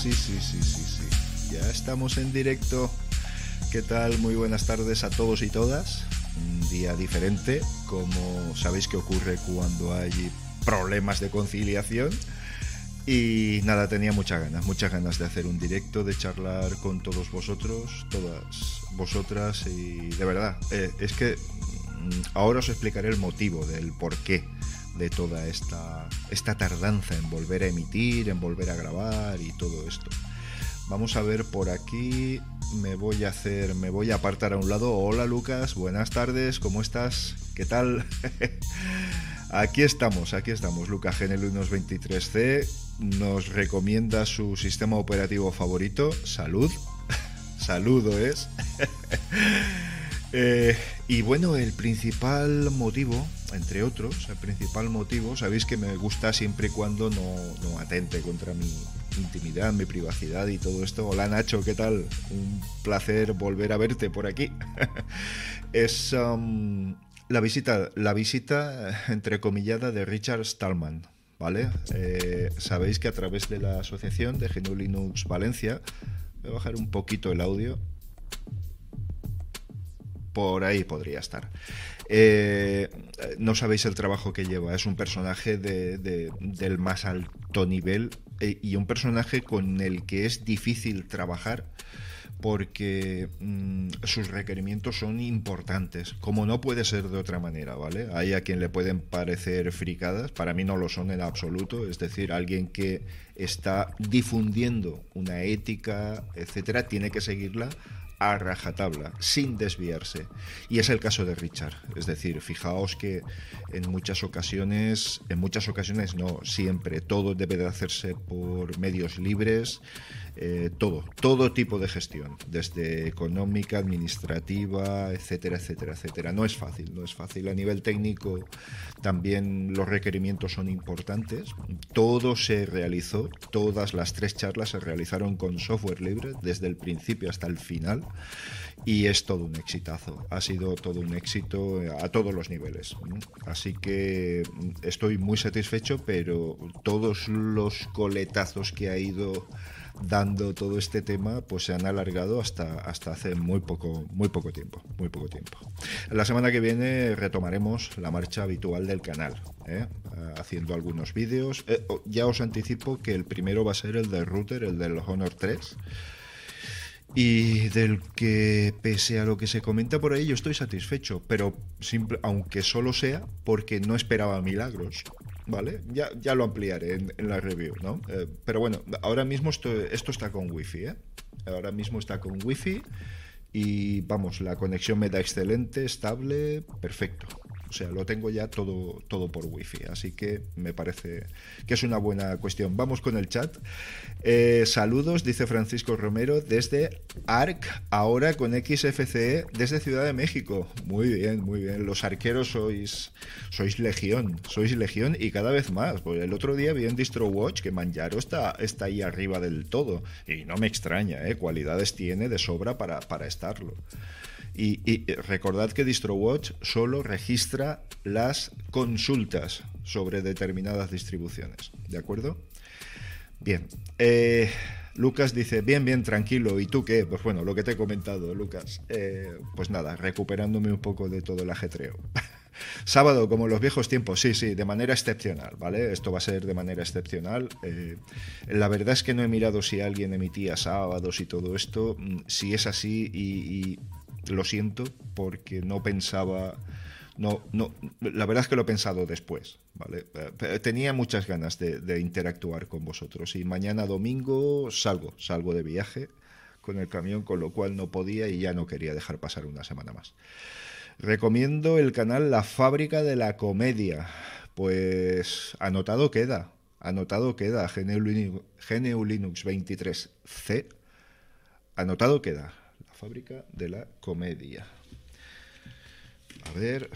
Sí. Ya estamos en directo. ¿Qué tal? Muy buenas tardes a todos y todas. Un día diferente, como sabéis que ocurre cuando hay problemas de conciliación. Y nada, tenía muchas ganas de hacer un directo, de charlar con todos vosotros, todas vosotras. Y de verdad, es que ahora os explicaré el motivo del porqué de toda esta tardanza en volver a emitir, en volver a grabar y todo esto. Vamos a ver por aquí. Me voy a apartar a un lado. Hola Lucas, buenas tardes, ¿cómo estás? ¿Qué tal? Aquí estamos. Lucas GNU-Linux 23C nos recomienda su sistema operativo favorito. Saludo es. Y bueno, el principal motivo, entre otros, sabéis que me gusta siempre y cuando no atente contra mi intimidad, mi privacidad y todo esto. Hola Nacho, ¿qué tal? Un placer volver a verte por aquí. Es la visita entrecomillada de Richard Stallman, ¿vale? Sabéis que a través de la asociación de GNU Linux Valencia, voy a bajar un poquito el audio, por ahí podría estar. No sabéis el trabajo que lleva. Es un personaje del más alto nivel y un personaje con el que es difícil trabajar porque sus requerimientos son importantes, como no puede ser de otra manera, ¿vale? Hay a quien le pueden parecer fricadas, para mí no lo son en absoluto. Es decir, alguien que está difundiendo una ética, etcétera, tiene que seguirla a rajatabla, sin desviarse. Y es el caso de Richard. Es decir, fijaos que en muchas ocasiones no, siempre, todo debe de hacerse por medios libres, todo tipo de gestión, desde económica, administrativa, etcétera. No es fácil. A nivel técnico también los requerimientos son importantes. Todo se realizó, todas las 3 charlas se realizaron con software libre desde el principio hasta el final. Y es todo un exitazo, ha sido todo un éxito a todos los niveles. Así que estoy muy satisfecho, pero todos los coletazos que ha ido dando todo este tema pues se han alargado hasta hace muy poco tiempo. La semana que viene retomaremos la marcha habitual del canal, haciendo algunos vídeos. Ya os anticipo que el primero va a ser el del router, el del Honor 3, y del que, pese a lo que se comenta por ahí, yo estoy satisfecho, pero aunque solo sea porque no esperaba milagros, ¿vale? Ya lo ampliaré en la review, ¿no? Pero bueno, ahora mismo esto está con wifi, Ahora mismo está con wifi y vamos, la conexión me da excelente, estable, perfecto. O sea, lo tengo ya todo por wifi, así que me parece que es una buena cuestión. Vamos con el chat. Saludos, dice Francisco Romero, desde ARC, ahora con XFCE, desde Ciudad de México. Muy bien. Los arqueros sois legión y cada vez más. Pues el otro día vi en DistroWatch que Manjaro está ahí arriba del todo. Y no me extraña, cualidades tiene de sobra para estarlo. Y recordad que DistroWatch solo registra las consultas sobre determinadas distribuciones, ¿de acuerdo? Bien, Lucas dice, bien, tranquilo, ¿y tú qué? Pues bueno, lo que te he comentado, Lucas, pues nada, recuperándome un poco de todo el ajetreo. Sábado, como en los viejos tiempos, sí, de manera excepcional, ¿vale? Esto va a ser de manera excepcional. La verdad es que no he mirado si alguien emitía sábados y todo esto. Si es así y lo siento porque no pensaba, la verdad es que lo he pensado después, ¿vale? Tenía muchas ganas de interactuar con vosotros y mañana domingo salgo de viaje con el camión, con lo cual no podía y ya no quería dejar pasar una semana más. Recomiendo el canal La Fábrica de la Comedia, pues anotado queda GNU Linux 23C, anotado queda. Fábrica de la Comedia. A ver,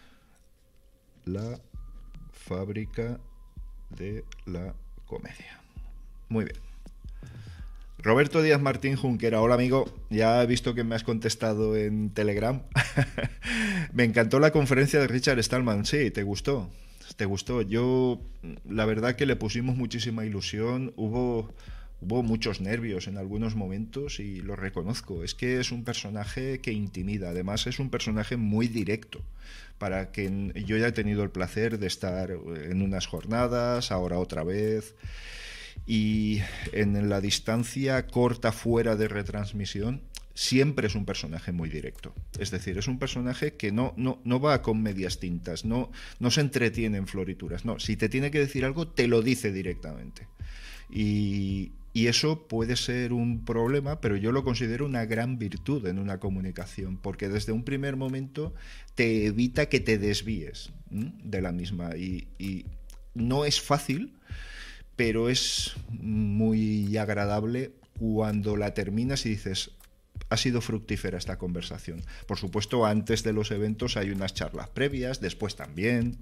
la Fábrica de la Comedia. Muy bien. Roberto Díaz Martín Junquera, hola amigo, ya he visto que me has contestado en Telegram. Me encantó la conferencia de Richard Stallman, sí, ¿te gustó? Yo, la verdad que le pusimos muchísima ilusión, hubo hubo muchos nervios en algunos momentos y lo reconozco. Es que es un personaje que intimida. Además es un personaje muy directo. Para que yo ya he tenido el placer de estar en unas jornadas, ahora otra vez. Y en la distancia corta fuera de retransmisión siempre es un personaje muy directo. Es decir, es un personaje que no va con medias tintas, no se entretiene en florituras. No, si te tiene que decir algo, te lo dice directamente. Y eso puede ser un problema, pero yo lo considero una gran virtud en una comunicación, porque desde un primer momento te evita que te desvíes de la misma. Y no es fácil, pero es muy agradable cuando la terminas y dices, ha sido fructífera esta conversación. Por supuesto, antes de los eventos hay unas charlas previas, después también.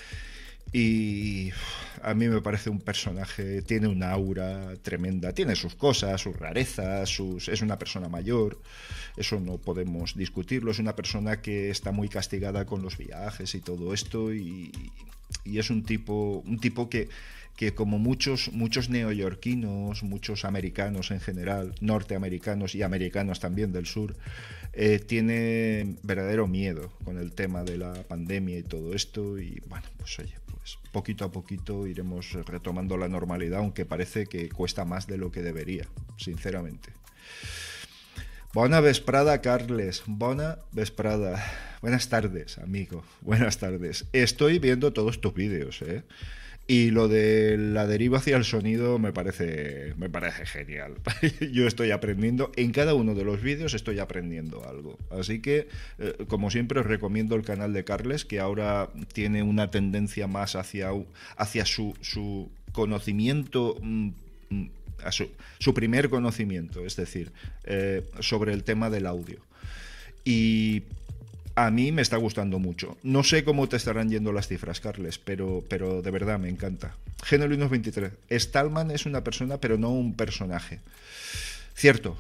Y a mí me parece un personaje, tiene una aura tremenda, tiene sus cosas, sus rarezas, es una persona mayor, eso no podemos discutirlo, es una persona que está muy castigada con los viajes y todo esto, y es un tipo que como muchos neoyorquinos, muchos americanos en general, norteamericanos y americanos también del sur, tiene verdadero miedo con el tema de la pandemia y todo esto. Y bueno, pues oye, pues poquito a poquito iremos retomando la normalidad, aunque parece que cuesta más de lo que debería, sinceramente. Bona vesprada, Carles. Bona vesprada. Buenas tardes, amigo. Buenas tardes. Estoy viendo todos tus vídeos, ¿eh? Y lo de la deriva hacia el sonido me parece genial. Yo estoy aprendiendo, en cada uno de los vídeos estoy aprendiendo algo. Así que, como siempre, os recomiendo el canal de Carles, que ahora tiene una tendencia más hacia su conocimiento, a su primer conocimiento, es decir, sobre el tema del audio. Y a mí me está gustando mucho. No sé cómo te estarán yendo las cifras, Carles, pero de verdad me encanta. Genuinos 23. Stallman es una persona, pero no un personaje. Cierto,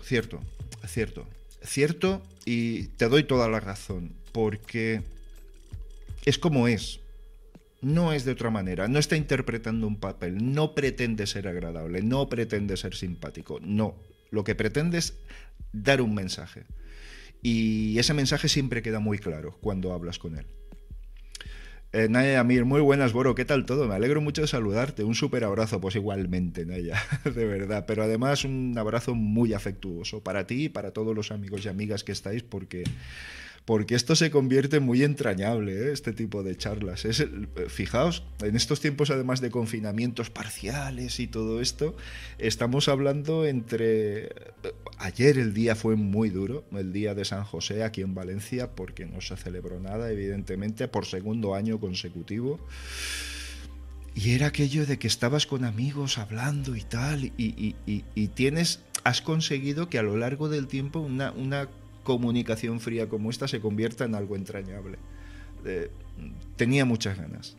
y te doy toda la razón, porque es como es. No es de otra manera, no está interpretando un papel, no pretende ser agradable, no pretende ser simpático, no. Lo que pretende es dar un mensaje. Y ese mensaje siempre queda muy claro cuando hablas con él. Naya Amir, muy buenas, Boro, ¿qué tal todo? Me alegro mucho de saludarte, un súper abrazo, pues igualmente, Naya, de verdad, pero además un abrazo muy afectuoso para ti y para todos los amigos y amigas que estáis, porque esto se convierte muy entrañable, este tipo de charlas. Fijaos, en estos tiempos, además de confinamientos parciales y todo esto, estamos hablando Ayer el día fue muy duro, el día de San José aquí en Valencia, porque no se celebró nada, evidentemente, por segundo año consecutivo. Y era aquello de que estabas con amigos hablando y tal, y has conseguido que a lo largo del tiempo una comunicación fría como esta se convierta en algo entrañable. Tenía muchas ganas.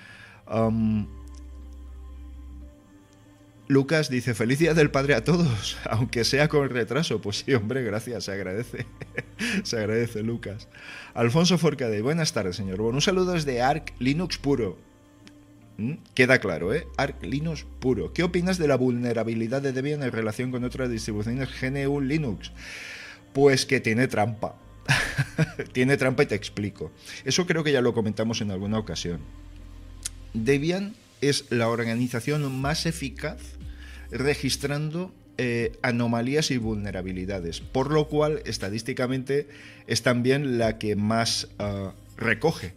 Lucas dice, feliz día del padre a todos, aunque sea con retraso. Pues sí, hombre, gracias, se agradece. Se agradece, Lucas. Alfonso Forcade, buenas tardes, señor. Bueno, un saludo desde Arch Linux puro. Queda claro, ¿eh? Arch Linux puro. ¿Qué opinas de la vulnerabilidad de Debian en relación con otras distribuciones GNU Linux? Pues que tiene trampa. Tiene trampa y te explico. Eso creo que ya lo comentamos en alguna ocasión. Debian es la organización más eficaz registrando anomalías y vulnerabilidades, por lo cual estadísticamente es también la que más recoge.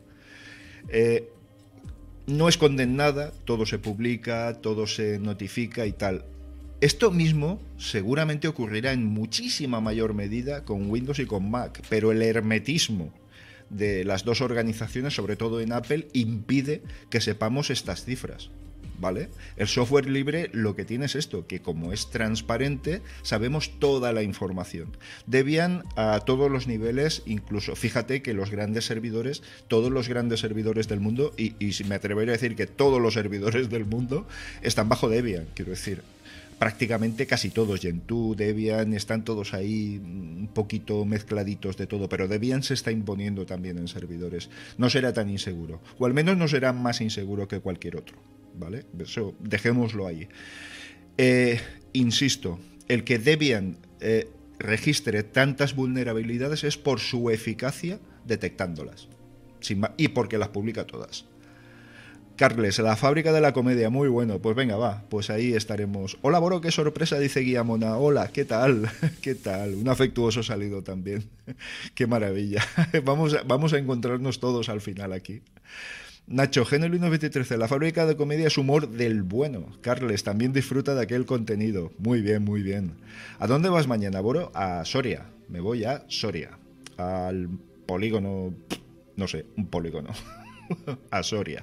No esconden nada, todo se publica, todo se notifica y tal. Esto mismo seguramente ocurrirá en muchísima mayor medida con Windows y con Mac, pero el hermetismo de las dos organizaciones, sobre todo en Apple, impide que sepamos estas cifras, ¿vale? El software libre lo que tiene es esto, que como es transparente, sabemos toda la información. Debian a todos los niveles, incluso, fíjate que los grandes servidores, todos los grandes servidores del mundo, y me atrevería a decir que todos los servidores del mundo están bajo Debian, quiero decir. Prácticamente casi todos, Gentoo, Debian, están todos ahí un poquito mezcladitos de todo, pero Debian se está imponiendo también en servidores. No será tan inseguro, o al menos no será más inseguro que cualquier otro, ¿vale? Eso, dejémoslo ahí. Insisto, el que Debian registre tantas vulnerabilidades es por su eficacia detectándolas. Y porque las publica todas. Carles, la fábrica de la comedia, muy bueno. Pues venga, va, pues ahí estaremos. Hola, Boro, qué sorpresa, dice Guillamona. Hola, ¿qué tal? ¿Qué tal? Un afectuoso saludo también. Qué maravilla. Vamos a encontrarnos todos al final aquí. Nacho, Genio 1913, la fábrica de comedia es humor del bueno. Carles, también disfruta de aquel contenido. Muy bien, muy bien. ¿A dónde vas mañana, Boro? A Soria. Me voy a Soria. Al polígono... No sé, un polígono. A Soria.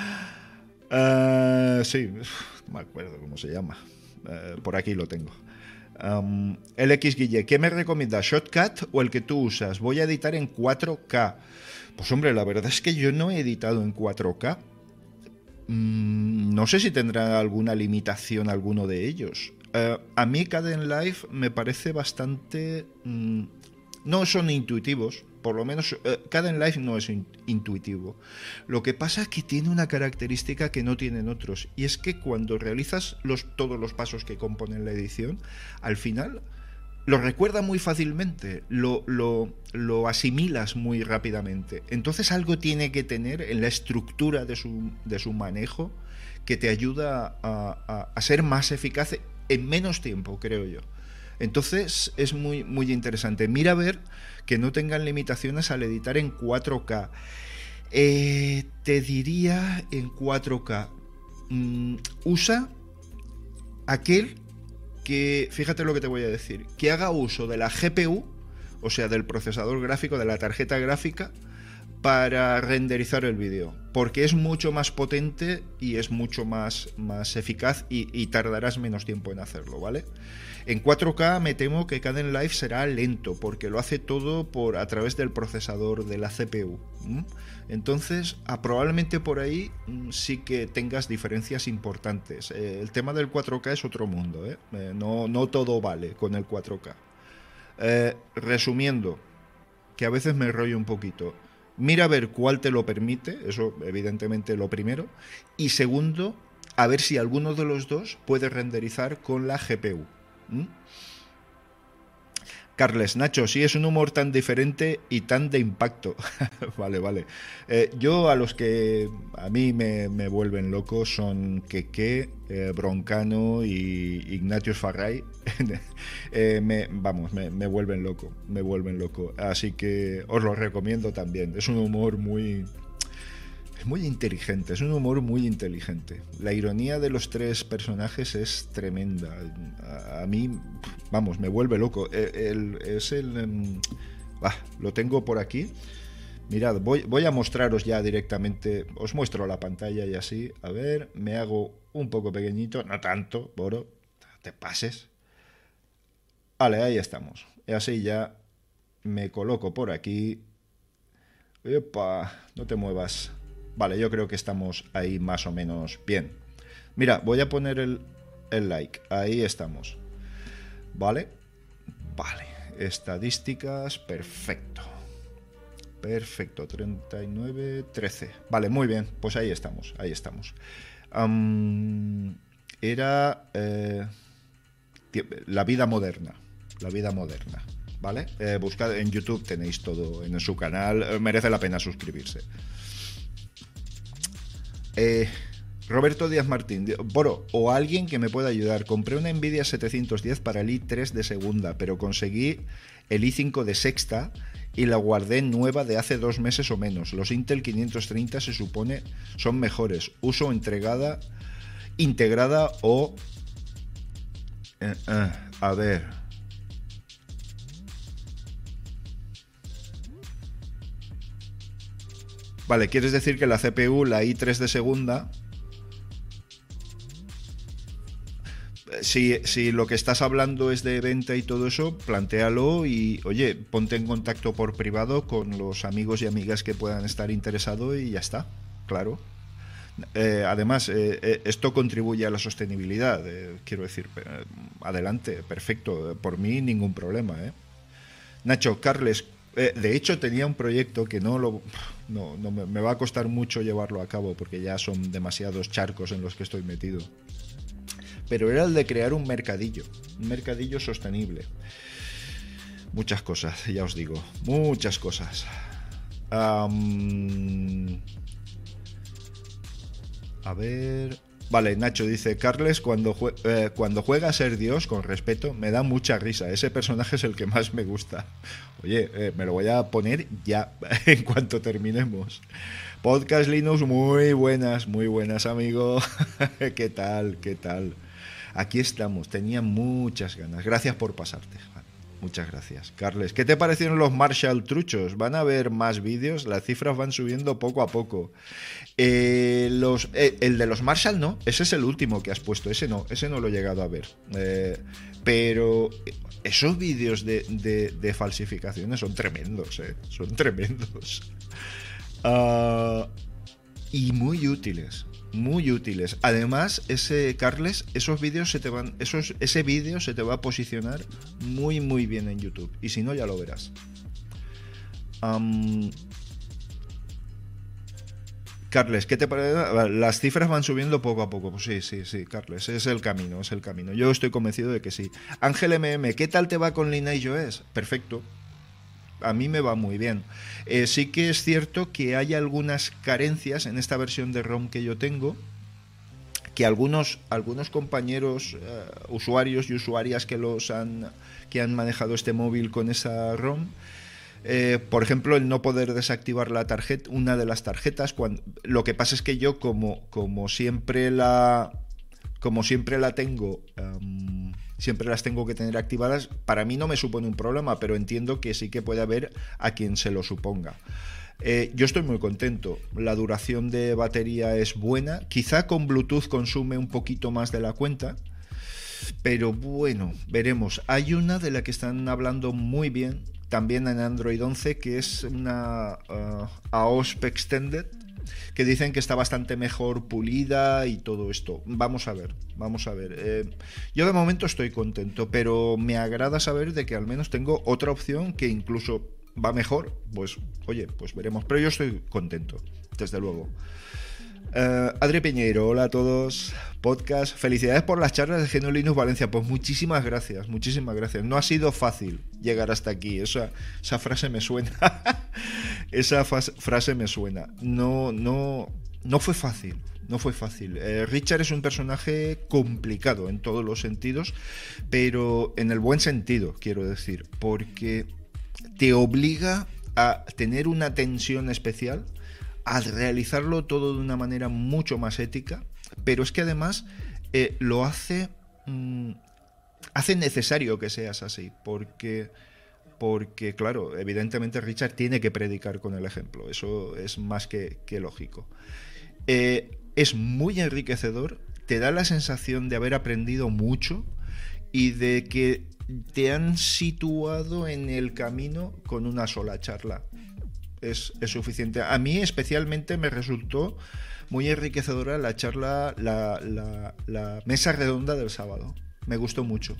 Sí, no me acuerdo cómo se llama. Por aquí lo tengo. El X Guille, ¿qué me recomienda? ¿Shotcut o el que tú usas? Voy a editar en 4K. Pues hombre, la verdad es que yo no he editado en 4K. No sé si tendrá alguna limitación alguno de ellos. A mí Kdenlive me parece bastante... no son intuitivos. Por lo menos Kdenlive no es intuitivo. Lo que pasa es que tiene una característica que no tienen otros, y es que cuando realizas todos los pasos que componen la edición, al final lo recuerda muy fácilmente, lo asimilas muy rápidamente. Entonces algo tiene que tener en la estructura de su manejo que te ayuda a ser más eficaz en menos tiempo, creo yo. Entonces es muy, muy interesante. Mira a ver que no tengan limitaciones al editar en 4K. Te diría en 4K. Usa aquel que, fíjate lo que te voy a decir, que haga uso de la GPU, o sea, del procesador gráfico, de la tarjeta gráfica, para renderizar el vídeo, porque es mucho más potente y es mucho más eficaz y tardarás menos tiempo en hacerlo, ¿vale? En 4K me temo que Kdenlive será lento, porque lo hace todo a través del procesador de la CPU. Entonces, probablemente por ahí sí que tengas diferencias importantes. El tema del 4K es otro mundo, ¿eh? No todo vale con el 4K. Resumiendo, que a veces me rollo un poquito. Mira a ver cuál te lo permite, eso evidentemente lo primero, y segundo, a ver si alguno de los dos puede renderizar con la GPU. Carles, Nacho, sí es un humor tan diferente y tan de impacto. Vale. Yo a los que a mí me vuelven loco son Keke, Broncano y Ignatius Farray. Me vuelven loco. Así que os lo recomiendo también. Es un humor muy inteligente, es un humor muy inteligente. La ironía de los tres personajes es tremenda. A mí, me vuelve loco. Lo tengo por aquí. Mirad, voy a mostraros ya directamente. Os muestro la pantalla y así. A ver, me hago un poco pequeñito, no tanto, Boro, te pases. Vale, ahí estamos. Y así ya me coloco por aquí. Epa, no te muevas. Vale, yo creo que estamos ahí más o menos bien. Mira, voy a poner el like. Ahí estamos. Vale. Estadísticas, perfecto. 39, 13. Vale, muy bien. Pues ahí estamos. Era la vida moderna. ¿Vale? Buscad en YouTube, tenéis todo en su canal. Merece la pena suscribirse. Roberto Díaz Martín, Boro, o alguien que me pueda ayudar. Compré una Nvidia 710 para el i3 de segunda, pero conseguí el i5 de sexta y la guardé nueva de hace 2 meses o menos. Los Intel 530 se supone son mejores. Uso integrada o... a ver... Vale, ¿quieres decir que la CPU, la i3 de segunda, si lo que estás hablando es de venta y todo eso, plantéalo y, oye, ponte en contacto por privado con los amigos y amigas que puedan estar interesados y ya está, claro. Además, esto contribuye a la sostenibilidad, quiero decir, adelante, perfecto, por mí ningún problema, ¿eh? Nacho, Carles, de hecho tenía un proyecto que no me va a costar mucho llevarlo a cabo porque ya son demasiados charcos en los que estoy metido. pero era el de crear un mercadillo sostenible. Muchas cosas, ya os digo, muchas cosas. A ver... Vale, Nacho dice, Carles, cuando juega a ser Dios, con respeto, me da mucha risa. Ese personaje es el que más me gusta. Oye, me lo voy a poner ya, en cuanto terminemos. Podcast Linux, muy buenas, amigo. ¿Qué tal? Aquí estamos, tenía muchas ganas. Gracias por pasarte. Muchas gracias. Carles, ¿qué te parecieron los Marshall truchos? ¿Van a haber más vídeos? Las cifras van subiendo poco a poco. El de los Marshall no, ese es el último que has puesto, ese no lo he llegado a ver. Pero esos vídeos de falsificaciones son tremendos, son tremendos. Y muy útiles. Además, Carles, ese vídeo se te va a posicionar muy muy bien en YouTube. Y si no, ya lo verás. Carles, ¿qué te parece? Las cifras van subiendo poco a poco. Pues sí, Carles, es el camino. Yo estoy convencido de que sí. Ángel MM, ¿qué tal te va con LineageOS? Perfecto. A mí me va muy bien. Sí que es cierto que hay algunas carencias en esta versión de ROM que yo tengo, que algunos compañeros usuarios y usuarias que han manejado este móvil con esa ROM, por ejemplo, el no poder desactivar una de las tarjetas. Lo que pasa es que yo como siempre la tengo, siempre las tengo que tener activadas, para mí no me supone un problema, pero entiendo que sí que puede haber a quien se lo suponga. Yo estoy muy contento, la duración de batería es buena, quizá con Bluetooth consume un poquito más de la cuenta, pero bueno, veremos. Hay una de la que están hablando muy bien, también en Android 11, que es una AOSP Extended, que dicen que está bastante mejor pulida y todo esto. Vamos a ver. Yo de momento estoy contento, pero me agrada saber de que al menos tengo otra opción que incluso va mejor. Pues oye, pues veremos, pero yo estoy contento, desde luego. Adri Piñeiro, hola a todos. Podcast, felicidades por las charlas de GNU Linux Valencia. Pues muchísimas gracias. No ha sido fácil llegar hasta aquí. Esa frase me suena. Esa frase me suena. No fue fácil. Richard es un personaje complicado en todos los sentidos, pero en el buen sentido, quiero decir, porque te obliga a tener una tensión especial, a realizarlo todo de una manera mucho más ética, pero es que además lo hace necesario que seas así, porque claro, evidentemente Richard tiene que predicar con el ejemplo, eso es más que lógico. Es muy enriquecedor, te da la sensación de haber aprendido mucho y de que te han situado en el camino con una sola charla. Es suficiente. A mí especialmente me resultó muy enriquecedora la charla, la mesa redonda del sábado. Me gustó mucho.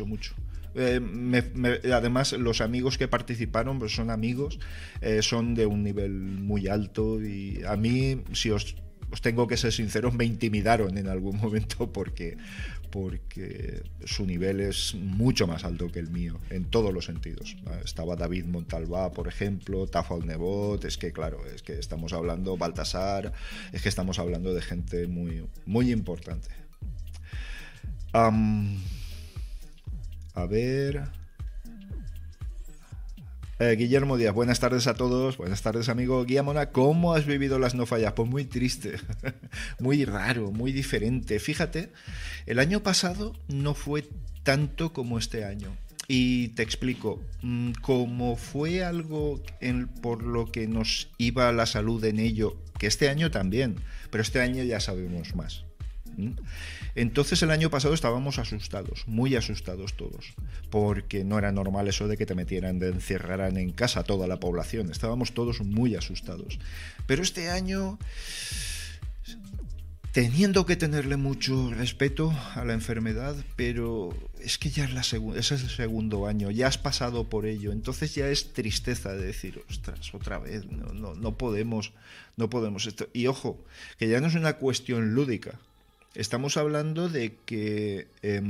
Además, los amigos que participaron pues son amigos, son de un nivel muy alto y a mí, si os tengo que ser sincero, me intimidaron en algún momento porque su nivel es mucho más alto que el mío, en todos los sentidos. Estaba David Montalbá, por ejemplo, Tafal Nebot, es que estamos hablando, Baltasar, es que estamos hablando de gente muy, muy importante. A ver... Guillermo Díaz, buenas tardes a todos. Buenas tardes, amigo Guillamona. ¿Cómo has vivido las no fallas? Pues muy triste, muy raro, muy diferente. Fíjate, el año pasado no fue tanto como este año. Y te explico, como fue algo por lo que nos iba la salud en ello, que este año también, pero este año ya sabemos más. Entonces el año pasado estábamos asustados, muy asustados todos, porque no era normal eso de que te encerraran en casa toda la población. Estábamos todos muy asustados. Pero este año, teniendo que tenerle mucho respeto a la enfermedad, pero es que ya es el segundo año, ya has pasado por ello, entonces ya es tristeza de decir, ostras, otra vez, no podemos esto. Y ojo, que ya no es una cuestión lúdica. Estamos hablando de que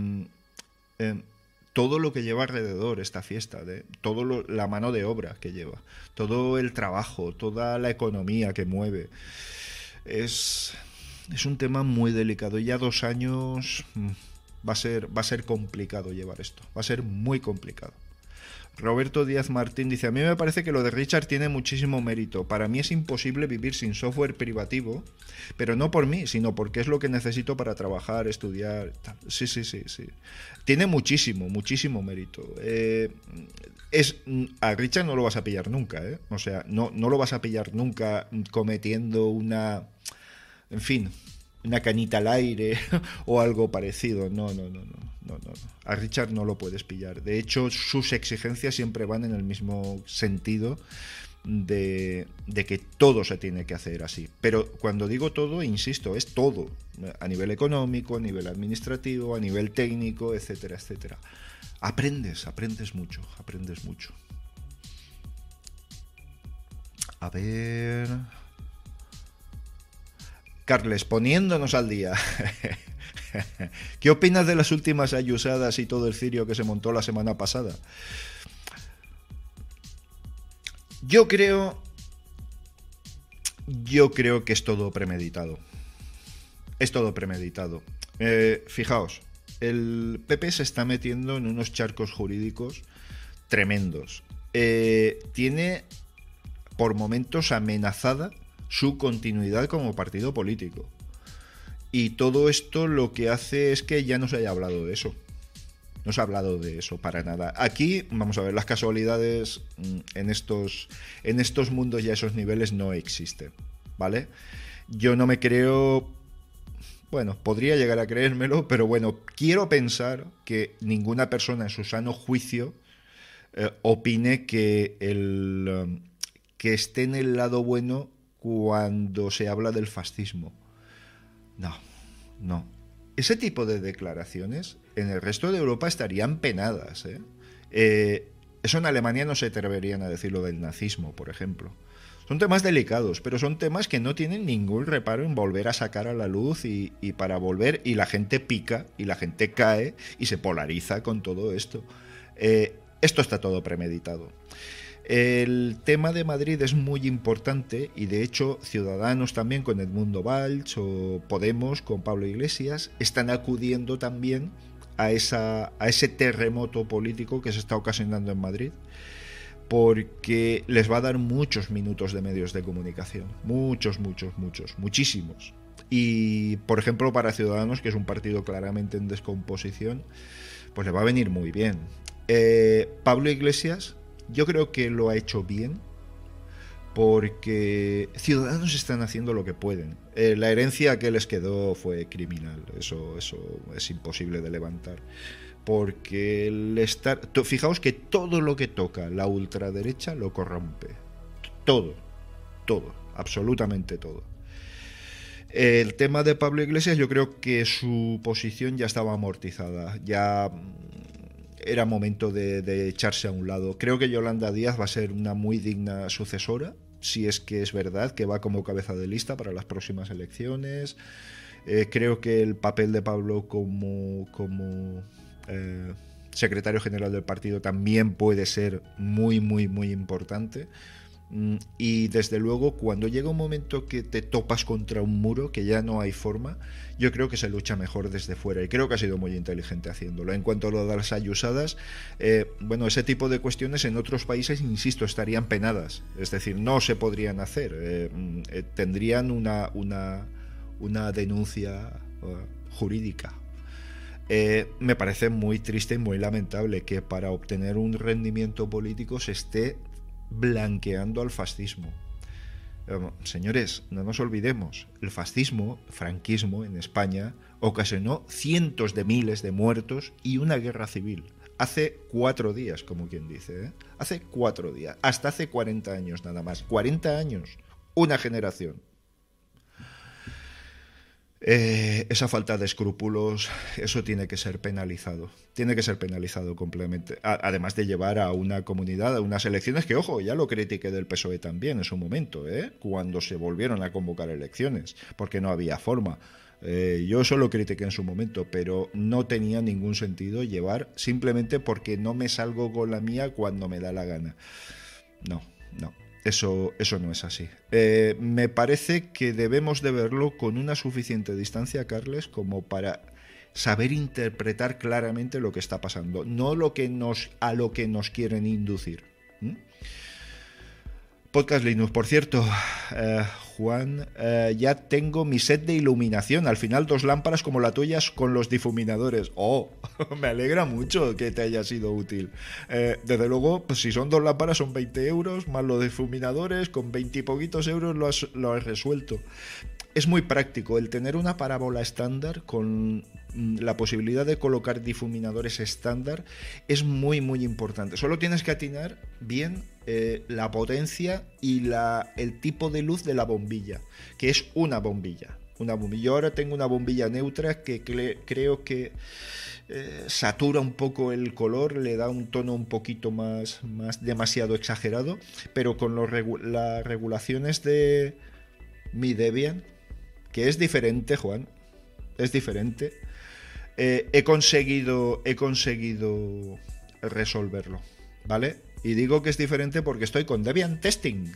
todo lo que lleva alrededor esta fiesta, la mano de obra que lleva, todo el trabajo, toda la economía que mueve, es un tema muy delicado. Y ya 2 años va a ser complicado llevar esto, va a ser muy complicado. Roberto Díaz Martín dice: a mí me parece que lo de Richard tiene muchísimo mérito. Para mí es imposible vivir sin software privativo, pero no por mí, sino porque es lo que necesito para trabajar, estudiar. Sí. Tiene muchísimo mérito. A Richard no lo vas a pillar nunca, ¿eh? O sea, no lo vas a pillar nunca cometiendo una canita al aire o algo parecido. No. A Richard no lo puedes pillar. De hecho, sus exigencias siempre van en el mismo sentido de que todo se tiene que hacer así. Pero cuando digo todo, insisto, es todo. A nivel económico, a nivel administrativo, a nivel técnico, etcétera. Aprendes mucho. A ver... Carles, poniéndonos al día. ¿Qué opinas de las últimas ayusadas y todo el cirio que se montó la semana pasada? Yo creo que es todo premeditado. Fijaos, el PP se está metiendo en unos charcos jurídicos tremendos. Tiene por momentos amenazada su continuidad como partido político. Y todo esto lo que hace es que ya no se haya hablado de eso. No se ha hablado de eso para nada. Aquí, vamos a ver, las casualidades en estos mundos y a esos niveles no existen, ¿vale? Yo no me creo... Bueno, podría llegar a creérmelo, pero bueno, quiero pensar que ninguna persona en su sano juicio opine que esté en el lado bueno cuando se habla del fascismo. No. Ese tipo de declaraciones en el resto de Europa estarían penadas, ¿eh? Eso en Alemania no se atreverían a decir lo del nazismo, por ejemplo. Son temas delicados, pero son temas que no tienen ningún reparo en volver a sacar a la luz y para volver, y la gente pica, y la gente cae, y se polariza con todo esto. Esto está todo premeditado. El tema de Madrid es muy importante y de hecho Ciudadanos también con Edmundo Valls o Podemos con Pablo Iglesias están acudiendo también a ese terremoto político que se está ocasionando en Madrid, porque les va a dar muchos minutos de medios de comunicación, muchísimos. Y por ejemplo para Ciudadanos, que es un partido claramente en descomposición, pues le va a venir muy bien. Pablo Iglesias yo creo que lo ha hecho bien, porque Ciudadanos están haciendo lo que pueden. La herencia que les quedó fue criminal, eso es imposible de levantar, porque fijaos que todo lo que toca la ultraderecha lo corrompe, todo, absolutamente todo. El tema de Pablo Iglesias, yo creo que su posición ya estaba amortizada, ya era momento de echarse a un lado. Creo que Yolanda Díaz va a ser una muy digna sucesora, si es que es verdad que va como cabeza de lista para las próximas elecciones. Creo que el papel de Pablo como secretario general del partido también puede ser muy importante. Y desde luego, cuando llega un momento que te topas contra un muro, que ya no hay forma, yo creo que se lucha mejor desde fuera, y creo que ha sido muy inteligente haciéndolo. En cuanto a lo de las ayusadas, bueno, ese tipo de cuestiones en otros países, insisto, estarían penadas, es decir, no se podrían hacer, tendrían una denuncia jurídica. Me parece muy triste y muy lamentable que para obtener un rendimiento político se esté blanqueando al fascismo. Señores, no nos olvidemos, el franquismo en España ocasionó cientos de miles de muertos y una guerra civil. Hace 4 días, como quien dice, ¿eh? Hace 4 días, hasta hace 40 años nada más. 40 años, una generación. Esa falta de escrúpulos, eso tiene que ser penalizado. Tiene que ser penalizado completamente. Además de llevar a una comunidad, a unas elecciones que, ojo, ya lo critiqué del PSOE también en su momento, cuando se volvieron a convocar elecciones, porque no había forma. Yo eso lo critiqué en su momento, pero no tenía ningún sentido llevar simplemente porque no me salgo con la mía cuando me da la gana. No. Eso no es así. Me parece que debemos de verlo con una suficiente distancia, Carles, como para saber interpretar claramente lo que está pasando, no a lo que nos quieren inducir. Podcast Linux, por cierto, Juan, ya tengo mi set de iluminación, al final 2 lámparas como la tuya con los difuminadores. Oh, me alegra mucho que te haya sido útil. Desde luego, pues si son 2 lámparas son 20 euros, más los difuminadores, con 20 y poquitos euros lo has resuelto. Es muy práctico el tener una parábola estándar con la posibilidad de colocar difuminadores estándar, es muy muy importante. Solo tienes que atinar bien la potencia y el tipo de luz de la bombilla, que es una bombilla. Yo ahora tengo una bombilla neutra que creo que satura un poco el color, le da un tono un poquito más demasiado exagerado, pero con las regulaciones de mi Debian, que es diferente, Juan, es diferente, he conseguido resolverlo, ¿vale? Y digo que es diferente porque estoy con Debian Testing.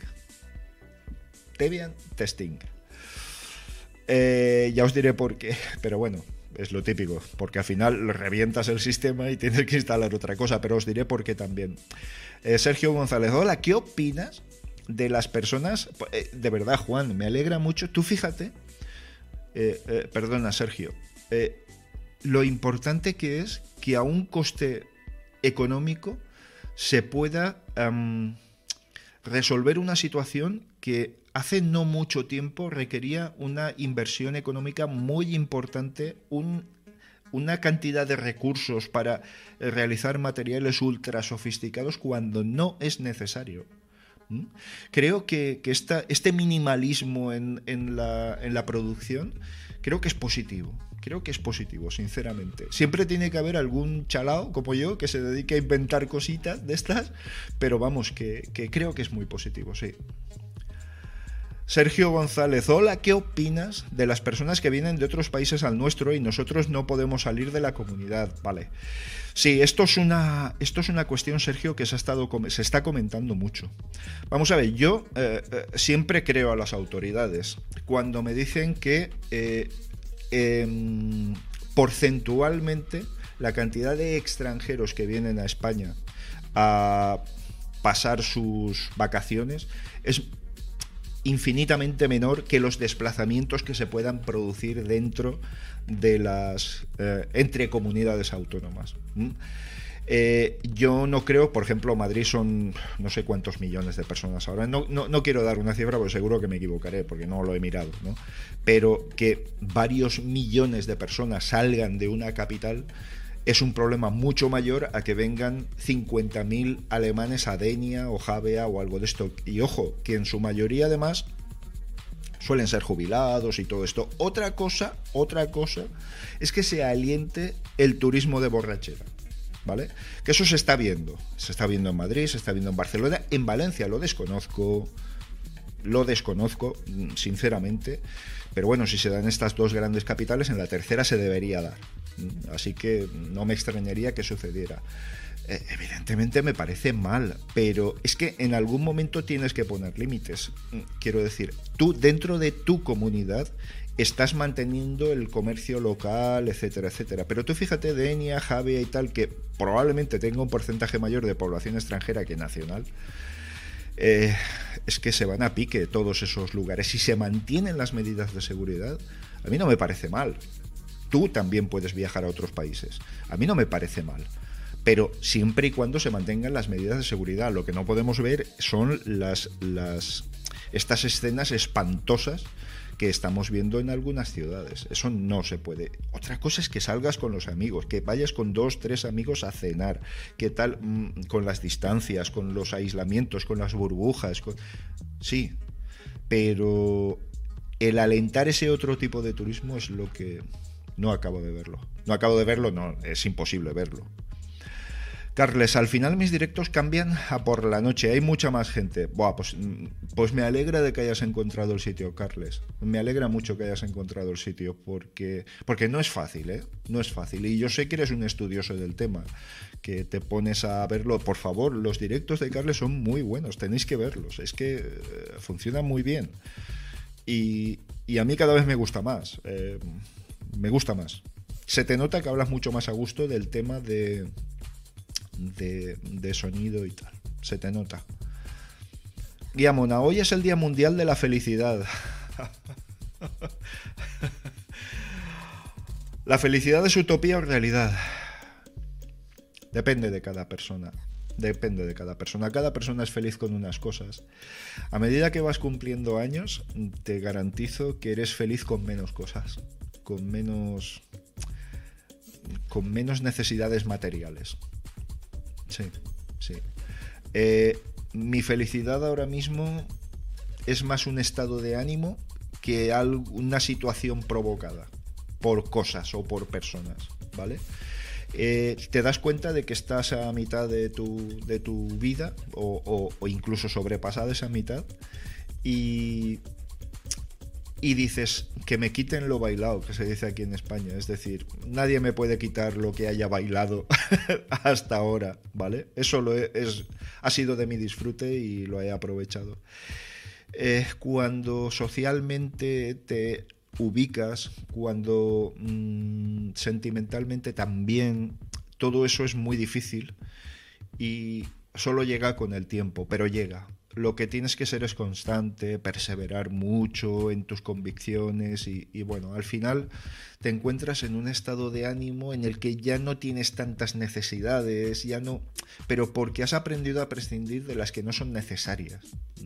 Ya os diré por qué, pero bueno, es lo típico, porque al final revientas el sistema y tienes que instalar otra cosa, pero os diré por qué también. Sergio González, hola, ¿qué opinas de las personas? De verdad, Juan, me alegra mucho. Tú fíjate, perdona, Sergio, lo importante que es que a un coste económico se pueda resolver una situación que hace no mucho tiempo requería una inversión económica muy importante, una cantidad de recursos para realizar materiales ultra sofisticados cuando no es necesario. Creo que este minimalismo en la producción creo que es positivo. Sinceramente. Siempre tiene que haber algún chalao como yo que se dedique a inventar cositas de estas, pero vamos, que creo que es muy positivo, sí. Sergio González, hola, ¿qué opinas de las personas que vienen de otros países al nuestro y nosotros no podemos salir de la comunidad? Vale. Sí, esto es una cuestión, Sergio, que se está comentando mucho. Vamos a ver, yo siempre creo a las autoridades cuando me dicen que porcentualmente la cantidad de extranjeros que vienen a España a pasar sus vacaciones es infinitamente menor que los desplazamientos que se puedan producir dentro de las entre comunidades autónomas. Yo no creo, por ejemplo, Madrid son no sé cuántos millones de personas ahora. No quiero dar una cifra porque seguro que me equivocaré porque no lo he mirado, ¿no? Pero que varios millones de personas salgan de una capital es un problema mucho mayor a que vengan 50.000 alemanes a Denia o Javea o algo de esto. Y ojo, que en su mayoría además suelen ser jubilados y todo esto. Otra cosa es que se aliente el turismo de borrachera, ¿vale? Que eso se está viendo en Madrid, se está viendo en Barcelona, en Valencia lo desconozco sinceramente, pero bueno, si se dan estas 2 grandes capitales, en la tercera se debería dar, así que no me extrañaría que sucediera. Evidentemente me parece mal, pero es que en algún momento tienes que poner límites. Quiero decir, tú dentro de tu comunidad estás manteniendo el comercio local, etcétera, etcétera. Pero tú fíjate, Denia, Javea y tal, que probablemente tenga un porcentaje mayor de población extranjera que nacional, es que se van a pique todos esos lugares. Si se mantienen las medidas de seguridad, a mí no me parece mal. Tú también puedes viajar a otros países. A mí no me parece mal. Pero siempre y cuando se mantengan las medidas de seguridad. Lo que no podemos ver son estas escenas espantosas que estamos viendo en algunas ciudades. Eso no se puede. Otra cosa es que salgas con los amigos, que vayas con 2, 3 amigos a cenar. ¿Qué tal con las distancias, con los aislamientos, con las burbujas? Sí, pero el alentar ese otro tipo de turismo es lo que no acabo de verlo. No acabo de verlo, no, es imposible verlo. Carles, al final mis directos cambian a por la noche, hay mucha más gente. Buah, pues me alegra de que hayas encontrado el sitio, Carles. Me alegra mucho que hayas encontrado el sitio, porque no es fácil, ¿eh? No es fácil. Y yo sé que eres un estudioso del tema, que te pones a verlo. Por favor, los directos de Carles son muy buenos, tenéis que verlos. Es que funcionan muy bien. Y a mí cada vez me gusta más. Me gusta más. Se te nota que hablas mucho más a gusto del tema de sonido y tal. Se te nota. Guiamona, hoy es el Día Mundial de la Felicidad. ¿La felicidad es utopía o realidad? Depende de cada persona. Depende de cada persona. Cada persona es feliz con unas cosas. A medida que vas cumpliendo años, te garantizo que eres feliz con menos cosas. Con menos necesidades materiales. Sí, sí. Mi felicidad ahora mismo es más un estado de ánimo que una situación provocada por cosas o por personas, ¿vale? Te das cuenta de que estás a mitad de tu vida o incluso sobrepasada esa mitad y dices que me quiten lo bailado, que se dice aquí en España. Es decir, nadie me puede quitar lo que haya bailado hasta ahora, ¿vale? Eso ha sido de mi disfrute y lo he aprovechado. Cuando socialmente te ubicas, cuando sentimentalmente también, todo eso es muy difícil y solo llega con el tiempo, pero llega. Lo que tienes que ser es constante, perseverar mucho en tus convicciones y bueno, al final te encuentras en un estado de ánimo en el que ya no tienes tantas necesidades, pero porque has aprendido a prescindir de las que no son necesarias.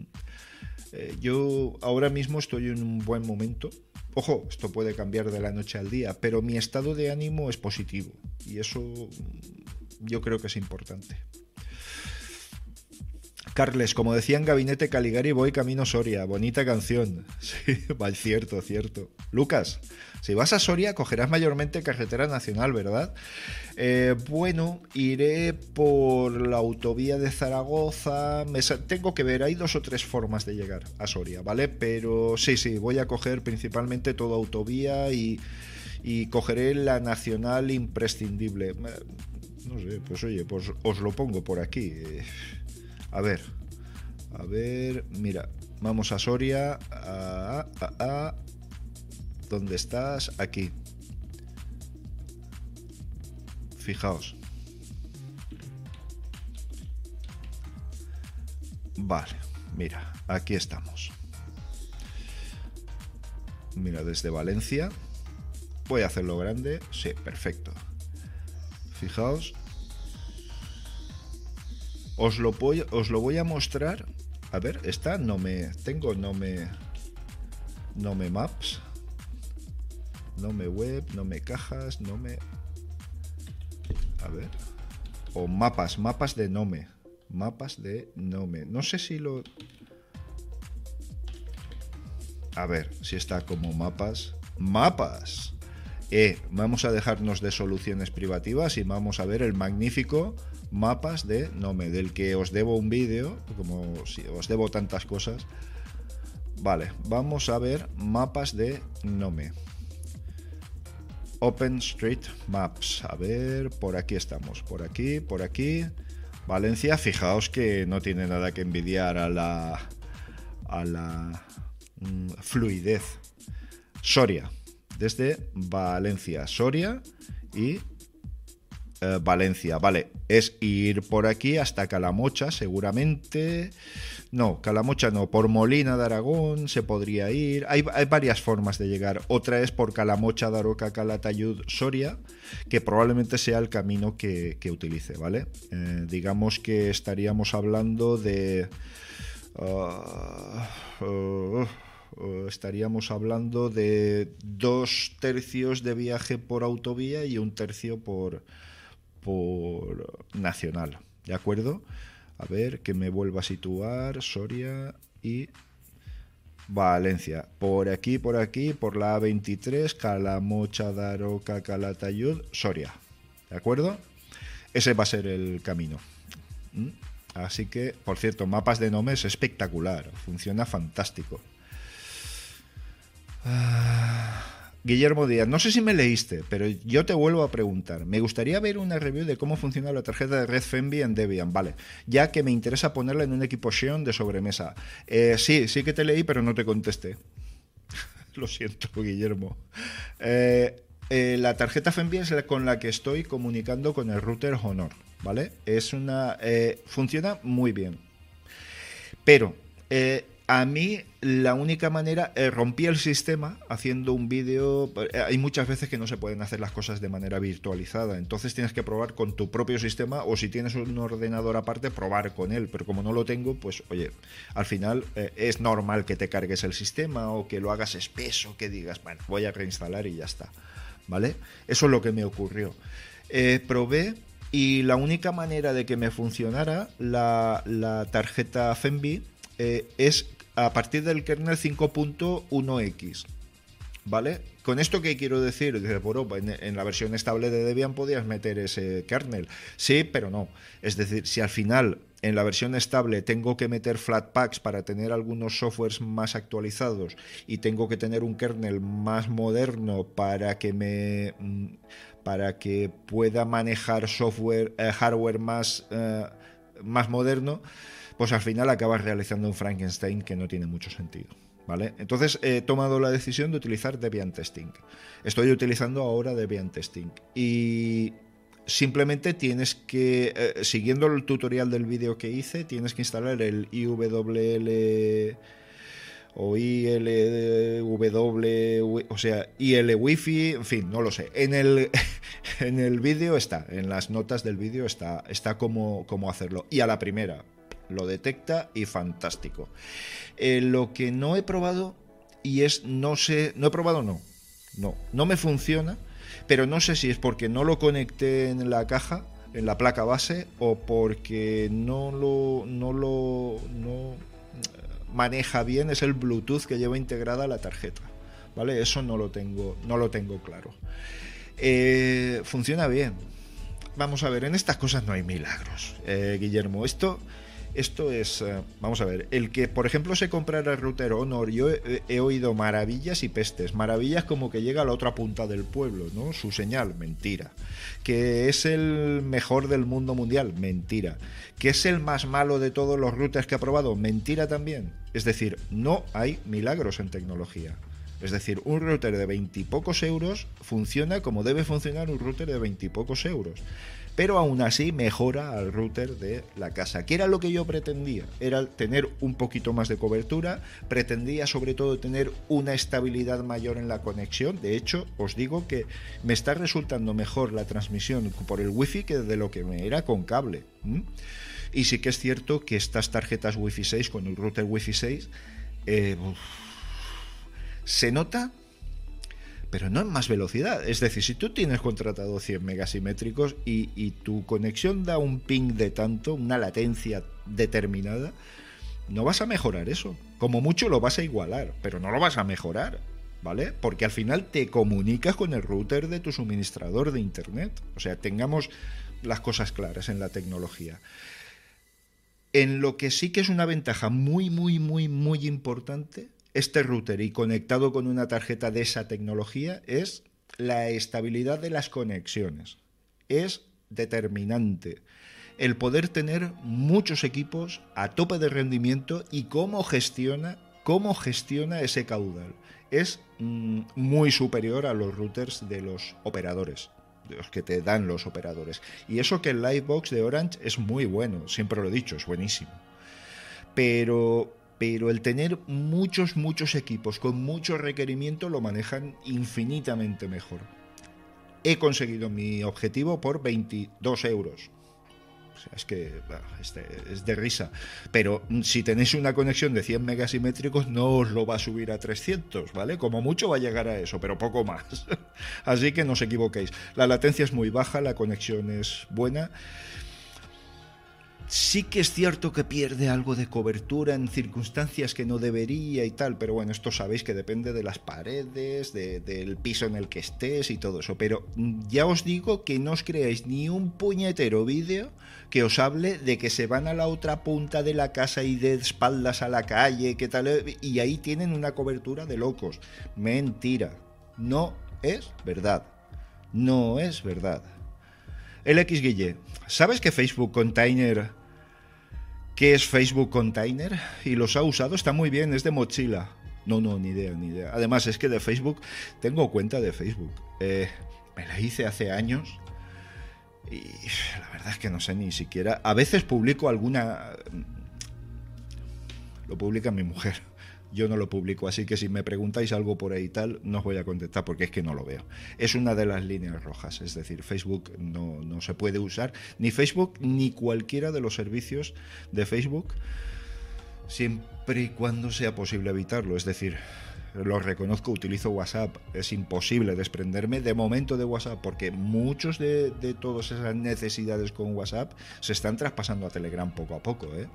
Yo ahora mismo estoy en un buen momento. Ojo, esto puede cambiar de la noche al día, pero mi estado de ánimo es positivo y eso yo creo que es importante. Carles, como decía en Gabinete Caligari, voy camino Soria. Bonita canción. Sí, va, cierto. Lucas, si vas a Soria, cogerás mayormente carretera nacional, ¿verdad? Bueno, iré por la autovía de Zaragoza. Tengo que ver, hay 2 o 3 formas de llegar a Soria, ¿vale? Pero sí, voy a coger principalmente toda autovía y cogeré la nacional imprescindible. No sé, pues oye, pues os lo pongo por aquí. A ver, mira, vamos a Soria, ¿dónde estás? Aquí. Fijaos. Vale, mira, aquí estamos. Mira, desde Valencia. Voy a hacerlo grande. Sí, perfecto. Fijaos. Os lo voy a mostrar. A ver, esta no me maps, no me web, no me cajas, no me... A ver. O mapas de Nome. Mapas de Nome. No sé si lo... A ver, si está como mapas. ¡Mapas! Vamos a dejarnos de soluciones privativas y vamos a ver el magnífico Mapas de Nome, del que os debo un vídeo, como si os debo tantas cosas. Vale, vamos a ver Mapas de Nome. OpenStreetMaps. A ver, por aquí estamos, por aquí. Valencia, fijaos que no tiene nada que envidiar a la fluidez. Soria, desde Valencia, Soria y Valencia, vale, es ir por aquí hasta Calamocha, seguramente. No, Calamocha no, por Molina de Aragón se podría ir. Hay varias formas de llegar. Otra es por Calamocha, Daroca, Calatayud, Soria, que probablemente sea el camino que utilice, ¿vale? Digamos que estaríamos hablando de... estaríamos hablando de 2/3 de viaje por autovía y 1/3 por nacional, ¿de acuerdo? A ver, que me vuelva a situar Soria y Valencia. Por aquí, por la A23, Calamocha, Daroca, Calatayud, Soria. ¿De acuerdo? Ese va a ser el camino. ¿Mm? Así que, por cierto, mapas de Nome es espectacular. Funciona fantástico. Guillermo Díaz, no sé si me leíste, pero yo te vuelvo a preguntar. Me gustaría ver una review de cómo funciona la tarjeta de red Fenby en Debian, vale, ya que me interesa ponerla en un equipo Xeon de sobremesa. Sí que te leí, pero no te contesté. Lo siento, Guillermo. La tarjeta Fenby es la con la que estoy comunicando con el router Honor, ¿vale? Funciona muy bien. Pero a mí la única manera, rompí el sistema haciendo un vídeo. Hay muchas veces que no se pueden hacer las cosas de manera virtualizada, entonces tienes que probar con tu propio sistema, o si tienes un ordenador aparte, probar con él, pero como no lo tengo, pues oye, al final es normal que te cargues el sistema o que lo hagas espeso, que digas, bueno, voy a reinstalar y ya está, ¿vale? Eso es lo que me ocurrió. Probé y la única manera de que me funcionara la tarjeta Fenby es a partir del kernel 5.1x, ¿vale? ¿Con esto qué quiero decir? Bueno, en la versión estable de Debian podías meter ese kernel. Sí, pero no. Es decir, si al final en la versión estable tengo que meter Flatpaks para tener algunos softwares más actualizados y tengo que tener un kernel más moderno para que pueda manejar hardware más moderno, pues al final acabas realizando un Frankenstein que no tiene mucho sentido, ¿vale? Entonces he tomado la decisión de utilizar Debian Testing. Estoy utilizando ahora Debian Testing y simplemente tienes que, siguiendo el tutorial del vídeo que hice, tienes que instalar el IWL o ILW, o sea, IL Wi-Fi, en fin, no lo sé. En el vídeo está, en las notas del vídeo está cómo hacerlo. Y a la primera lo detecta y fantástico. Lo que no he probado no me funciona, pero no sé si es porque no lo conecté en la caja, en la placa base, o porque no maneja bien, es el Bluetooth que lleva integrada la tarjeta, ¿vale? Eso no lo tengo claro. Funciona bien. Vamos a ver, en estas cosas no hay milagros, Guillermo. Esto es, vamos a ver, el que por ejemplo se comprara el router Honor, yo he oído maravillas y pestes. Maravillas como que llega a la otra punta del pueblo, ¿no? Su señal, mentira. Que es el mejor del mundo mundial, mentira. Que es el más malo de todos los routers que ha probado, mentira también. Es decir, no hay milagros en tecnología. Es decir, un router de 20 y pocos euros funciona como debe funcionar un router de 20 y pocos euros. Pero aún así mejora al router de la casa. ¿Qué era lo que yo pretendía? Era tener un poquito más de cobertura, pretendía sobre todo tener una estabilidad mayor en la conexión. De hecho, os digo que me está resultando mejor la transmisión por el wifi que de lo que me era con cable. Y sí que es cierto que estas tarjetas Wi-Fi 6 con el router Wi-Fi 6 se nota, pero no en más velocidad. Es decir, si tú tienes contratado 100 megasimétricos y tu conexión da un ping de tanto, una latencia determinada, no vas a mejorar eso. Como mucho lo vas a igualar, pero no lo vas a mejorar, ¿vale? Porque al final te comunicas con el router de tu suministrador de internet. O sea, tengamos las cosas claras en la tecnología. En lo que sí que es una ventaja muy, muy, muy, muy importante, este router y conectado con una tarjeta de esa tecnología, es la estabilidad de las conexiones. Es determinante el poder tener muchos equipos a tope de rendimiento y cómo gestiona ese caudal. Es muy superior a los routers de los operadores, de los que te dan los operadores. Y eso que el Livebox de Orange es muy bueno, siempre lo he dicho, es buenísimo. Pero el tener muchos equipos con mucho requerimiento lo manejan infinitamente mejor. He conseguido mi objetivo por 22 euros. O sea, es que es de risa. Pero si tenéis una conexión de 100 megasimétricos no os lo va a subir a 300, ¿vale? Como mucho va a llegar a eso, pero poco más. Así que no os equivoquéis. La latencia es muy baja, la conexión es buena. Sí que es cierto que pierde algo de cobertura en circunstancias que no debería y tal, pero bueno, esto sabéis que depende de las paredes, del piso en el que estés y todo eso. Pero ya os digo que no os creáis ni un puñetero vídeo que os hable de que se van a la otra punta de la casa y de espaldas a la calle, que tal, y ahí tienen una cobertura de locos. Mentira. No es verdad. No es verdad. El X Guille, ¿sabes que Facebook Container, qué es Facebook Container? Y los ha usado, está muy bien, es de mochila. No, ni idea. Además es que de Facebook, tengo cuenta de Facebook. Me la hice hace años y la verdad es que no sé ni siquiera. A veces publico alguna... Lo publica mi mujer. Yo no lo publico, así que si me preguntáis algo por ahí y tal, no os voy a contestar porque es que no lo veo. Es una de las líneas rojas, es decir, Facebook no se puede usar, ni Facebook ni cualquiera de los servicios de Facebook, siempre y cuando sea posible evitarlo. Es decir, lo reconozco, utilizo WhatsApp, es imposible desprenderme de momento de WhatsApp porque muchos de todas esas necesidades con WhatsApp se están traspasando a Telegram poco a poco, ¿eh?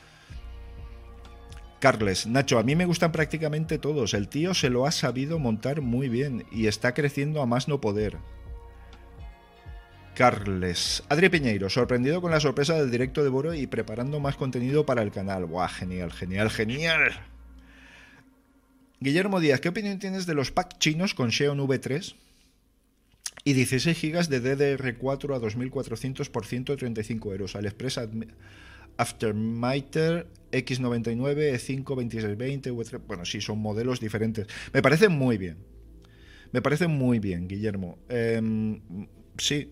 Carles, Nacho, a mí me gustan prácticamente todos. El tío se lo ha sabido montar muy bien y está creciendo a más no poder. Carles, Adri Piñeiro, sorprendido con la sorpresa del directo de Boro y preparando más contenido para el canal. ¡Buah, genial! Guillermo Díaz, ¿qué opinión tienes de los packs chinos con Xeon V3 y 16 GB de DDR4 a 2400 por 135 euros? AliExpress Aftermatter X99, E5 2620, V3. Bueno, sí, son modelos diferentes. Me parecen muy bien, Guillermo. Sí.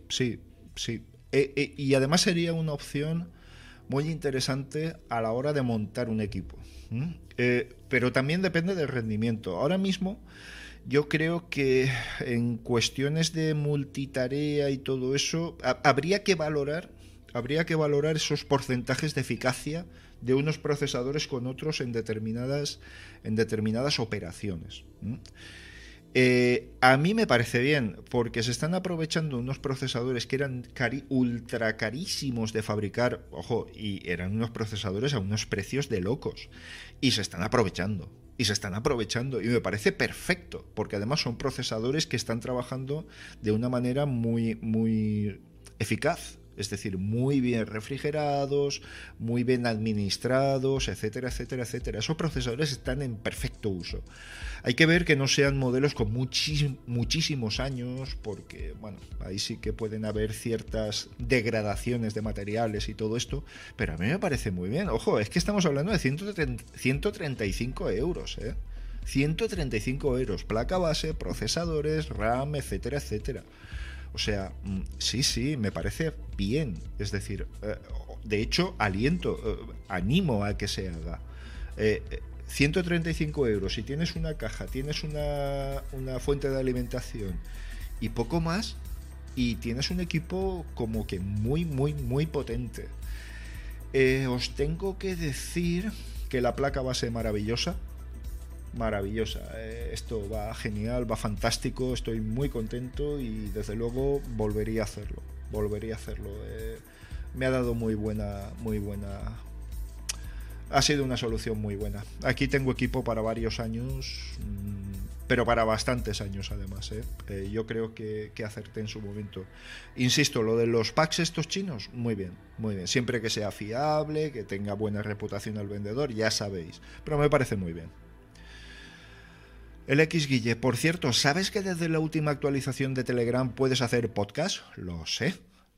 Y además sería una opción muy interesante a la hora de montar un equipo. Pero también depende del rendimiento. Ahora mismo yo creo que en cuestiones de multitarea y todo eso, habría que valorar esos porcentajes de eficacia de unos procesadores con otros en determinadas operaciones. A mí me parece bien, porque se están aprovechando unos procesadores que eran ultra carísimos de fabricar, ojo, y eran unos procesadores a unos precios de locos, y se están aprovechando, y me parece perfecto, porque además son procesadores que están trabajando de una manera muy, muy eficaz. Es decir, muy bien refrigerados, muy bien administrados, etcétera. Esos procesadores están en perfecto uso. Hay que ver que no sean modelos con muchísimos años, porque, bueno, ahí sí que pueden haber ciertas degradaciones de materiales y todo esto, pero a mí me parece muy bien. Ojo, es que estamos hablando de 135 euros, ¿eh? 135 euros, placa base, procesadores, RAM, etcétera. O sea, sí, me parece bien. Es decir, de hecho, animo a que se haga. 135 euros, si tienes una caja, tienes una fuente de alimentación y poco más, y tienes un equipo como que muy, muy, muy potente. Os tengo que decir que la placa base maravillosa. Esto va genial, va fantástico, estoy muy contento y desde luego volvería a hacerlo. Me ha dado muy buena, ha sido una solución muy buena. Aquí tengo equipo para varios años, pero para bastantes años además, yo creo que acerté en su momento. Insisto, lo de los packs estos chinos, muy bien, siempre que sea fiable, que tenga buena reputación al vendedor, ya sabéis, pero me parece muy bien. El X Guille, por cierto, ¿sabes que desde la última actualización de Telegram puedes hacer podcast? Lo sé.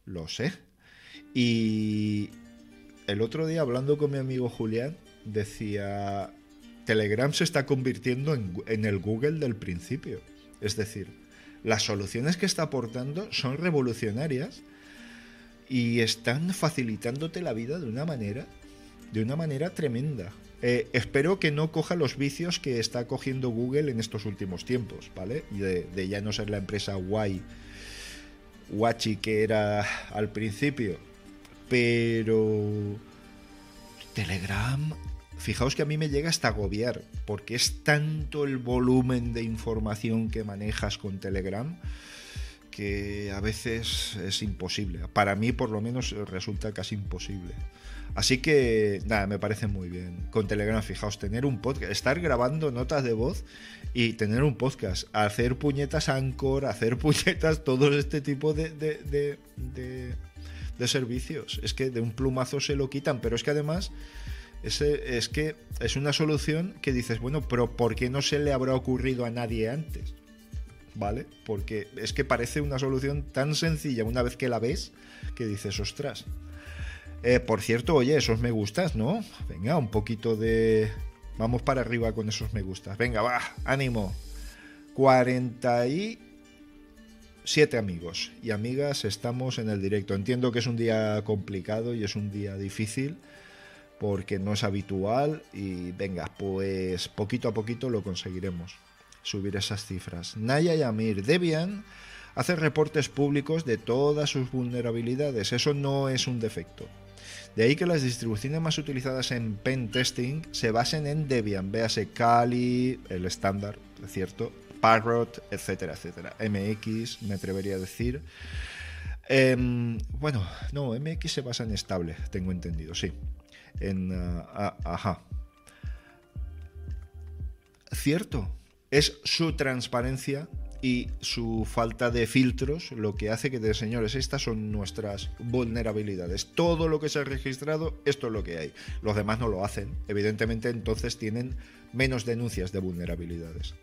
Y el otro día, hablando con mi amigo Julián, decía, Telegram se está convirtiendo en el Google del principio. Es decir, las soluciones que está aportando son revolucionarias y están facilitándote la vida de una manera tremenda. Espero que no coja los vicios que está cogiendo Google en estos últimos tiempos, ¿vale? De ya no ser la empresa guachi que era al principio. Pero Telegram, fijaos que a mí me llega hasta agobiar, porque es tanto el volumen de información que manejas con Telegram porque a veces es imposible. Para mí, por lo menos, resulta casi imposible. Así que, nada, me parece muy bien. Con Telegram, fijaos, tener un podcast, estar grabando notas de voz y tener un podcast, hacer puñetas Anchor, hacer puñetas, todo este tipo de servicios. Es que de un plumazo se lo quitan, pero es que además es que es una solución que dices, bueno, pero ¿por qué no se le habrá ocurrido a nadie antes? ¿Vale? Porque es que parece una solución tan sencilla una vez que la ves que dices, ostras. Por cierto, oye, esos me gustas, ¿no? Venga, un poquito de... Vamos para arriba con esos me gustas. Venga, va, ánimo. 47 amigos y amigas estamos en el directo. Entiendo que es un día complicado y es un día difícil porque no es habitual y venga, pues poquito a poquito lo conseguiremos. Subir esas cifras. Naya Yamir, Debian hace reportes públicos de todas sus vulnerabilidades. Eso no es un defecto. De ahí que las distribuciones más utilizadas en pen testing se basen en Debian. Véase Kali, el estándar, ¿cierto? Parrot, etcétera, etcétera. MX, me atrevería a decir. Bueno, no, MX se basa en estable, tengo entendido, sí. Ajá. Cierto. Es su transparencia y su falta de filtros lo que hace que, señores, estas son nuestras vulnerabilidades. Todo lo que se ha registrado, esto es lo que hay. Los demás no lo hacen. Evidentemente, entonces tienen menos denuncias de vulnerabilidades.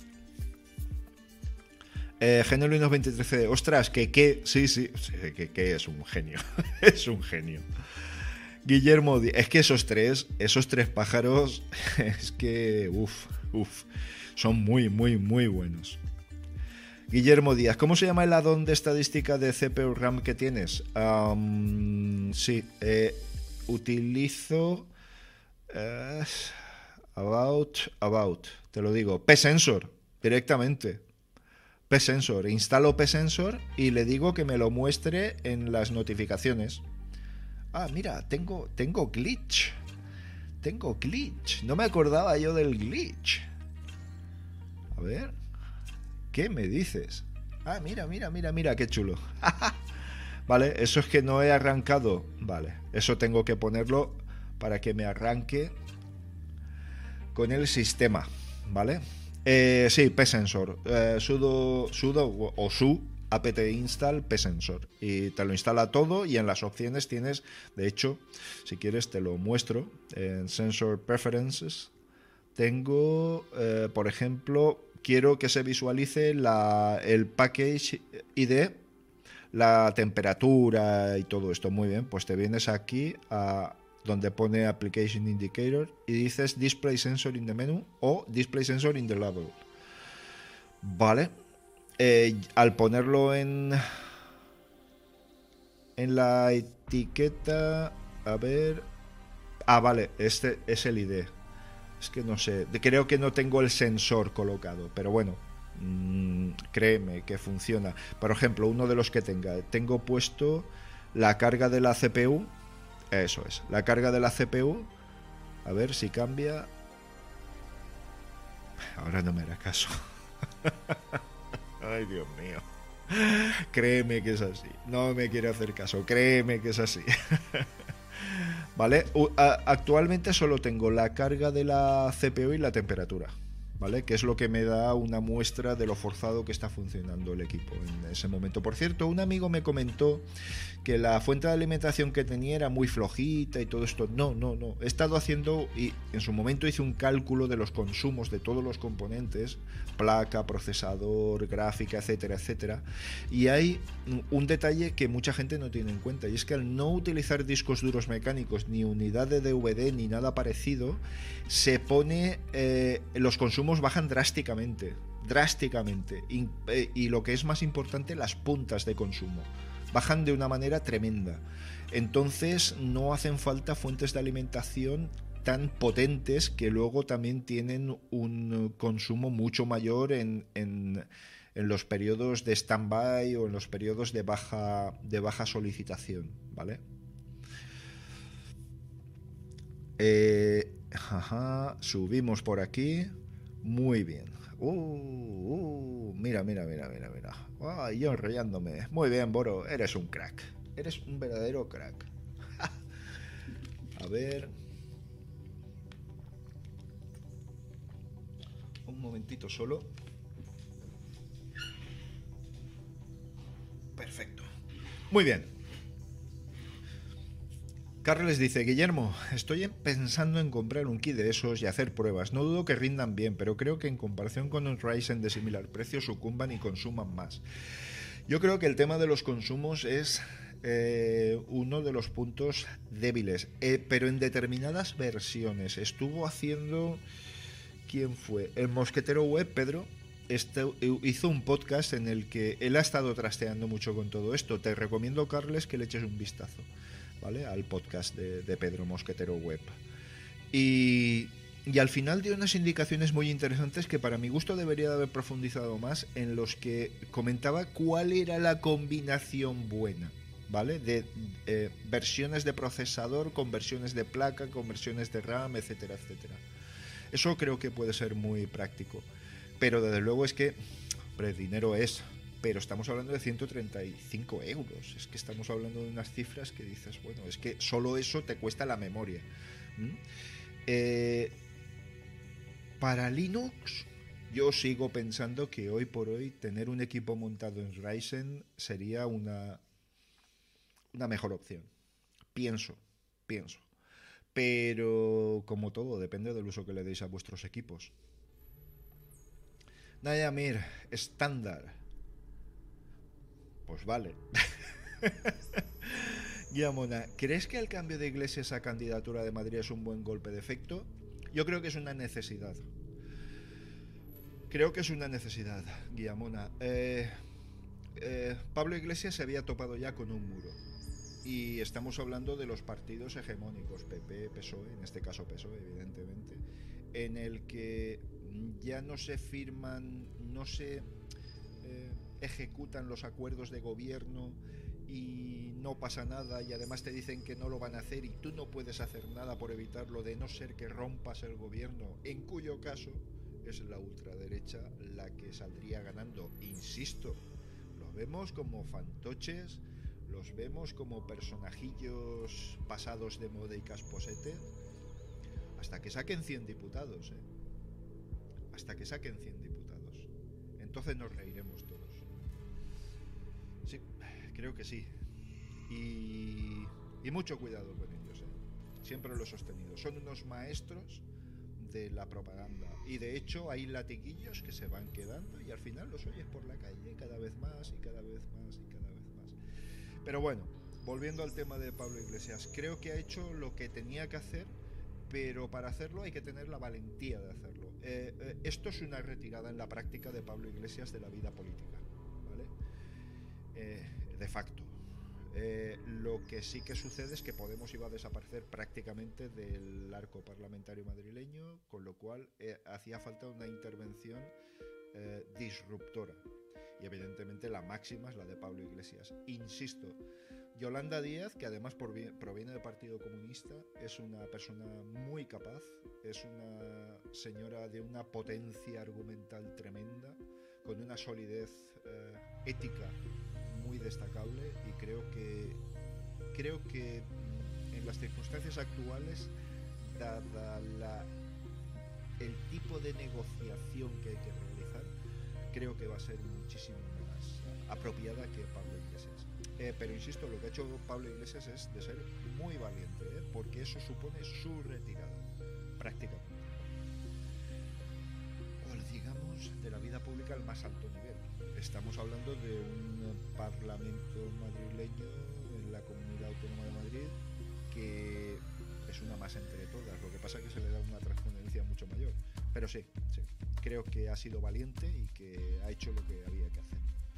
Genuinos 23C, ostras, que sí, que es un genio. Es un genio. Guillermo, es que esos tres pájaros, es que, son muy, muy, muy buenos. Guillermo Díaz, ¿cómo se llama el add-on de estadística de CPU RAM que tienes? Sí, utilizo About, te lo digo, psensor, directamente. psensor, instalo psensor y le digo que me lo muestre en las notificaciones. Ah, mira, tengo glitch. Tengo glitch. No me acordaba yo del glitch. A ver. ¿Qué me dices? Ah, mira, qué chulo. Vale, eso es que no he arrancado. Vale, eso tengo que ponerlo para que me arranque con el sistema. ¿Vale? Sí, psensor. Sudo o su apt install psensor y te lo instala todo y en las opciones tienes, de hecho, si quieres te lo muestro en Sensor Preferences. Tengo, por ejemplo, quiero que se visualice el package ID, la temperatura y todo esto. Muy bien, pues te vienes aquí a donde pone Application Indicator y dices Display Sensor in the menu o Display Sensor in the label. Vale. Al ponerlo en la etiqueta, a ver, vale, este es el ID. Es que no sé, creo que no tengo el sensor colocado, pero bueno, créeme que funciona. Por ejemplo, uno de los que tengo puesto la carga de la CPU. Eso es, la carga de la CPU. A ver si cambia. Ahora no me hará caso. Ay, Dios mío. Créeme que es así. No me quiere hacer caso. Créeme que es así. ¿Vale? Actualmente solo tengo la carga de la CPU y la temperatura. ¿Vale? Que es lo que me da una muestra de lo forzado que está funcionando el equipo en ese momento. Por cierto, un amigo me comentó que la fuente de alimentación que tenía era muy flojita y todo esto. No. He estado haciendo, y en su momento hice un cálculo de los consumos de todos los componentes, placa, procesador, gráfica, etcétera, etcétera. Y hay un detalle que mucha gente no tiene en cuenta, y es que al no utilizar discos duros mecánicos, ni unidad de DVD, ni nada parecido, se pone, los consumos bajan drásticamente, y lo que es más importante, las puntas de consumo bajan de una manera tremenda. Entonces no hacen falta fuentes de alimentación tan potentes que luego también tienen un consumo mucho mayor en los periodos de stand-by o en los periodos de baja solicitación, ¿vale? Subimos por aquí. Muy bien. Mira, mira, mira, mira, mira. Ay, yo enrollándome. Muy bien, Boro, eres un crack. Eres un verdadero crack. A ver. Un momentito solo. Perfecto. Muy bien. Carles dice: Guillermo, estoy pensando en comprar un kit de esos y hacer pruebas. No dudo que rindan bien, pero creo que en comparación con un Ryzen de similar precio sucumban y consuman más. Yo creo que el tema de los consumos es uno de los puntos débiles, pero en determinadas versiones. Estuvo haciendo... ¿Quién fue? El Mosquetero Web, Pedro. Hizo un podcast en el que él ha estado trasteando mucho con todo esto. Te recomiendo, Carles, que le eches un vistazo, ¿vale? Al podcast de Pedro Mosquetero Web. Y al final dio unas indicaciones muy interesantes que para mi gusto debería de haber profundizado más, en los que comentaba cuál era la combinación buena, ¿vale? De versiones de procesador con versiones de placa, con versiones de RAM, etcétera, etcétera. Eso creo que puede ser muy práctico. Pero desde luego es que, hombre, dinero es, pero estamos hablando de 135 euros. Es que estamos hablando de unas cifras que dices, bueno, es que solo eso te cuesta la memoria. Para Linux, yo sigo pensando que hoy por hoy tener un equipo montado en Ryzen sería una mejor opción. Pienso. Pero como todo, depende del uso que le deis a vuestros equipos. Nayamir, estándar. Pues vale. Guillamona, ¿crees que el cambio de Iglesias a candidatura de Madrid es un buen golpe de efecto? Yo creo que es una necesidad. Guillamona. Pablo Iglesias se había topado ya con un muro. Y estamos hablando de los partidos hegemónicos, PP, PSOE, en este caso PSOE, evidentemente, en el que ya no se firman, no se ejecutan los acuerdos de gobierno y no pasa nada, y además te dicen que no lo van a hacer y tú no puedes hacer nada por evitarlo, de no ser que rompas el gobierno, en cuyo caso es la ultraderecha la que saldría ganando. Insisto, lo vemos como fantoches, los vemos como personajillos pasados de moda y casposete, hasta que saquen 100 diputados, hasta que saquen 100 diputados. Entonces nos reiremos todos. Sí, creo que sí. Y mucho cuidado con ellos, siempre lo he sostenido. Son unos maestros de la propaganda. Y de hecho hay latiguillos que se van quedando y al final los oyes por la calle cada vez más y cada vez más y cada vez más. Pero bueno, volviendo al tema de Pablo Iglesias, creo que ha hecho lo que tenía que hacer, pero para hacerlo hay que tener la valentía de hacerlo. Esto es una retirada en la práctica de Pablo Iglesias de la vida política, ¿vale? De facto. Lo que sí que sucede es que Podemos iba a desaparecer prácticamente del arco parlamentario madrileño, con lo cual hacía falta una intervención disruptora. Y evidentemente la máxima es la de Pablo Iglesias. Insisto, Yolanda Díaz, que además proviene del Partido Comunista, es una persona muy capaz, es una señora de una potencia argumental tremenda, con una solidez ética muy destacable, y creo que en las circunstancias actuales, dada el tipo de negociación que hay que realizar, creo que va a ser muchísimo más apropiada que Pablo Iglesias. Pero insisto, lo que ha hecho Pablo Iglesias es de ser muy valiente, porque eso supone su retirada, prácticamente. O digamos, de la vida pública al más alto nivel. Estamos hablando de un parlamento madrileño en la Comunidad Autónoma de Madrid que es una más entre todas. Lo que pasa es que se le da una trascendencia mucho mayor. Pero sí, creo que ha sido valiente y que ha hecho lo que había que hacer.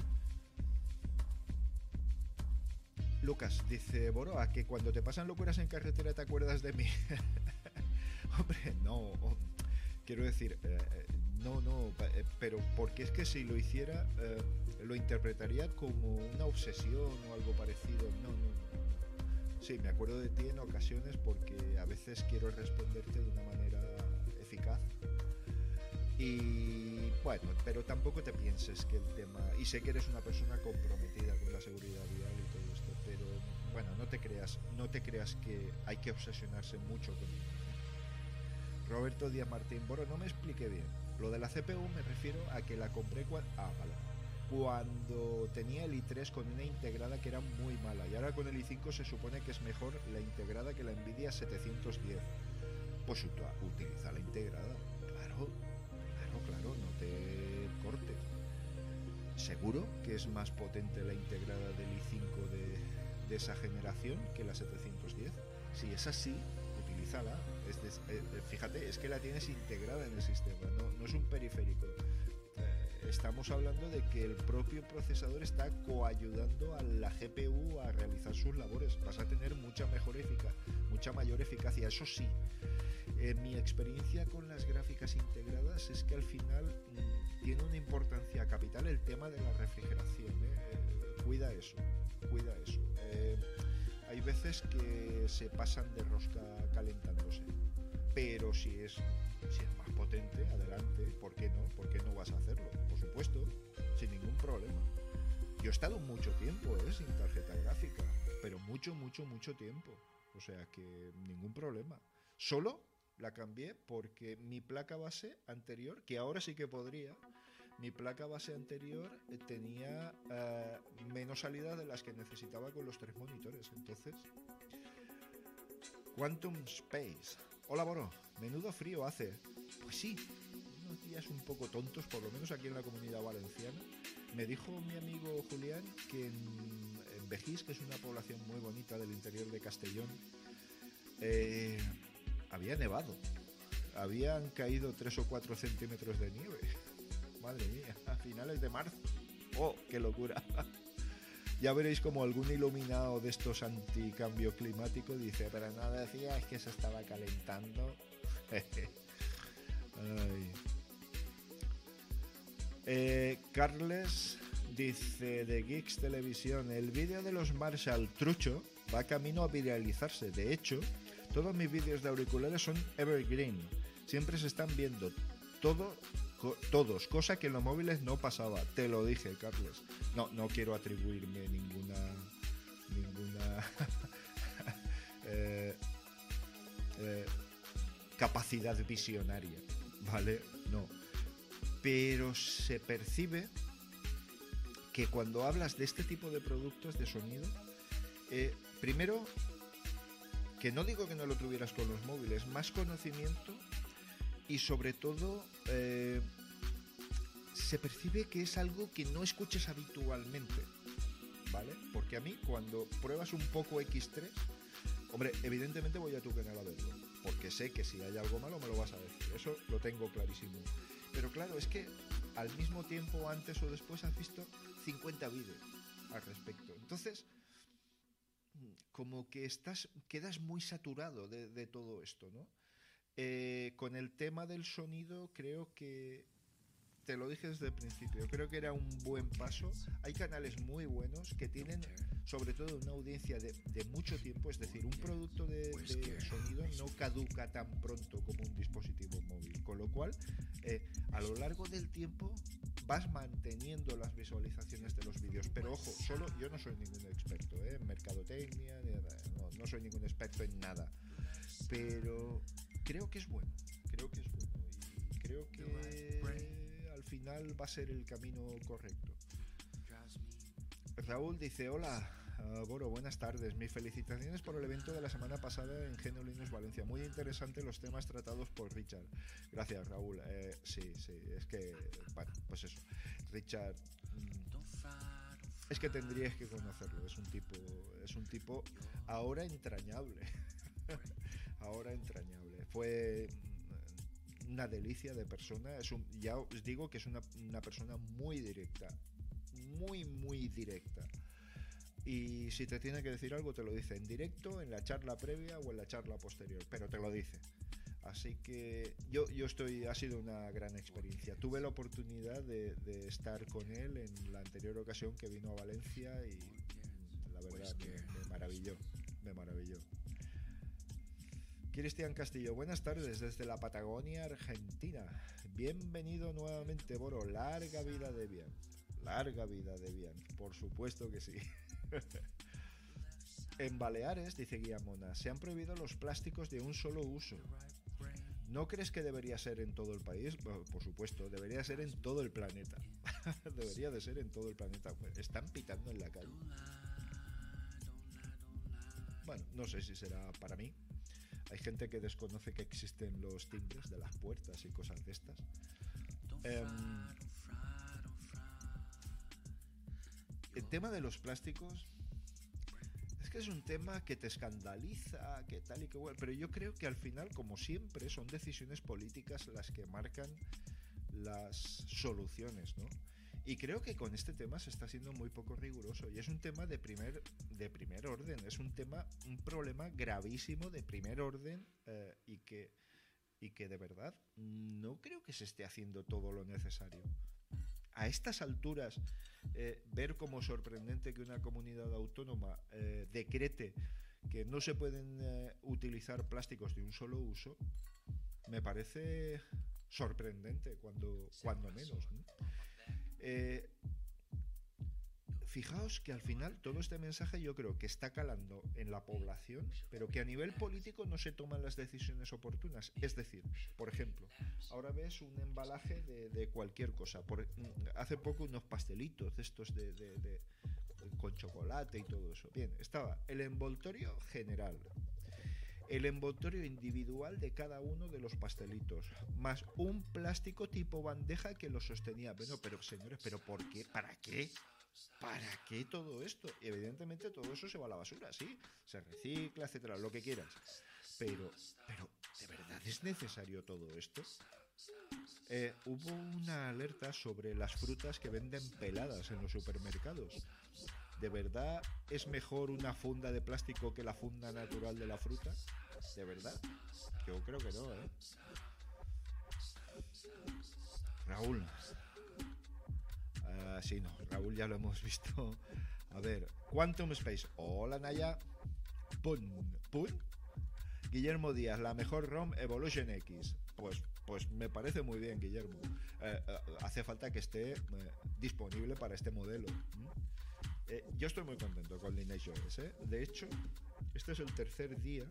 Lucas dice: Boroa, que cuando te pasan locuras en carretera te acuerdas de mí. Hombre, no. Quiero decir, no, pero porque es que si lo hiciera, lo interpretaría como una obsesión o algo parecido. No. Sí, me acuerdo de ti en ocasiones porque a veces quiero responderte de una manera eficaz, Y bueno, pero tampoco te pienses que el tema, y sé que eres una persona comprometida con la seguridad vial y todo esto, pero bueno, no te creas que hay que obsesionarse mucho con ello. Roberto Díaz Martín, bueno, no me expliqué bien. Lo de la CPU me refiero a que la compré cuando tenía el i3 con una integrada que era muy mala, y ahora con el i5 se supone que es mejor la integrada que la Nvidia 710. Pues utiliza la integrada, claro, claro, no te cortes. Seguro que es más potente la integrada del i5 de esa generación que la 710. Si es así, utilízala. Fíjate, es que la tienes integrada en el sistema, no es un periférico. Estamos hablando de que el propio procesador está coayudando a la GPU a realizar sus labores. Vas a tener mucha mayor eficacia. Eso sí, mi experiencia con las gráficas integradas es que al final tiene una importancia capital el tema de la refrigeración. Cuida eso. Hay veces que se pasan de rosca calentándose, pero si es más potente, adelante. ¿Por qué no? ¿Por qué no vas a hacerlo? Por supuesto, sin ningún problema. Yo he estado mucho tiempo sin tarjeta gráfica, pero mucho tiempo. O sea que ningún problema. Solo la cambié porque mi placa base anterior, que ahora sí que podría, mi placa base anterior tenía menos salida de las que necesitaba con los 3 monitores. Entonces, Quantum Space. Hola, Boro. Menudo frío hace. Pues sí, unos días un poco tontos, por lo menos aquí en la Comunidad Valenciana. Me dijo mi amigo Julián que en Begís, que es una población muy bonita del interior de Castellón, había nevado. Habían caído 3 o 4 centímetros de nieve. Madre mía, a finales de marzo. ¡Oh, qué locura! Ya veréis como algún iluminado de estos anticambio climático dice, pero no decía, es que se estaba calentando. Carles dice de Geeks Televisión, el vídeo de los Marshall trucho va camino a viralizarse. De hecho, todos mis vídeos de auriculares son evergreen. Siempre se están viendo todos, cosa que en los móviles no pasaba. Te lo dije, Carles. No quiero atribuirme ninguna capacidad visionaria, ¿vale? No. Pero se percibe que cuando hablas de este tipo de productos de sonido, primero, que no digo que no lo tuvieras con los móviles, más conocimiento y sobre todo se percibe que es algo que no escuches habitualmente, ¿vale? Porque a mí cuando pruebas un poco X3, hombre, evidentemente voy a tu canal a verlo, porque sé que si hay algo malo me lo vas a decir, eso lo tengo clarísimo. Pero claro, es que al mismo tiempo, antes o después, has visto 50 vídeos al respecto. Entonces, como que quedas muy saturado de todo esto, ¿no? Con el tema del sonido, creo que te lo dije desde el principio, creo que era un buen paso. Hay canales muy buenos que tienen sobre todo una audiencia de mucho tiempo, es decir, un producto de sonido no caduca tan pronto como un dispositivo móvil, con lo cual a lo largo del tiempo vas manteniendo las visualizaciones de los vídeos. Pero ojo, yo no soy ningún experto en mercadotecnia, no soy ningún experto en nada, pero creo que es bueno y creo que al final va a ser el camino correcto. Raúl dice, hola, Boro, buenas tardes. Mis felicitaciones por el evento de la semana pasada en GNU Linux Valencia. Muy interesante los temas tratados por Richard. Gracias, Raúl. Sí, es que, bueno, pues eso. Richard, es que tendrías que conocerlo. Es un tipo ahora entrañable. Ahora entrañable. Fue una delicia de persona. Ya os digo que es una persona muy directa, muy directa, y si te tiene que decir algo te lo dice en directo, en la charla previa o en la charla posterior, pero te lo dice. Así que ha sido una gran experiencia. Tuve la oportunidad de estar con él en la anterior ocasión que vino a Valencia y la verdad me maravilló. Cristian Castillo, buenas tardes desde la Patagonia, Argentina. Bienvenido nuevamente, Boro. Larga vida de bien. Larga vida de bien, por supuesto que sí. En Baleares, dice Guillamona, se han prohibido los plásticos de un solo uso. ¿No crees que debería ser en todo el país? Bueno, por supuesto, debería ser en todo el planeta. Debería de ser en todo el planeta. Están pitando en la calle. Bueno, no sé si será para mí. Hay gente que desconoce que existen los timbres de las puertas y cosas de estas. El tema de los plásticos es que es un tema que te escandaliza, que tal y que bueno, pero yo creo que al final, como siempre, son decisiones políticas las que marcan las soluciones, ¿no? Y creo que con este tema se está siendo muy poco riguroso y es un tema de primer orden, es un problema gravísimo de primer orden y que de verdad no creo que se esté haciendo todo lo necesario. A estas alturas, ver como sorprendente que una comunidad autónoma decrete que no se pueden utilizar plásticos de un solo uso, me parece sorprendente, cuando menos, ¿no? Fijaos que al final todo este mensaje yo creo que está calando en la población, pero que a nivel político no se toman las decisiones oportunas. Es decir, por ejemplo, ahora ves un embalaje de cualquier cosa. Hace poco unos pastelitos de estos con chocolate y todo eso. Bien, estaba el envoltorio general, el envoltorio individual de cada uno de los pastelitos, más un plástico tipo bandeja que lo sostenía. Bueno, pero señores, ¿pero por qué? ¿Para qué? ¿Para qué todo esto? Y evidentemente todo eso se va a la basura, sí, se recicla, etcétera, lo que quieras. Pero, ¿de verdad es necesario todo esto? Hubo una alerta sobre las frutas que venden peladas en los supermercados. ¿De verdad es mejor una funda de plástico que la funda natural de la fruta? ¿De verdad? Yo creo que no, ¿eh? Raúl. Sí, no, Raúl ya lo hemos visto. A ver, Quantum Space. Hola, Naya. Pun. Guillermo Díaz, la mejor ROM Evolution X. Pues me parece muy bien, Guillermo. Hace falta que esté disponible para este modelo. Yo estoy muy contento con LineageOS, ¿eh? De hecho, este es el tercer día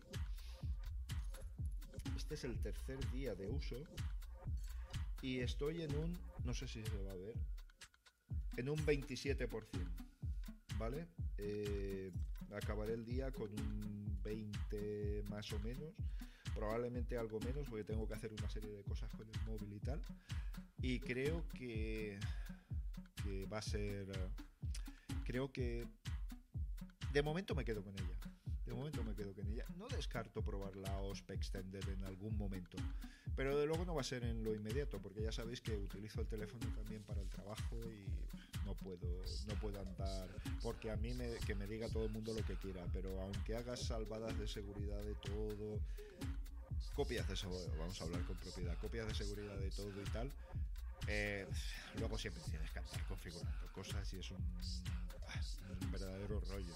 de uso y estoy en un, no sé si se va a ver, en un 27%, ¿vale? Acabaré el día con un 20 más o menos, probablemente algo menos porque tengo que hacer una serie de cosas con el móvil y tal, y creo que va a ser, creo que de momento me quedo con ella. No descarto probar la OSP Extended en algún momento, pero de luego no va a ser en lo inmediato, porque ya sabéis que utilizo el teléfono también para el trabajo y no puedo andar, porque a mí que me diga todo el mundo lo que quiera, pero aunque hagas salvadas de seguridad de todo, copias de seguridad, vamos a hablar con propiedad, copias de seguridad de todo y tal, luego siempre tienes que andar configurando cosas y es un verdadero rollo.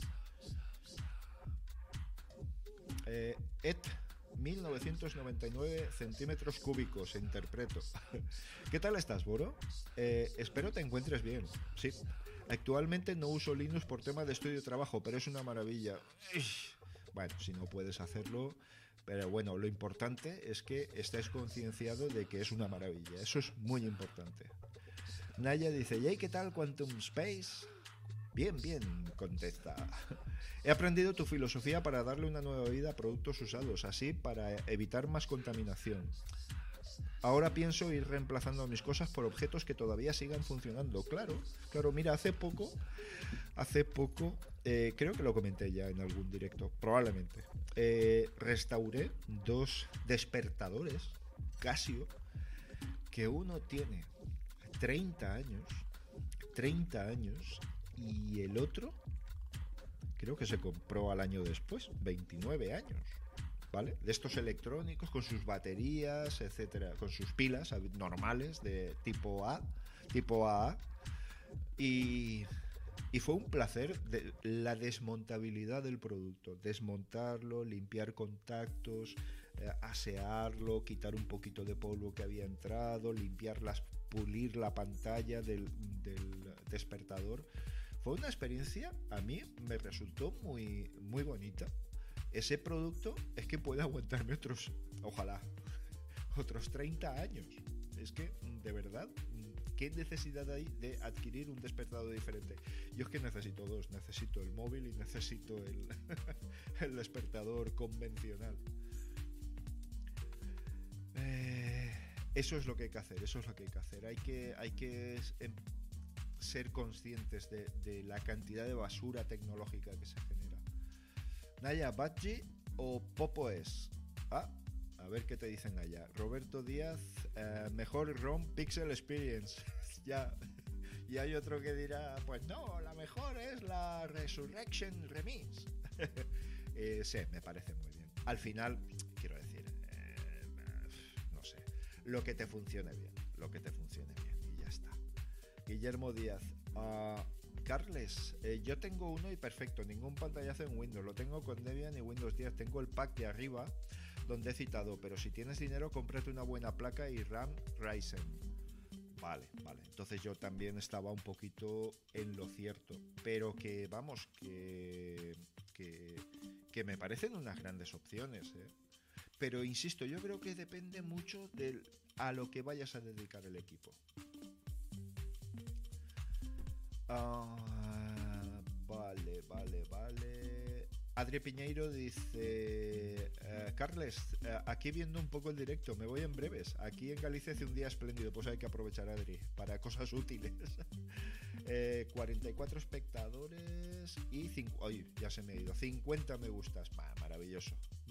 1999 centímetros cúbicos, interpreto. ¿Qué tal estás, Boro? Espero te encuentres bien. Sí. Actualmente no uso Linux por tema de estudio y trabajo, pero es una maravilla. Bueno, si no puedes hacerlo, pero bueno, lo importante es que estés concienciado de que es una maravilla. Eso es muy importante. Naya dice, ¿y qué tal Quantum Space? Bien, contesta. He aprendido tu filosofía para darle una nueva vida a productos usados, así para evitar más contaminación. Ahora pienso ir reemplazando mis cosas por objetos que todavía sigan funcionando. Claro, mira, hace poco, creo que lo comenté ya en algún directo, probablemente. Restauré 2 despertadores Casio, que uno tiene 30 años, y el otro creo que se compró al año después, 29 años, ¿vale? De estos electrónicos con sus baterías, etcétera, con sus pilas normales de tipo AA, y fue un placer la desmontabilidad del producto, desmontarlo, limpiar contactos, asearlo, quitar un poquito de polvo que había entrado, pulir la pantalla del despertador. Fue una experiencia, a mí me resultó muy, muy bonita. Ese producto es que puede aguantarme ojalá, otros 30 años. Es que, de verdad, ¿qué necesidad hay de adquirir un despertador diferente? Yo es que necesito dos, necesito el móvil y necesito el despertador convencional. Eso es lo que hay que hacer, eso es lo que hay que hacer. Hay que ser conscientes de la cantidad de basura tecnológica que se genera. Naya, Badgie o PopOS. A ver qué te dicen Naya. Roberto Díaz, mejor ROM Pixel Experience. Ya. Y hay otro que dirá, pues no, la mejor es la Resurrection Remix. Sí, me parece muy bien. Al final, quiero decir, no sé, lo que te funcione bien, y ya está. Guillermo Díaz, Carles, yo tengo uno y perfecto, ningún pantallazo en Windows, lo tengo con Debian y Windows 10, tengo el pack de arriba donde he citado, pero si tienes dinero cómprate una buena placa y RAM Ryzen. Vale, entonces yo también estaba un poquito en lo cierto, pero que vamos, que me parecen unas grandes opciones, ¿eh? Pero insisto, yo creo que depende mucho a lo que vayas a dedicar el equipo. Vale. Adri Piñeiro dice, Carles, aquí viendo un poco el directo, me voy en breves. Aquí en Galicia hace un día espléndido, pues hay que aprovechar, Adri, para cosas útiles. 44 espectadores y ya se me ha ido, 50 me gustas. Maravilloso.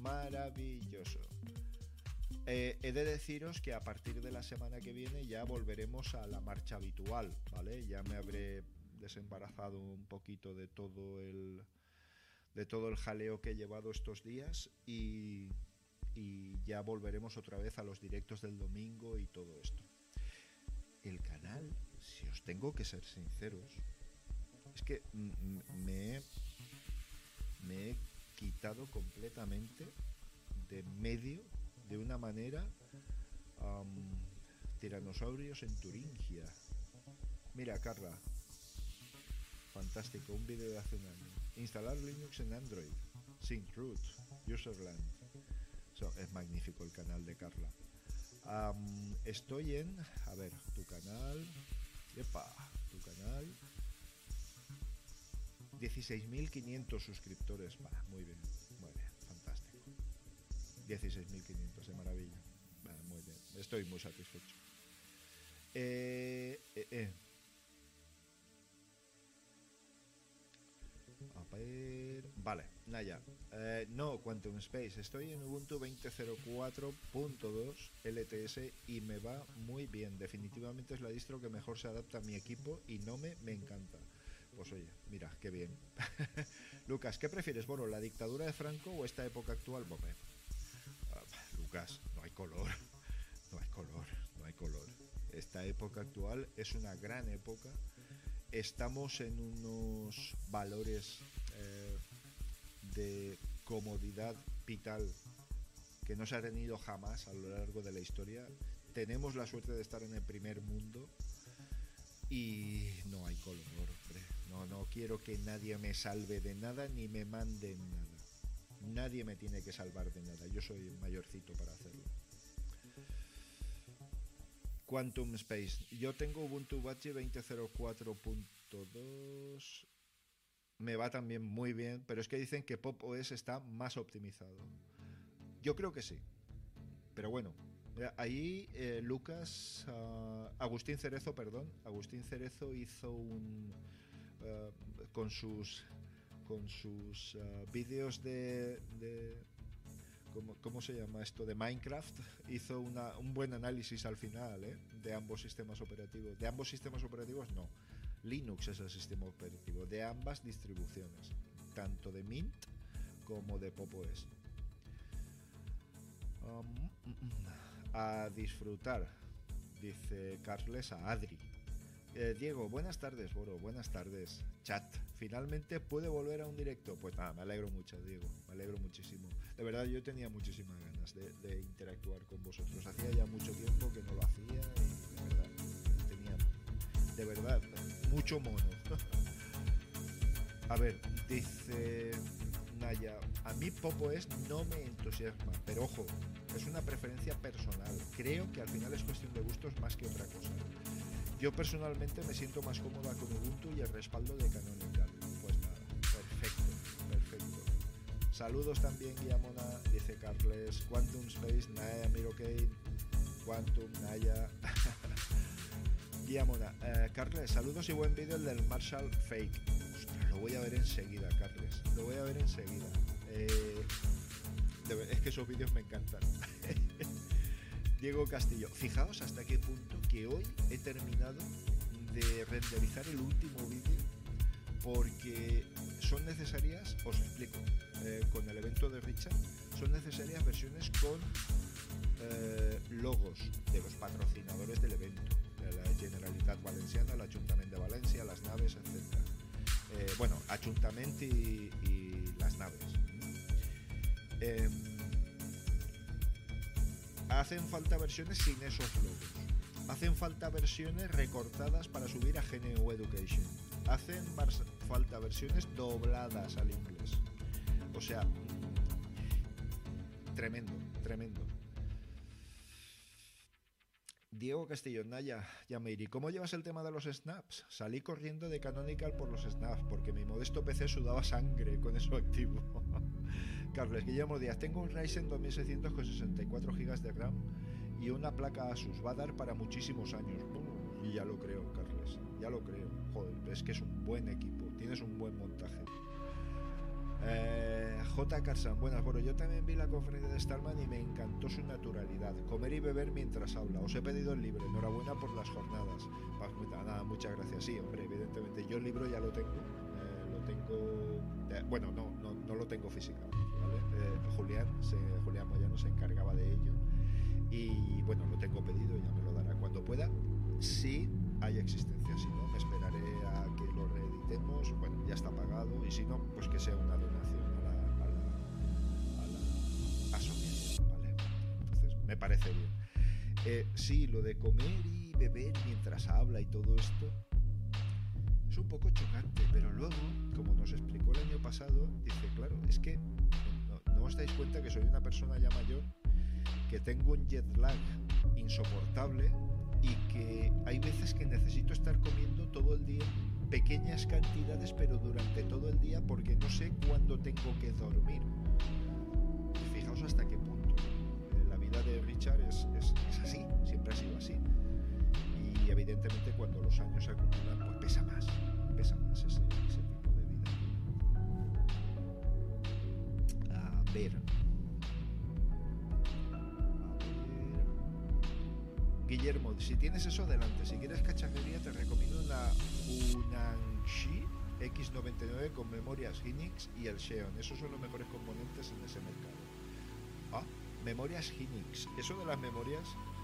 He de deciros que a partir de la semana que viene ya volveremos a la marcha habitual, ¿vale? Ya me habré desembarazado un poquito de todo el jaleo que he llevado estos días y ya volveremos otra vez a los directos del domingo y todo esto. El canal, si os tengo que ser sinceros, es que me he quitado completamente de medio de una manera. Tiranosaurios en Turingia. Mira, Carla, fantástico, un vídeo de hace un año. Instalar Linux en Android sin root, userland. Es magnífico el canal de Carla. Estoy en, a ver, tu canal 16.500 suscriptores. Muy bien, fantástico. 16.500, de maravilla. Muy bien, estoy muy satisfecho. A ver, vale, Naya, no Quantum Space, estoy en Ubuntu 20.04.2 LTS y me va muy bien. Definitivamente es la distro que mejor se adapta a mi equipo y me encanta. Pues oye, mira, qué bien. Lucas, ¿qué prefieres, Boro, la dictadura de Franco o esta época actual? Lucas, no hay color. Esta época actual es una gran época. Estamos en unos valores de comodidad vital que no se ha tenido jamás a lo largo de la historia. Tenemos la suerte de estar en el primer mundo y no hay color, hombre. No quiero que nadie me salve de nada ni me mande nada. Nadie me tiene que salvar de nada. Yo soy mayorcito para hacerlo. Quantum Space. Yo tengo Ubuntu Bachi 20.04.2. Me va también muy bien, pero es que dicen que PopOS está más optimizado. Yo creo que sí. Pero bueno, ahí Agustín Cerezo hizo un con sus vídeos de ¿cómo se llama esto? De Minecraft, hizo un buen análisis al final, de ambos sistemas operativos. De ambos sistemas operativos no. Linux es el sistema operativo de ambas distribuciones, tanto de Mint como de PopOS. A disfrutar, dice Carles a Adri. Diego, buenas tardes, Boro, buenas tardes. Chat, finalmente puede volver a un directo. Pues nada, me alegro mucho, Diego, me alegro muchísimo. De verdad, yo tenía muchísimas ganas. ganas de interactuar con vosotros. Hacía ya mucho tiempo que no lo hacía y de verdad tenía, de verdad, mucho mono. A ver, dice Naya, a mí Popo es no me entusiasma, pero ojo, es una preferencia personal. Creo que al final es cuestión de gustos más que otra cosa. Yo personalmente me siento más cómoda con Ubuntu y el respaldo de Canonical. Pues nada, perfecto. Saludos también, Guillamona, dice Carles, Quantum Space, Naya Mirokane, Quantum, Naya. Guillamona, Carles, saludos y buen vídeo el del Marshall Fake. Ostras, lo voy a ver enseguida, Carles, lo voy a ver enseguida. Es que esos vídeos me encantan. Diego Castillo, fijaos hasta qué punto que hoy he terminado de renderizar el último vídeo, porque son necesarias, os explico, con el evento de Richard son necesarias versiones con logos de los patrocinadores del evento, de la Generalitat Valenciana, el Ayuntamiento de Valencia, las naves, etc. Bueno, Ayuntamiento y las naves. Hacen falta versiones sin esos logos. Hacen falta versiones recortadas para subir a GNU Education. Hacen falta versiones dobladas al inglés. O sea, tremendo. Diego Castillo, Naya, Yameiri, ¿cómo llevas el tema de los snaps? Salí corriendo de Canonical por los snaps porque mi modesto PC sudaba sangre con eso activo. Carles Guillermo Díaz, tengo un Ryzen 2600 con 64 GB de RAM y una placa Asus, va a dar para muchísimos años. Y ya lo creo, Carles, ya lo creo. Joder, es que es un buen equipo, tienes un buen montaje. J. Carsan, buenas. Bueno, yo también vi la conferencia de Stallman y me encantó su naturalidad. Comer y beber mientras habla. Os he pedido el libro. Enhorabuena por las jornadas. Nada, muchas gracias. Sí, hombre, evidentemente. Yo el libro ya lo tengo. Bueno, no lo tengo físicamente, ¿vale? Julián Moyano se encargaba de ello. Y bueno, lo tengo pedido, ya me lo dará cuando pueda. Si hay existencia, si no, me esperaré a que lo reeditemos. Bueno, ya está pagado, y si no, pues que sea una donación a la asociación, ¿vale? Entonces, me parece bien. Sí, lo de comer y beber mientras habla y todo esto es un poco chocante, pero luego, como nos explicó el año pasado, dice, claro, es que no os dais cuenta que soy una persona ya mayor, que tengo un jet lag insoportable y que hay veces que necesito estar comiendo todo el día pequeñas cantidades, pero durante todo el día, porque no sé cuándo tengo que dormir. Fijaos hasta qué punto. La vida de Richard es así, siempre ha sido así. Y evidentemente cuando los años se acumulan, pues pesa más ese tipo de vida. A ver. Guillermo, si tienes eso, adelante. Si quieres cacharrería, te recomiendo una Unanshi X99 con memorias Hynix y el Xeon. Esos son los mejores componentes en ese mercado. Memorias Hynix. Eso de las memorias,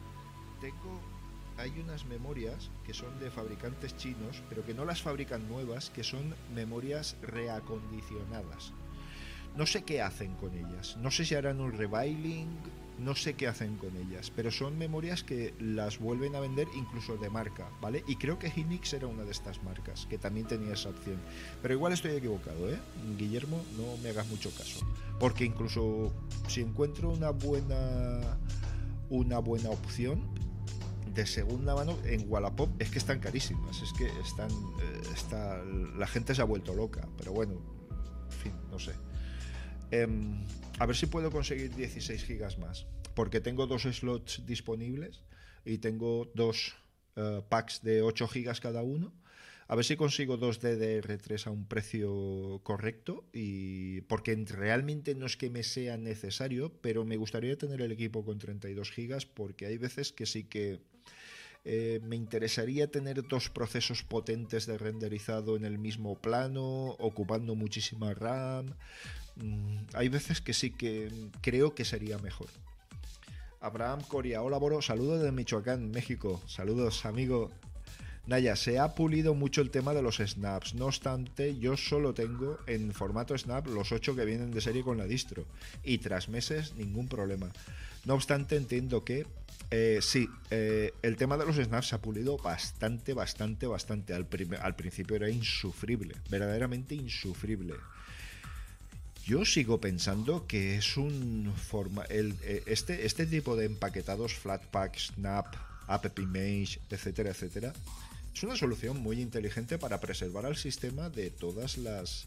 hay unas memorias que son de fabricantes chinos, pero que no las fabrican nuevas, que son memorias reacondicionadas. No sé qué hacen con ellas, no sé si harán un reviling, no sé qué hacen con ellas, pero son memorias que las vuelven a vender incluso de marca, ¿vale? Y creo que Hynix era una de estas marcas, que también tenía esa opción. Pero igual estoy equivocado, Guillermo, no me hagas mucho caso. Porque incluso si encuentro una buena opción de segunda mano en Wallapop, es que están carísimas, es que la gente se ha vuelto loca, pero bueno, en fin, no sé. A ver si puedo conseguir 16 gigas más, porque tengo 2 slots disponibles y tengo 2 packs de 8 gigas cada uno. A ver si consigo 2 DDR3 a un precio correcto, y porque realmente no es que me sea necesario, pero me gustaría tener el equipo con 32 gigas, porque hay veces que sí que me interesaría tener 2 procesos potentes de renderizado en el mismo plano, ocupando muchísima RAM. Hay veces que sí que creo que sería mejor. Abraham Coria, hola Boro, saludos de Michoacán, México. Saludos, amigo. Naya, se ha pulido mucho el tema de los snaps. No obstante, yo solo tengo en formato snap los 8 que vienen de serie con la distro. Y tras meses, ningún problema. No obstante, entiendo que sí, el tema de los snaps se ha pulido bastante. Al principio era insufrible, verdaderamente insufrible. Yo sigo pensando que es este tipo de empaquetados Flatpak, Snap, App Image, etcétera, es una solución muy inteligente para preservar al sistema de todas las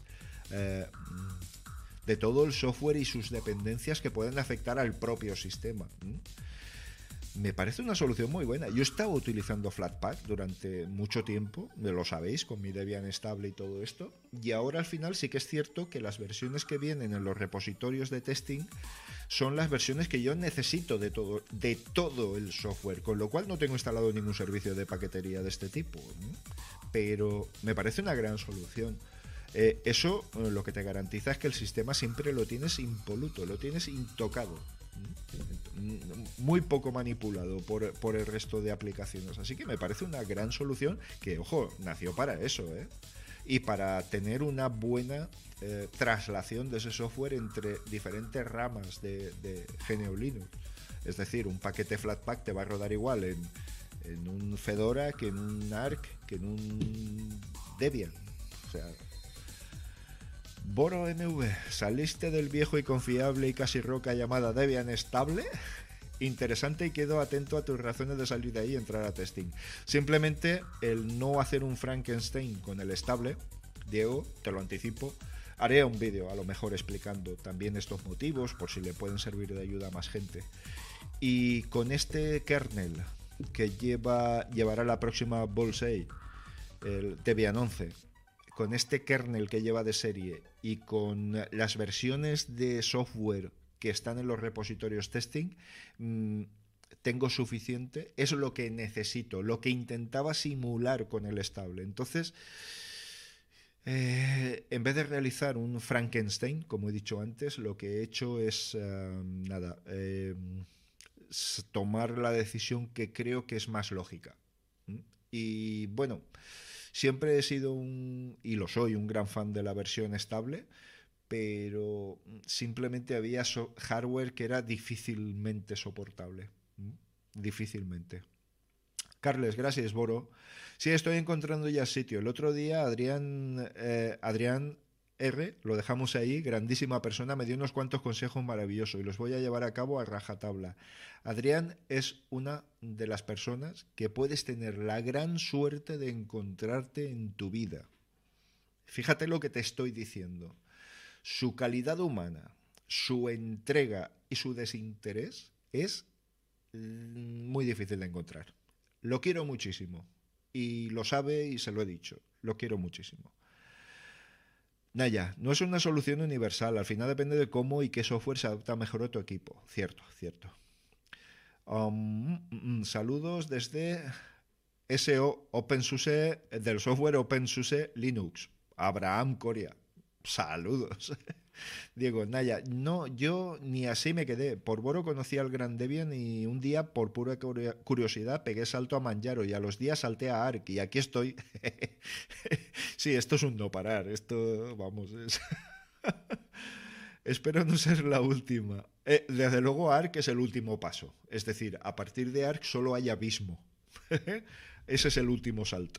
de todo el software y sus dependencias que pueden afectar al propio sistema. Me parece una solución muy buena. Yo estaba utilizando Flatpak durante mucho tiempo, lo sabéis, con mi Debian estable y todo esto, y ahora al final sí que es cierto que las versiones que vienen en los repositorios de testing son las versiones que yo necesito de todo el software, con lo cual no tengo instalado ningún servicio de paquetería de este tipo, pero me parece una gran solución. Eso lo que te garantiza es que el sistema siempre lo tienes impoluto, lo tienes intocado, muy poco manipulado por el resto de aplicaciones. Así que me parece una gran solución que, ojo, nació para eso, y para tener una buena traslación de ese software entre diferentes ramas de GNU Linux. Es decir, un paquete Flatpak te va a rodar igual en un Fedora que en un Arc que en un Debian. O sea, Boro MV, ¿saliste del viejo y confiable y casi roca llamada Debian estable? Interesante, y quedo atento a tus razones de salir de ahí y entrar a testing. Simplemente el no hacer un Frankenstein con el estable, Diego, te lo anticipo. Haré un vídeo a lo mejor explicando también estos motivos por si le pueden servir de ayuda a más gente. Y con este kernel que llevará la próxima Bullseye, el Debian 11, con este kernel que lleva de serie y con las versiones de software que están en los repositorios testing, tengo suficiente, es lo que necesito, lo que intentaba simular con el estable. Entonces, en vez de realizar un Frankenstein, como he dicho antes, lo que he hecho es tomar la decisión que creo que es más lógica. Y bueno, siempre he sido y lo soy, un gran fan de la versión estable, pero simplemente había hardware que era difícilmente soportable. Difícilmente. Carles, gracias, Boro. Sí, estoy encontrando ya sitio. El otro día Adrián R, lo dejamos ahí, grandísima persona, me dio unos cuantos consejos maravillosos y los voy a llevar a cabo a rajatabla. Adrián es una de las personas que puedes tener la gran suerte de encontrarte en tu vida. Fíjate lo que te estoy diciendo. Su calidad humana, su entrega y su desinterés es muy difícil de encontrar. Lo quiero muchísimo y lo sabe y se lo he dicho. Lo quiero muchísimo. Naya, no es una solución universal. Al final depende de cómo y qué software se adapta mejor a tu equipo. Cierto. Saludos desde SO OpenSUSE, del software OpenSUSE Linux. Abraham Coria. Saludos. Diego, Naya, no, yo ni así me quedé. Por Boro conocí al Gran Debian y un día, por pura curiosidad, pegué salto a Manjaro y a los días salté a Arc y aquí estoy. Sí, esto es un no parar. Esto, vamos, es... Espero no ser la última. Desde luego Arc es el último paso. Es decir, a partir de Arc solo hay abismo. Ese es el último salto.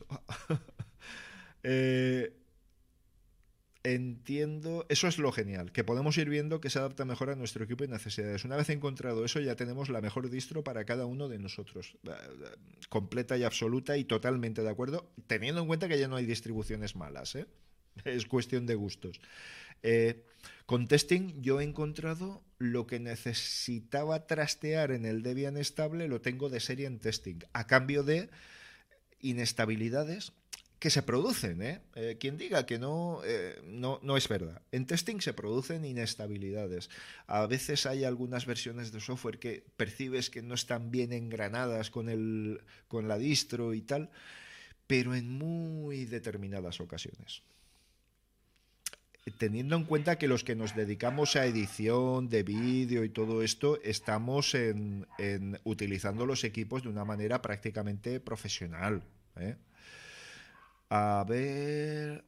Entiendo, eso es lo genial, que podemos ir viendo que se adapta mejor a nuestro equipo y necesidades. Una vez encontrado eso, ya tenemos la mejor distro para cada uno de nosotros, completa y absoluta y totalmente de acuerdo, teniendo en cuenta que ya no hay distribuciones malas, es cuestión de gustos. Con testing yo he encontrado lo que necesitaba trastear en el Debian estable, lo tengo de serie en testing, a cambio de inestabilidades que se producen, quien diga que no es verdad. En testing se producen inestabilidades. A veces hay algunas versiones de software que percibes que no están bien engranadas con la distro y tal, pero en muy determinadas ocasiones. Teniendo en cuenta que los que nos dedicamos a edición de vídeo y todo esto, estamos utilizando los equipos de una manera prácticamente profesional. ¿eh? A ver...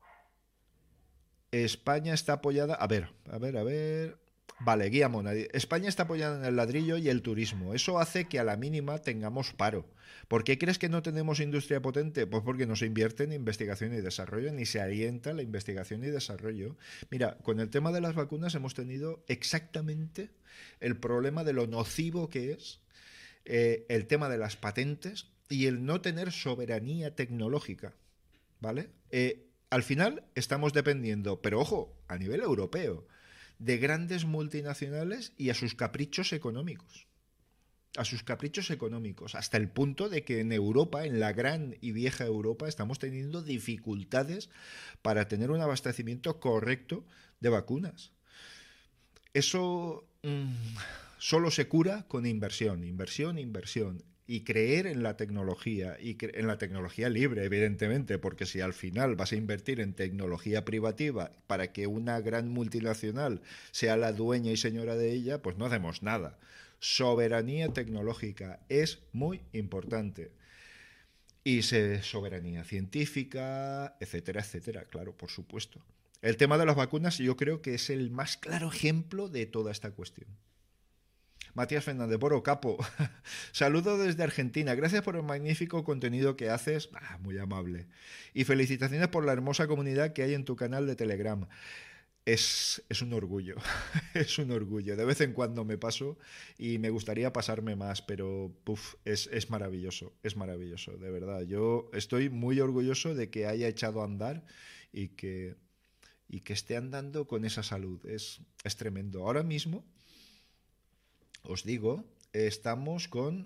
España está apoyada... A ver... Vale, Guía Mona. España está apoyada en el ladrillo y el turismo. Eso hace que a la mínima tengamos paro. ¿Por qué crees que no tenemos industria potente? Pues porque no se invierte en investigación y desarrollo, ni se alienta la investigación y desarrollo. Mira, con el tema de las vacunas hemos tenido exactamente el problema de lo nocivo que es el tema de las patentes y el no tener soberanía tecnológica. ¿Vale? Al final estamos dependiendo, pero ojo, a nivel europeo, de grandes multinacionales y a sus caprichos económicos. A sus caprichos económicos, hasta el punto de que en Europa, en la gran y vieja Europa, estamos teniendo dificultades para tener un abastecimiento correcto de vacunas. Eso solo se cura con inversión, inversión. Y creer en la tecnología, en la tecnología libre, evidentemente, porque si al final vas a invertir en tecnología privativa para que una gran multinacional sea la dueña y señora de ella, pues no hacemos nada. Soberanía tecnológica es muy importante. Y soberanía científica, etcétera, etcétera, claro, por supuesto. El tema de las vacunas yo creo que es el más claro ejemplo de toda esta cuestión. Matías Fernández, Boro Capo, saludo desde Argentina, gracias por el magnífico contenido que haces, muy amable, y felicitaciones por la hermosa comunidad que hay en tu canal de Telegram. Es un orgullo, es un orgullo, de vez en cuando me paso y me gustaría pasarme más, pero es maravilloso, de verdad. Yo estoy muy orgulloso de que haya echado a andar y que esté andando con esa salud, es tremendo. Ahora mismo... Os digo, estamos con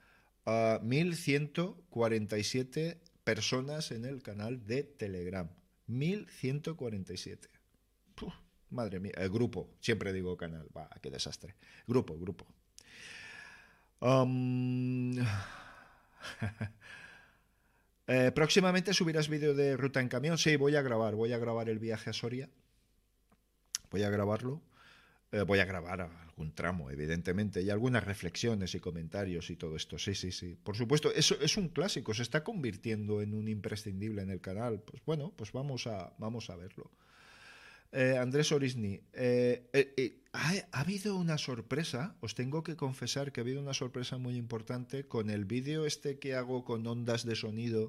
1.147 personas en el canal de Telegram. 1.147. Madre mía, el grupo, siempre digo canal, qué desastre. Grupo. Próximamente subirás vídeo de ruta en camión. Sí, voy a grabar el viaje a Soria. Voy a grabarlo. Voy a grabar algún tramo, evidentemente, y algunas reflexiones y comentarios y todo esto. Sí. Por supuesto, eso es un clásico, se está convirtiendo en un imprescindible en el canal. Pues bueno, pues vamos a verlo. Andrés Orisni, ha habido una sorpresa, os tengo que confesar que ha habido una sorpresa muy importante con el vídeo este que hago con ondas de sonido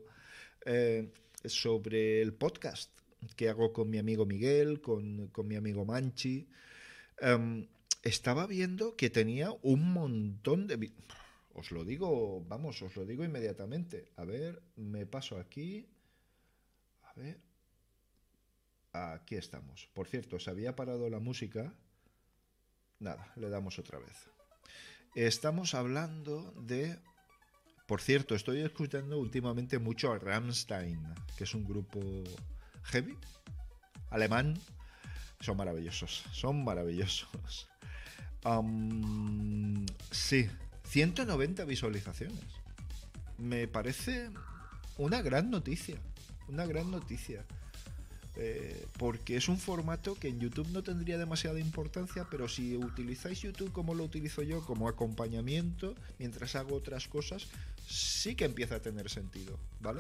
sobre el podcast que hago con mi amigo Miguel, con mi amigo Manchi. Estaba viendo que tenía un montón de... Os lo digo inmediatamente. A ver, me paso aquí. A ver. Aquí estamos. Por cierto, se había parado la música. Nada, le damos otra vez. Estamos hablando de... Por cierto, estoy escuchando últimamente mucho a Rammstein, que es un grupo heavy, alemán. Son maravillosos. Sí, 190 visualizaciones. Me parece una gran noticia. Porque es un formato que en YouTube no tendría demasiada importancia, pero si utilizáis YouTube como lo utilizo yo, como acompañamiento, mientras hago otras cosas, sí que empieza a tener sentido, ¿vale?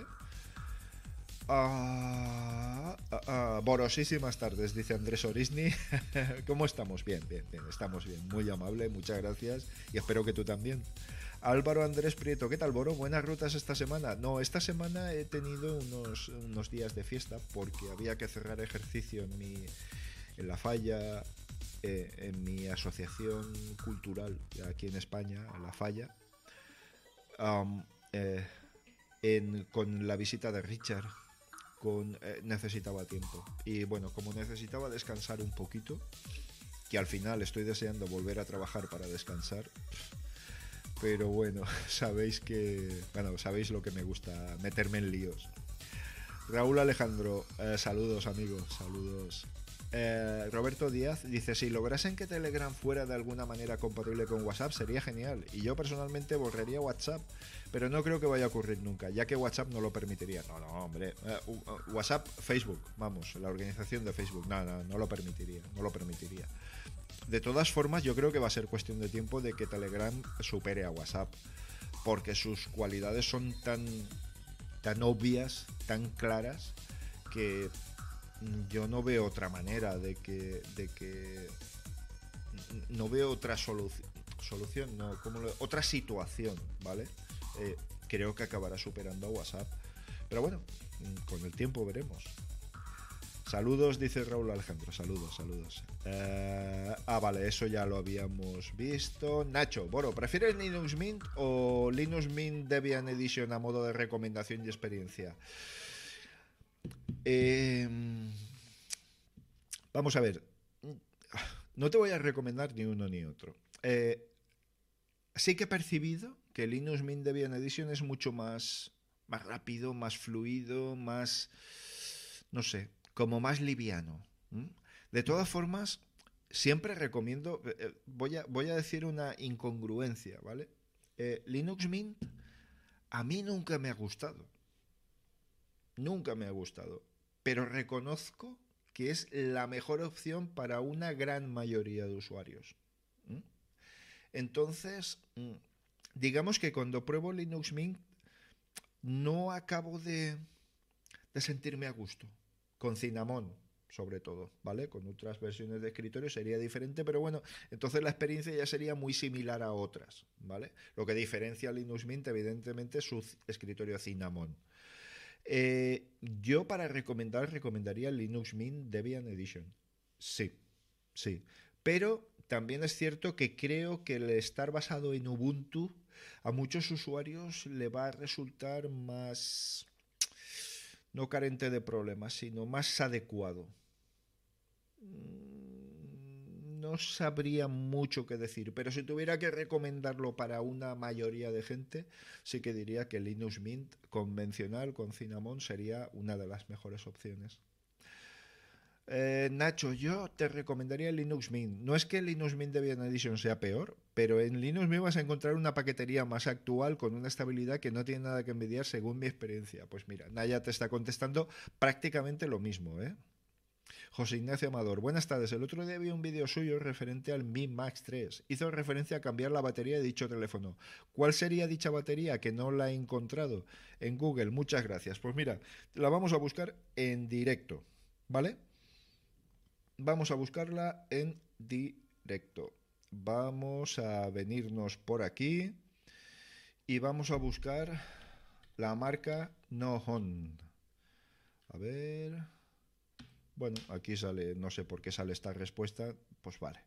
Borosísimas tardes, dice Andrés Orisni. ¿Cómo estamos? Bien, estamos bien, muy amable, muchas gracias y espero que tú también. Álvaro Andrés Prieto, ¿qué tal, Boro? ¿Buenas rutas esta semana? No, esta semana he tenido unos días de fiesta porque había que cerrar ejercicio en La Falla, en mi asociación cultural aquí en España, La Falla, con la visita de Richard. Necesitaba tiempo y bueno, como necesitaba descansar un poquito, que al final estoy deseando volver a trabajar para descansar, pero bueno, sabéis lo que me gusta, meterme en líos. Raúl Alejandro, saludos amigos, saludos. Roberto Díaz dice: si lograsen que Telegram fuera de alguna manera compatible con WhatsApp sería genial, y yo personalmente borraría WhatsApp, pero no creo que vaya a ocurrir nunca, ya que WhatsApp no lo permitiría. No, hombre, WhatsApp, Facebook, vamos, la organización de Facebook, no lo permitiría. De todas formas, yo creo que va a ser cuestión de tiempo de que Telegram supere a WhatsApp, porque sus cualidades son tan tan obvias, tan claras, que yo no veo otra manera de que no veo otra solución, no, otra situación, ¿vale? Creo que acabará superando a WhatsApp. Pero bueno, con el tiempo veremos. Saludos, dice Raúl Alejandro. Saludos. Vale, eso ya lo habíamos visto. Nacho, Boro, ¿prefieres Linux Mint o Linux Mint Debian Edition a modo de recomendación y experiencia? Vamos a ver. No te voy a recomendar ni uno ni otro. Sí que he percibido que Linux Mint Debian Edition es mucho más rápido, más fluido, más, no sé, como más liviano. De todas formas, siempre recomiendo, voy a decir una incongruencia, ¿vale? Linux Mint a mí nunca me ha gustado. Nunca me ha gustado. Pero reconozco que es la mejor opción para una gran mayoría de usuarios. Entonces, digamos que cuando pruebo Linux Mint no acabo de sentirme a gusto. Con Cinnamon, sobre todo, ¿vale? Con otras versiones de escritorio sería diferente, pero bueno, entonces la experiencia ya sería muy similar a otras, ¿vale? Lo que diferencia a Linux Mint, evidentemente, es su escritorio Cinnamon. Yo para recomendaría Linux Mint Debian Edition. Sí. Pero también es cierto que creo que el estar basado en Ubuntu a muchos usuarios le va a resultar más, no carente de problemas, sino más adecuado. No sabría mucho qué decir, pero si tuviera que recomendarlo para una mayoría de gente, sí que diría que Linux Mint convencional con Cinnamon sería una de las mejores opciones. Nacho, yo te recomendaría Linux Mint. No es que Linux Mint Debian Edition sea peor, pero en Linux Mint vas a encontrar una paquetería más actual con una estabilidad que no tiene nada que envidiar según mi experiencia. Pues mira, Naya te está contestando prácticamente lo mismo, ¿eh? José Ignacio Amador, buenas tardes. El otro día vi un vídeo suyo referente al Mi Max 3. Hizo referencia a cambiar la batería de dicho teléfono. ¿Cuál sería dicha batería que no la he encontrado en Google? Muchas gracias. Pues mira, la vamos a buscar en directo, ¿vale? Vamos a buscarla en directo. Vamos a venirnos por aquí y vamos a buscar la marca Nohon. A ver. Bueno, aquí sale, no sé por qué sale esta respuesta. Pues vale.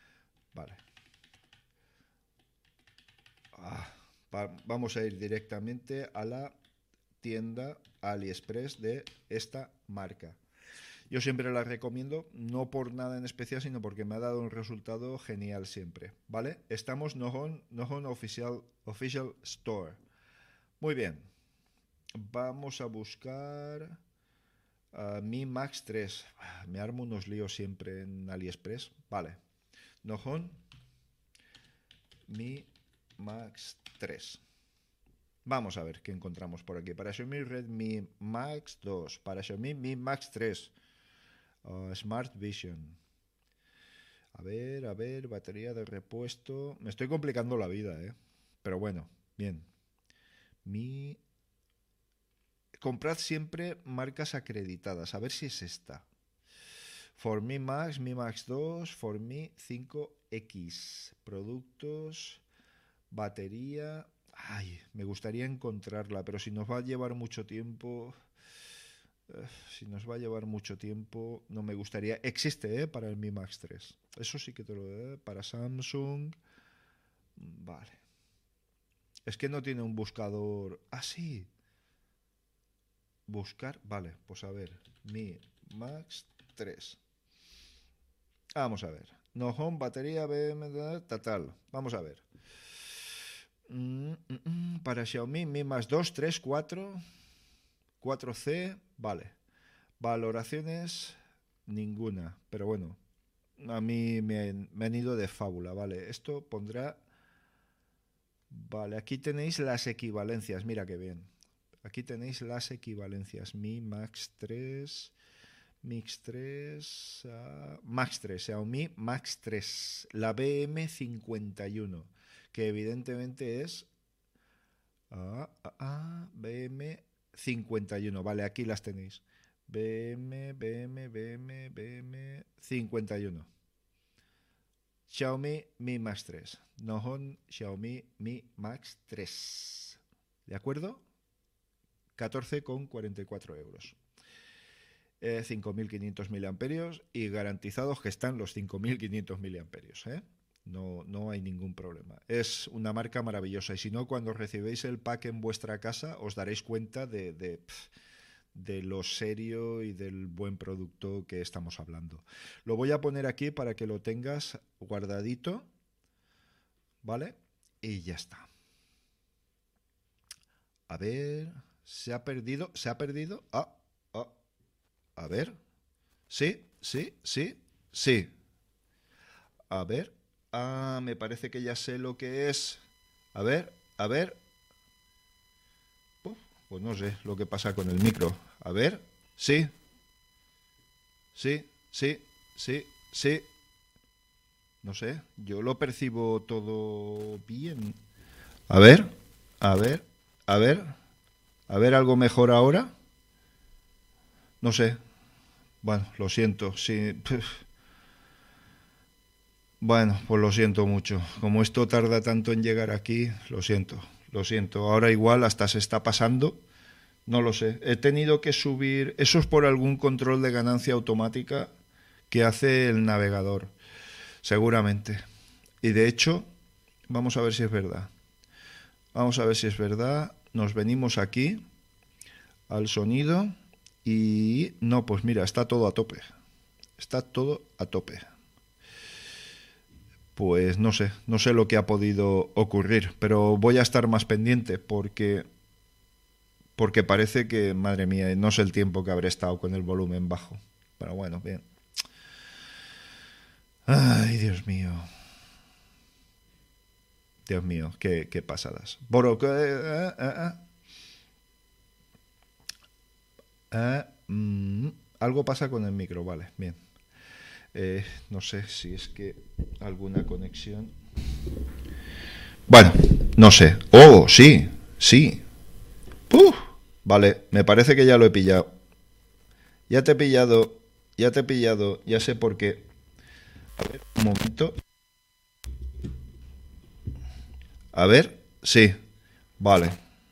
Vamos a ir directamente a la tienda AliExpress de esta marca. Yo siempre la recomiendo, no por nada en especial, sino porque me ha dado un resultado genial siempre, ¿vale? Estamos Nohon Official Store. Muy bien. Vamos a buscar Mi Max 3. Me armo unos líos siempre en AliExpress. Vale. Nohon Mi Max 3. Vamos a ver qué encontramos por aquí. Para Xiaomi Redmi Max 2. Para Xiaomi Mi Max 3. Smart Vision. A ver, batería de repuesto. Me estoy complicando la vida, ¿eh? Pero bueno, bien. Comprad siempre marcas acreditadas. A ver si es esta. For Mi Max, Mi Max 2, For Mi 5X. Productos, batería. Ay, me gustaría encontrarla, pero si nos va a llevar mucho tiempo... no me gustaría. Existe, para el Mi Max 3. Eso sí que te lo doy. Para Samsung. Vale. Es que no tiene un buscador. Ah, sí. Buscar. Vale, pues a ver. Mi Max 3. Vamos a ver. No home, batería, BM, tal. Vamos a ver. Para Xiaomi, Mi Max 2, 3, 4. 4C. Vale. Valoraciones, ninguna. Pero bueno, a mí me han ido de fábula, ¿vale? Esto pondrá... Vale, aquí tenéis las equivalencias, mira qué bien. Aquí tenéis las equivalencias. Mi Max 3, Mix 3, Max 3, Xiaomi Max 3, la BM51, que evidentemente es BM 51. Vale, aquí las tenéis. BM 51. Xiaomi Mi Max 3. Nohon Xiaomi Mi Max 3. ¿De acuerdo? 14,44 euros. 5.500 miliamperios y garantizados que están los 5.500 miliamperios. No hay ningún problema. Es una marca maravillosa y si no, cuando recibéis el pack en vuestra casa os daréis cuenta de lo serio y del buen producto que estamos hablando. Lo voy a poner aquí para que lo tengas guardadito, ¿vale? Y ya está. A ver, se ha perdido. A ver, sí. A ver, me parece que ya sé lo que es. A ver. Pues no sé lo que pasa con el micro. A ver, sí. No sé, yo lo percibo todo bien. A ver, algo mejor ahora. No sé. Bueno, lo siento, sí. Bueno, pues lo siento mucho. Como esto tarda tanto en llegar aquí, lo siento. Ahora igual hasta se está pasando. No lo sé. He tenido que subir. Eso es por algún control de ganancia automática que hace el navegador. Seguramente. Y de hecho, vamos a ver si es verdad. Nos venimos aquí al sonido y no, pues mira, está todo a tope. Pues no sé lo que ha podido ocurrir, pero voy a estar más pendiente porque parece que, madre mía, no sé el tiempo que habré estado con el volumen bajo. Pero bueno, bien. Ay, Dios mío, qué pasadas. Boro, algo pasa con el micro, vale, bien. No sé si es que alguna conexión. Bueno, no sé. Oh, sí. Vale, me parece que ya lo he pillado. Ya te he pillado, ya sé por qué. A ver, un momento. A ver, sí. Vale.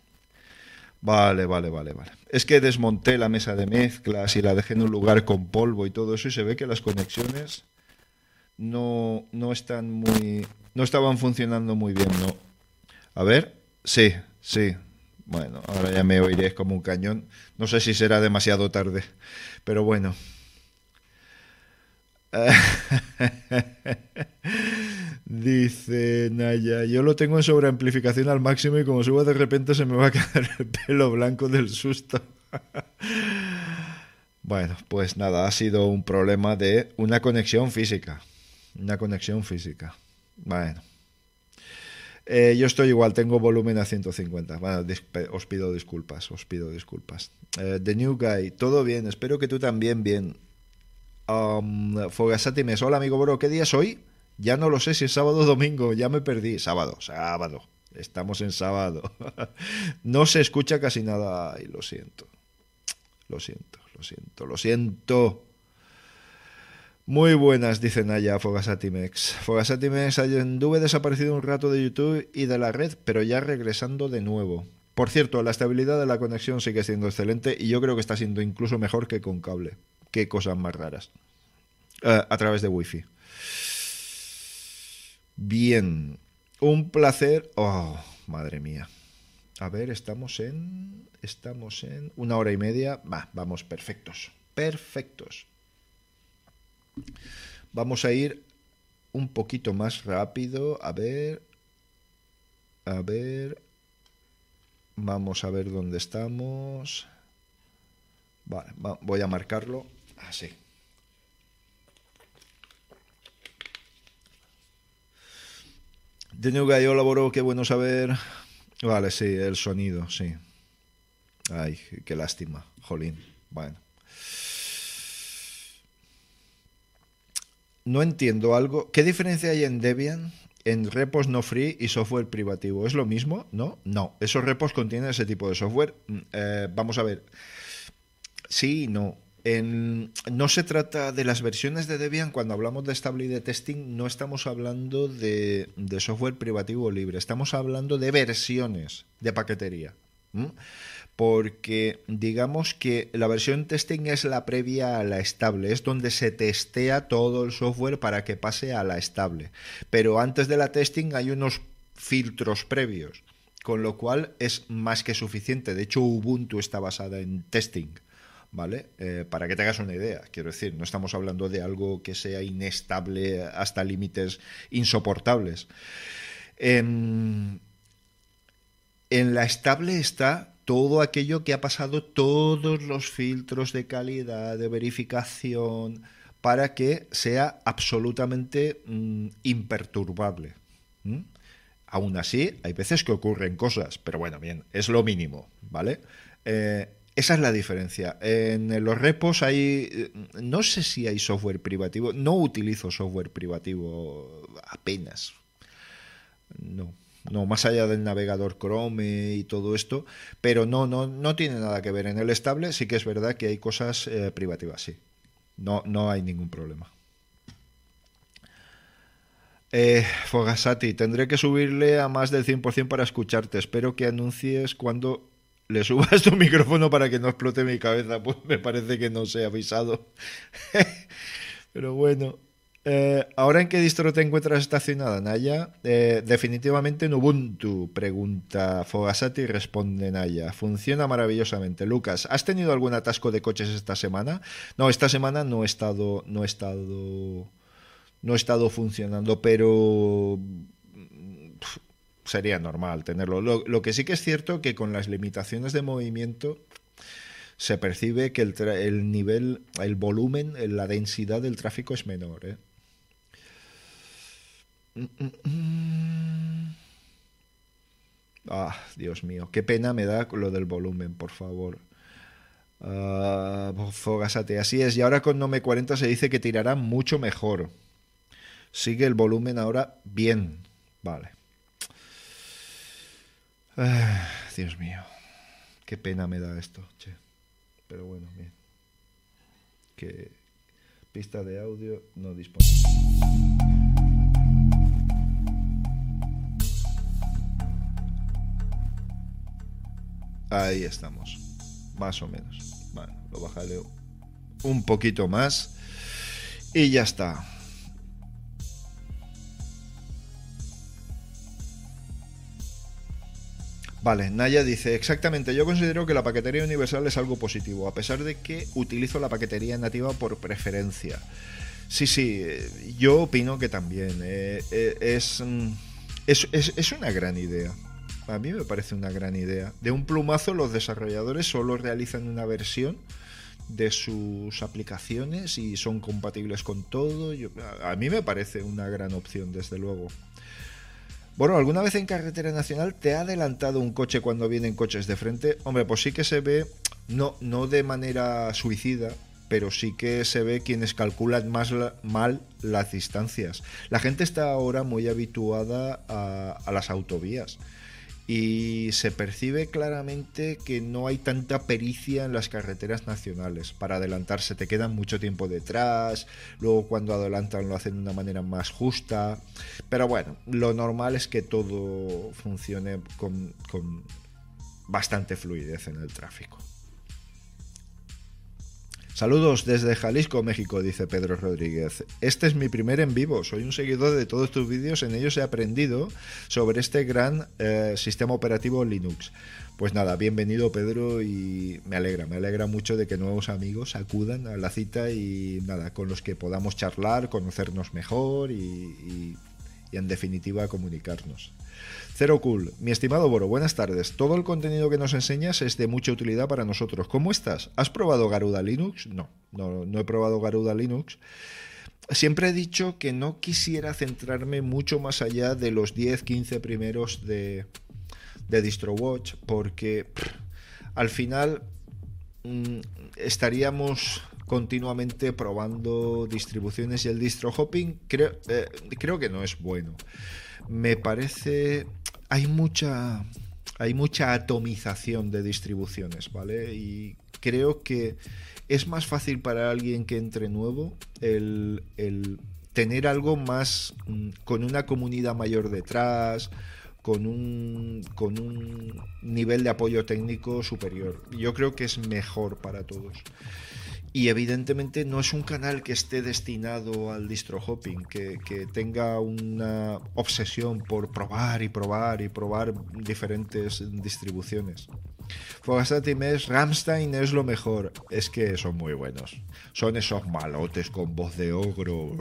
Es que desmonté la mesa de mezclas y la dejé en un lugar con polvo y todo eso y se ve que las conexiones no estaban funcionando muy bien, ¿no? A ver, sí. Bueno, ahora ya me oiré como un cañón. No sé si será demasiado tarde, pero bueno. Dice Naya, yo lo tengo en sobreamplificación al máximo y como subo de repente se me va a quedar el pelo blanco del susto. Bueno, pues nada, ha sido un problema de una conexión física. Bueno. Yo estoy igual, tengo volumen a 150. Bueno, os pido disculpas. The New Guy, todo bien, espero que tú también bien. Fogasati Mes, hola amigo bro, ¿qué día es hoy? Ya no lo sé si es sábado o domingo, ya me perdí. Sábado. Estamos en sábado. No se escucha casi nada. Ay, lo siento. Muy buenas, dice Naya Fogasatimex. Fogasatimex, anduve desaparecido un rato de YouTube y de la red, pero ya regresando de nuevo. Por cierto, la estabilidad de la conexión sigue siendo excelente y yo creo que está siendo incluso mejor que con cable. Qué cosas más raras. A través de Wi-Fi. Bien. Un placer. Oh, madre mía. A ver, estamos en 1 hora y media. Vamos, perfectos. Vamos a ir un poquito más rápido. A ver. Vamos a ver dónde estamos. Vale, voy a marcarlo. Así. De New Guy, hola Boro, qué bueno saber. Vale, sí, el sonido, sí. Ay, qué lástima, jolín. Bueno. No entiendo algo. ¿Qué diferencia hay en Debian en repos no free y software privativo. ¿Es lo mismo? ¿No? No. Esos repos contienen ese tipo de software. Vamos a ver. Sí y no. No se trata de las versiones de Debian. Cuando hablamos de estable y de testing, no estamos hablando de software privativo o libre. Estamos hablando de versiones de paquetería. Porque digamos que la versión testing es la previa a la estable, es donde se testea todo el software para que pase a la estable. Pero antes de la testing hay unos filtros previos, con lo cual es más que suficiente. De hecho, Ubuntu está basada en testing, ¿vale? Para que te hagas una idea, quiero decir, no estamos hablando de algo que sea inestable hasta límites insoportables. En la estable está todo aquello que ha pasado todos los filtros de calidad, de verificación, para que sea absolutamente imperturbable. Aún así, hay veces que ocurren cosas, pero bueno, bien, es lo mínimo, ¿vale? Esa es la diferencia. En los repos hay, no sé si hay software privativo, no utilizo software privativo apenas, no, más allá del navegador Chrome y todo esto, pero no tiene nada que ver. En el estable sí que es verdad que hay cosas privativas, sí. No hay ningún problema. Fogasati, tendré que subirle a más del 100% para escucharte. Espero que anuncies cuando le subas tu micrófono para que no explote mi cabeza. Pues me parece que no se ha avisado. Pero bueno. ¿Ahora en qué distro te encuentras estacionada, Naya? Definitivamente en Ubuntu, pregunta Fogasati y responde Naya. Funciona maravillosamente. Lucas, ¿has tenido algún atasco de coches esta semana? No, esta semana no he estado funcionando, pero sería normal tenerlo. Lo que sí que es cierto que con las limitaciones de movimiento se percibe que el nivel, el volumen, la densidad del tráfico es menor, ¿eh? Dios mío, qué pena me da lo del volumen, por favor. Fogasate, así es. Y ahora con Nome 40 se dice que tirará mucho mejor. Sigue el volumen ahora bien. Vale. Dios mío, qué pena me da esto, che. Pero bueno, bien. Que pista de audio no disponible. Ahí estamos, más o menos. Bueno, lo bajaré un poquito más y ya está. Vale, Naya dice, exactamente, yo considero que la paquetería universal es algo positivo, a pesar de que utilizo la paquetería nativa por preferencia. Sí, yo opino que también es una gran idea. A mí me parece una gran idea. De un plumazo los desarrolladores solo realizan una versión de sus aplicaciones y son compatibles con todo. A mí me parece una gran opción, desde luego. Bueno, ¿alguna vez en carretera nacional te ha adelantado un coche cuando vienen coches de frente? Hombre, pues sí que se ve, no de manera suicida, pero sí que se ve quienes calculan mal las distancias. La gente está ahora muy habituada a las autovías y se percibe claramente que no hay tanta pericia en las carreteras nacionales para adelantarse. Te quedan mucho tiempo detrás, luego cuando adelantan lo hacen de una manera más justa, pero bueno, lo normal es que todo funcione con bastante fluidez en el tráfico. Saludos desde Jalisco, México, dice Pedro Rodríguez. Este es mi primer en vivo, soy un seguidor de todos tus vídeos, en ellos he aprendido sobre este gran sistema operativo Linux. Pues nada, bienvenido Pedro y me alegra mucho de que nuevos amigos acudan a la cita y nada, con los que podamos charlar, conocernos mejor y en definitiva comunicarnos. Cero Cool, mi estimado Boro, buenas tardes. Todo el contenido que nos enseñas es de mucha utilidad para nosotros. ¿Cómo estás? ¿Has probado Garuda Linux? No he probado Garuda Linux. Siempre he dicho que no quisiera centrarme mucho más allá de los 10-15 primeros de DistroWatch, porque al final estaríamos continuamente probando distribuciones y el distro hopping creo que no es bueno. Me parece... Hay mucha atomización de distribuciones, ¿vale? Y creo que es más fácil para alguien que entre nuevo el tener algo más con una comunidad mayor detrás, con un nivel de apoyo técnico superior. Yo creo que es mejor para todos. Y evidentemente no es un canal que esté destinado al distro hopping, que tenga una obsesión por probar y probar y probar diferentes distribuciones. Fogasati Mes, Rammstein es lo mejor. Es que son muy buenos. Son esos malotes con voz de ogro.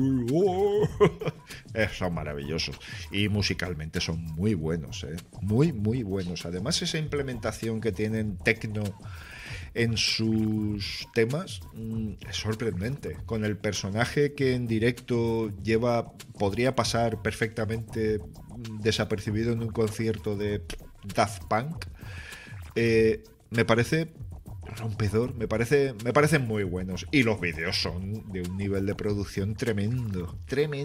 Son maravillosos. Y musicalmente son muy buenos, ¿eh? Muy, muy buenos. Además, esa implementación que tienen techno en sus temas es sorprendente. Con el personaje que en directo podría pasar perfectamente desapercibido en un concierto de Daft Punk. Me parece rompedor, me parecen muy buenos. Y los vídeos son de un nivel de producción tremendo.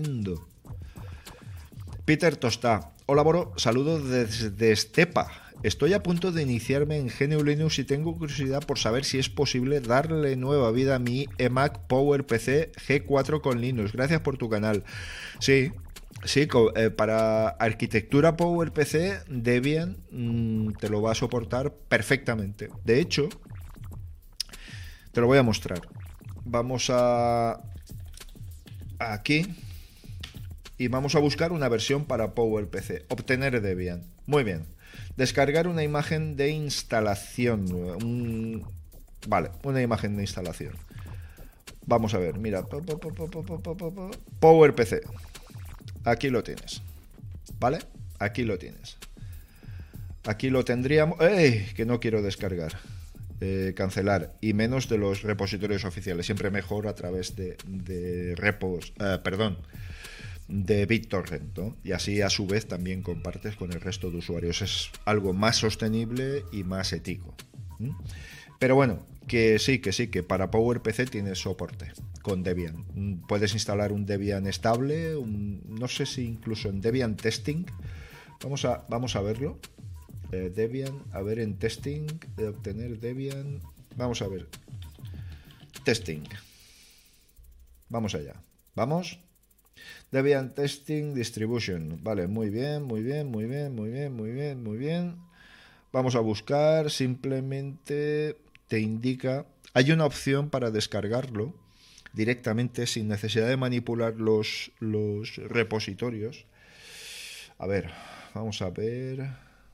Peter Tostá. Hola, Boro, saludos desde Estepa. Estoy a punto de iniciarme en GNU Linux y tengo curiosidad por saber si es posible darle nueva vida a mi eMac PowerPC G4 con Linux. Gracias por tu canal. Sí, para arquitectura PowerPC Debian te lo va a soportar perfectamente. De hecho, te lo voy a mostrar. Vamos aquí y vamos a buscar una versión para PowerPC. Obtener Debian. Muy bien. Descargar una imagen de instalación. Vale, una imagen de instalación. Vamos a ver, mira. PowerPC. Aquí lo tienes. ¿Vale? Aquí lo tienes. Aquí lo tendríamos... ¡Ey! Que no quiero descargar. Cancelar. Y menos de los repositorios oficiales. Siempre mejor a través de repos... de BitTorrent, ¿no? Y así a su vez también compartes con el resto de usuarios. Es algo más sostenible y más ético. Pero bueno, que sí, que para PowerPC tienes soporte con Debian. Puedes instalar un Debian estable, no sé si incluso en Debian Testing. Vamos a verlo. Debian, a ver en Testing, de obtener Debian. Vamos a ver. Testing. Vamos allá. Vamos. Debian Testing Distribution. Vale, muy bien. Vamos a buscar, simplemente te indica, hay una opción para descargarlo directamente sin necesidad de manipular los repositorios. A ver, vamos a ver.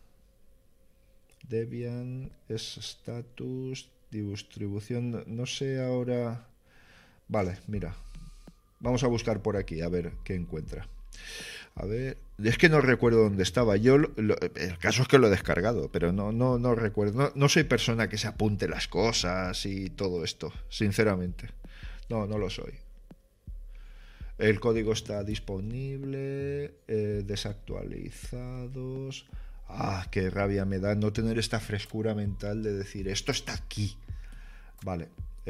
Debian es status, distribución, no sé ahora. Vale, mira. Vamos a buscar por aquí, a ver qué encuentra. A ver, es que no recuerdo dónde estaba. El caso es que lo he descargado, pero no recuerdo. No soy persona que se apunte las cosas y todo esto, sinceramente. No lo soy. El código está disponible, desactualizados. Qué rabia me da no tener esta frescura mental de decir, esto está aquí. Vale.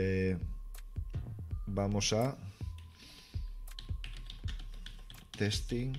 Vamos a... Testing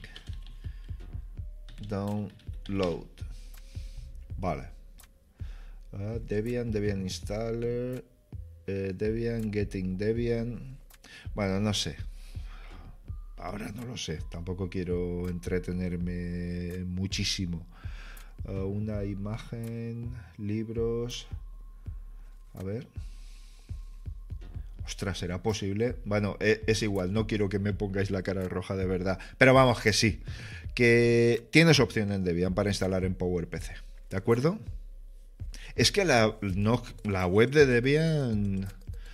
download. Vale. Debian installer, Debian getting Debian. Bueno, no sé. Ahora no lo sé. Tampoco quiero entretenerme muchísimo. Una imagen, libros. A ver. Ostras, ¿será posible? Bueno, es igual, no quiero que me pongáis la cara roja de verdad. Pero vamos, que sí. Que tienes opción en Debian para instalar en PowerPC. ¿De acuerdo? Es que la web de Debian...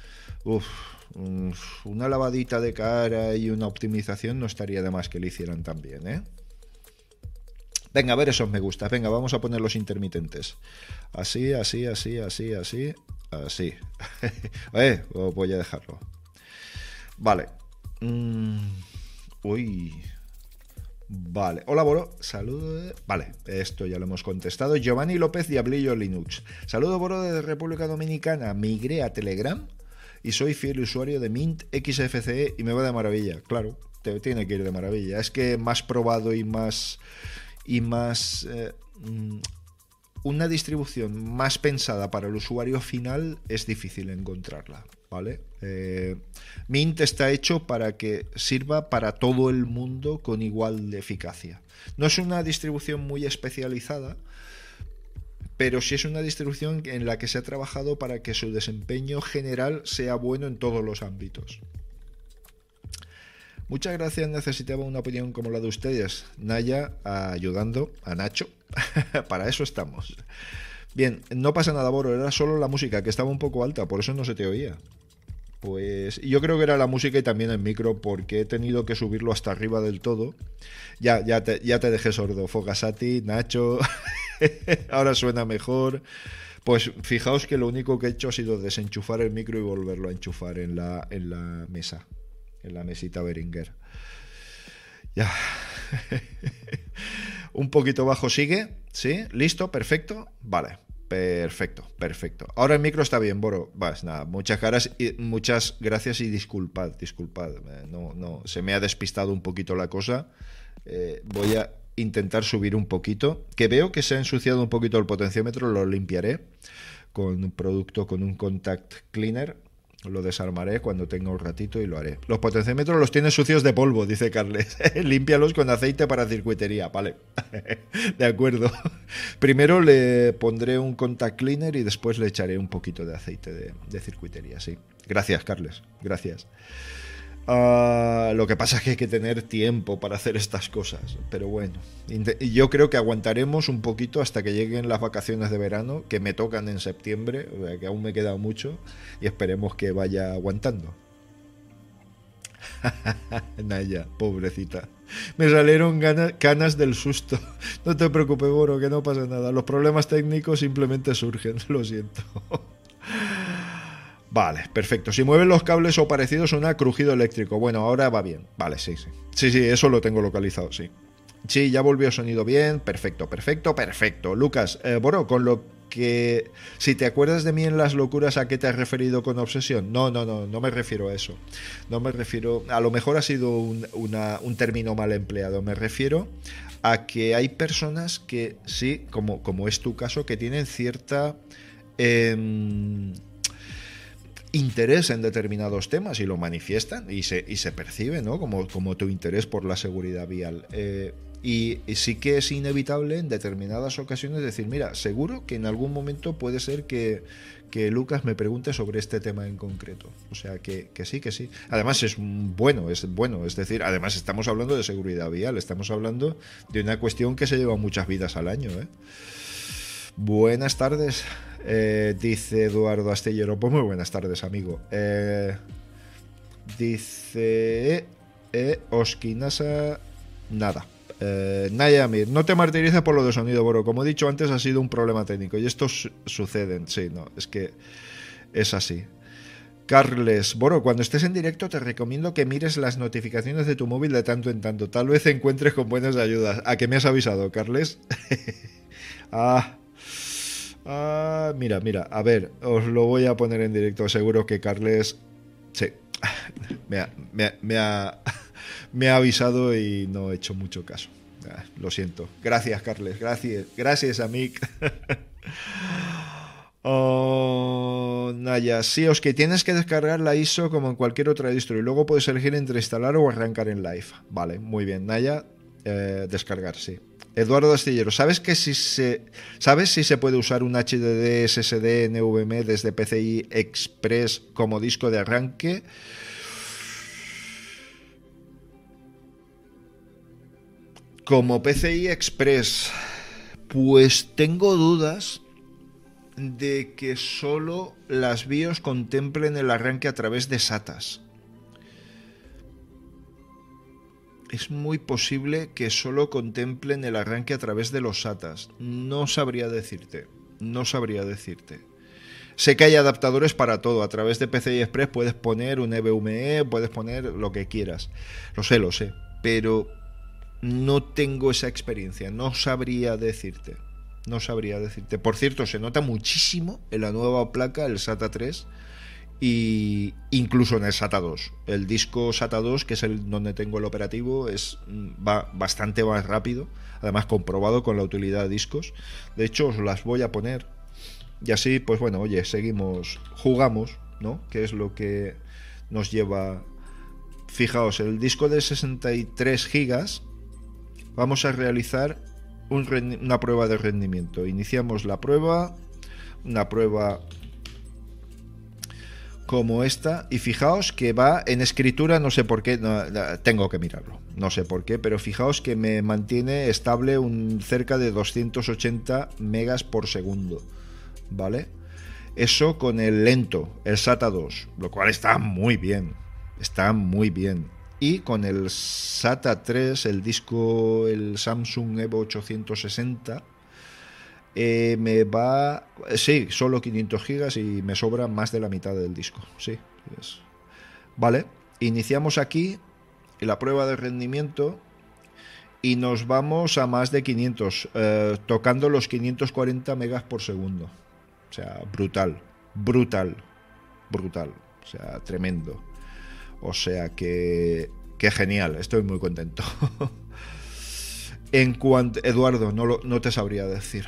una lavadita de cara y una optimización no estaría de más que le hicieran también, ¿eh? Venga, a ver esos me gusta. Venga, vamos a poner los intermitentes. Así. Voy a dejarlo. Vale. Vale. Hola, Boro. Saludos. Vale, esto ya lo hemos contestado. Giovanni López Diablillo Linux. Saludo, Boro, desde República Dominicana. Migré a Telegram y soy fiel usuario de Mint XFCE y me va de maravilla. Claro, te tiene que ir de maravilla. Es que más probado y más una distribución más pensada para el usuario final es difícil encontrarla, ¿vale? Mint está hecho para que sirva para todo el mundo con igual de eficacia. No es una distribución muy especializada, pero sí es una distribución en la que se ha trabajado para que su desempeño general sea bueno en todos los ámbitos. Muchas gracias, necesitaba una opinión como la de ustedes. Naya ayudando a Nacho. Para eso estamos. Bien, no pasa nada, Boro, era solo la música, que estaba un poco alta, por eso no se te oía. Pues yo creo que era la música y también el micro, porque he tenido que subirlo hasta arriba del todo. Ya te dejé sordo, Fogasati, Nacho. Ahora suena mejor. Pues fijaos que lo único que he hecho ha sido desenchufar el micro y volverlo a enchufar en la mesa, en la mesita Behringer. Ya. Un poquito bajo sigue, ¿sí? ¿Listo? ¿Perfecto? Vale, perfecto. Ahora el micro está bien, Boro. Vas, nada, muchas gracias y disculpad. No, se me ha despistado un poquito la cosa. Voy a intentar subir un poquito, que veo que se ha ensuciado un poquito el potenciómetro, lo limpiaré con un producto, con un contact cleaner. Lo desarmaré cuando tenga un ratito y lo haré. Los potenciómetros los tienes sucios de polvo, dice Carles. Límpialos con aceite para circuitería. Vale. De acuerdo. Primero le pondré un contact cleaner y después le echaré un poquito de aceite de circuitería, sí. Gracias, Carles. Gracias. Lo que pasa es que hay que tener tiempo para hacer estas cosas, pero bueno, yo creo que aguantaremos un poquito hasta que lleguen las vacaciones de verano, que me tocan en septiembre, o sea que aún me queda mucho, y esperemos que vaya aguantando. Naya, pobrecita, me salieron canas del susto. No te preocupes, Boro, que no pasa nada, los problemas técnicos simplemente surgen, lo siento. Vale, perfecto. Si mueven los cables o parecido suena crujido eléctrico. Bueno, ahora va bien. Vale, sí. Sí, eso lo tengo localizado, sí. Sí, ya volvió el sonido bien. Perfecto. Lucas, Boro, con lo que... Si te acuerdas de mí en las locuras, ¿a qué te has referido con obsesión? No me refiero a eso. No me refiero... A lo mejor ha sido un término mal empleado. Me refiero a que hay personas que sí, como es tu caso, que tienen cierta... interés en determinados temas y lo manifiestan y se percibe, ¿no? Como tu interés por la seguridad vial. Y sí que es inevitable en determinadas ocasiones decir, mira, seguro que en algún momento puede ser que Lucas me pregunte sobre este tema en concreto. O sea, que sí. Además es bueno, es decir, además estamos hablando de seguridad vial, estamos hablando de una cuestión que se lleva muchas vidas al año, ¿eh? Buenas tardes, dice Eduardo Astillero. Pues muy buenas tardes, amigo. Dice Oskinasa. Nada. Nayamir, no te martirices por lo de sonido, Boro. Como he dicho antes, ha sido un problema técnico y estos suceden. Sí, no, es que es así. Carles, Boro, cuando estés en directo te recomiendo que mires las notificaciones de tu móvil de tanto en tanto. Tal vez encuentres con buenas ayudas. ¿A qué me has avisado, Carles? Mira, a ver, os lo voy a poner en directo. Seguro que Carles, sí, me ha avisado y no he hecho mucho caso. Lo siento. Gracias, Carles. Gracias, amic. Naya, sí, os que tienes que descargar la ISO como en cualquier otra distro y luego puedes elegir entre instalar o arrancar en live. Vale, muy bien, Naya, descargar, sí. Eduardo Astillero, ¿sabes si se puede usar un HDD SSD NVMe desde PCI Express como disco de arranque? Como PCI Express, pues tengo dudas de que solo las BIOS contemplen el arranque a través de SATAs. Es muy posible que solo contemplen el arranque a través de los SATAs. No sabría decirte. Sé que hay adaptadores para todo. A través de PCI Express puedes poner un NVMe, puedes poner lo que quieras. Lo sé. Pero no tengo esa experiencia. No sabría decirte. Por cierto, se nota muchísimo en la nueva placa, el SATA 3. Y incluso en el SATA 2. El disco SATA 2, que es el donde tengo el operativo, va bastante más rápido. Además, comprobado con la utilidad de discos. De hecho, os las voy a poner. Y así, pues bueno, oye, seguimos, jugamos, ¿no? Que es lo que nos lleva. Fijaos, el disco de 63 gigas, vamos a realizar una prueba de rendimiento. Iniciamos la prueba, una prueba como esta, y fijaos que va en escritura, no sé por qué, tengo que mirarlo, no sé por qué, pero fijaos que me mantiene estable cerca de 280 megas por segundo, ¿vale? Eso con el lento, el SATA 2, lo cual está muy bien, y con el SATA 3, el disco, el Samsung Evo 860, me va, sí, solo 500 gigas y me sobra más de la mitad del disco, sí, vale, iniciamos aquí la prueba de rendimiento y nos vamos a más de 500, tocando los 540 megas por segundo, o sea, brutal, o sea, tremendo, o sea que genial, estoy muy contento. En cuanto, Eduardo, no te sabría decir.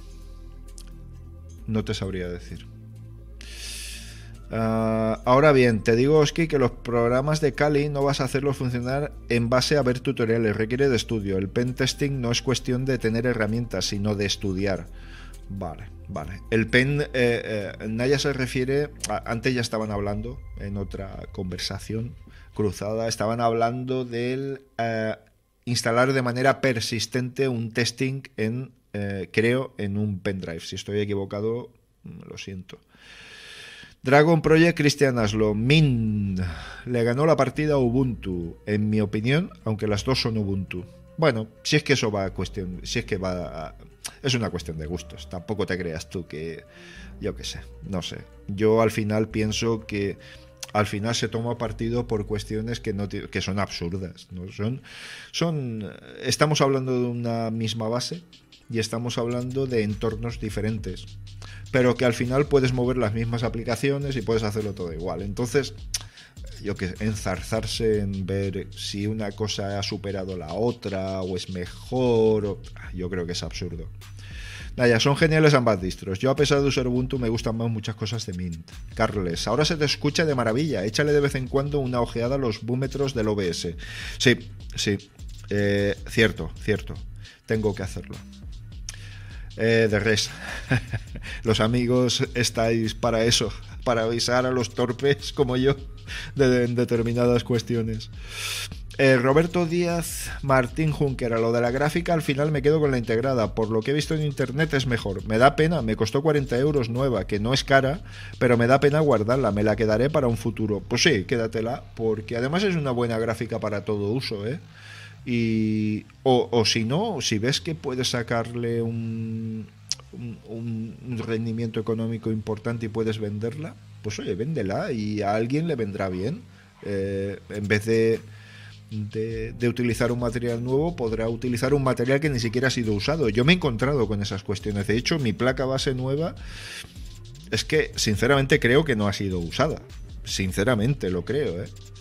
Ahora bien, te digo, Oski, que los programas de Kali no vas a hacerlos funcionar en base a ver tutoriales, requiere de estudio. El pen testing no es cuestión de tener herramientas, sino de estudiar. Vale. El pen, Naya se refiere, antes ya estaban hablando, en otra conversación cruzada, estaban hablando del instalar de manera persistente un testing creo en un pendrive. Si estoy equivocado, lo siento. Dragon Project, Cristian Aslo, Min le ganó la partida a Ubuntu, en mi opinión, aunque las dos son Ubuntu. Bueno, si es que eso va a cuestión, es una cuestión de gustos. Tampoco te creas tú que, yo qué sé, no sé. Yo al final pienso que al final se toma partido por cuestiones que son absurdas, ¿no? Estamos hablando de una misma base y estamos hablando de entornos diferentes, pero que al final puedes mover las mismas aplicaciones y puedes hacerlo todo igual. Entonces, enzarzarse en ver si una cosa ha superado la otra o es mejor, yo creo que es absurdo. Naya, son geniales ambas distros. Yo, a pesar de usar Ubuntu, me gustan más muchas cosas de Mint. Carles, ahora se te escucha de maravilla. Échale de vez en cuando una ojeada a los búmetros del OBS. Sí. Cierto. Tengo que hacerlo. De res. Los amigos estáis para eso, para avisar a los torpes como yo de determinadas cuestiones. Roberto Díaz Martín Juncker, a lo de la gráfica al final me quedo con la integrada, por lo que he visto en internet es mejor, me da pena, me costó 40 euros nueva, que no es cara, pero me da pena guardarla, me la quedaré para un futuro. Pues sí, quédatela, porque además es una buena gráfica para todo uso, o si no, si ves que puedes sacarle un rendimiento económico importante y puedes venderla, pues oye, véndela y a alguien le vendrá bien. En vez de utilizar un material nuevo, podrá utilizar un material que ni siquiera ha sido usado. Yo me he encontrado con esas cuestiones. De hecho, mi placa base nueva es que sinceramente creo que no ha sido usada. Sinceramente lo creo,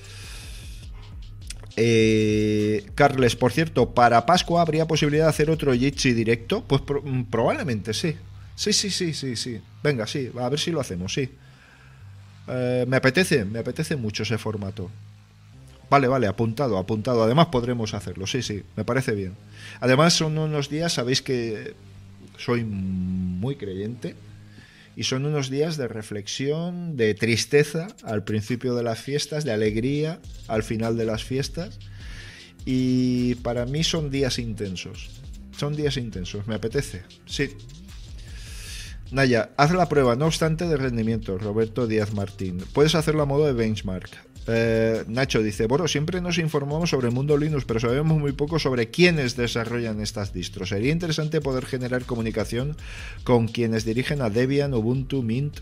Carles, por cierto, para Pascua habría posibilidad de hacer otro Jitsi directo. Pues probablemente sí. Sí. Venga, sí, a ver si lo hacemos, sí. Me apetece mucho ese formato. Vale, apuntado. Además podremos hacerlo, sí, me parece bien. Además son unos días, sabéis que soy muy creyente, y son unos días de reflexión, de tristeza al principio de las fiestas, de alegría al final de las fiestas, y para mí son días intensos, me apetece, sí. Naya, haz la prueba, no obstante, de rendimiento. Roberto Díaz Martín, puedes hacerlo a modo de benchmark. Nacho dice, bueno, siempre nos informamos sobre el mundo Linux, pero sabemos muy poco sobre quiénes desarrollan estas distros. Sería interesante poder generar comunicación con quienes dirigen a Debian, Ubuntu, Mint.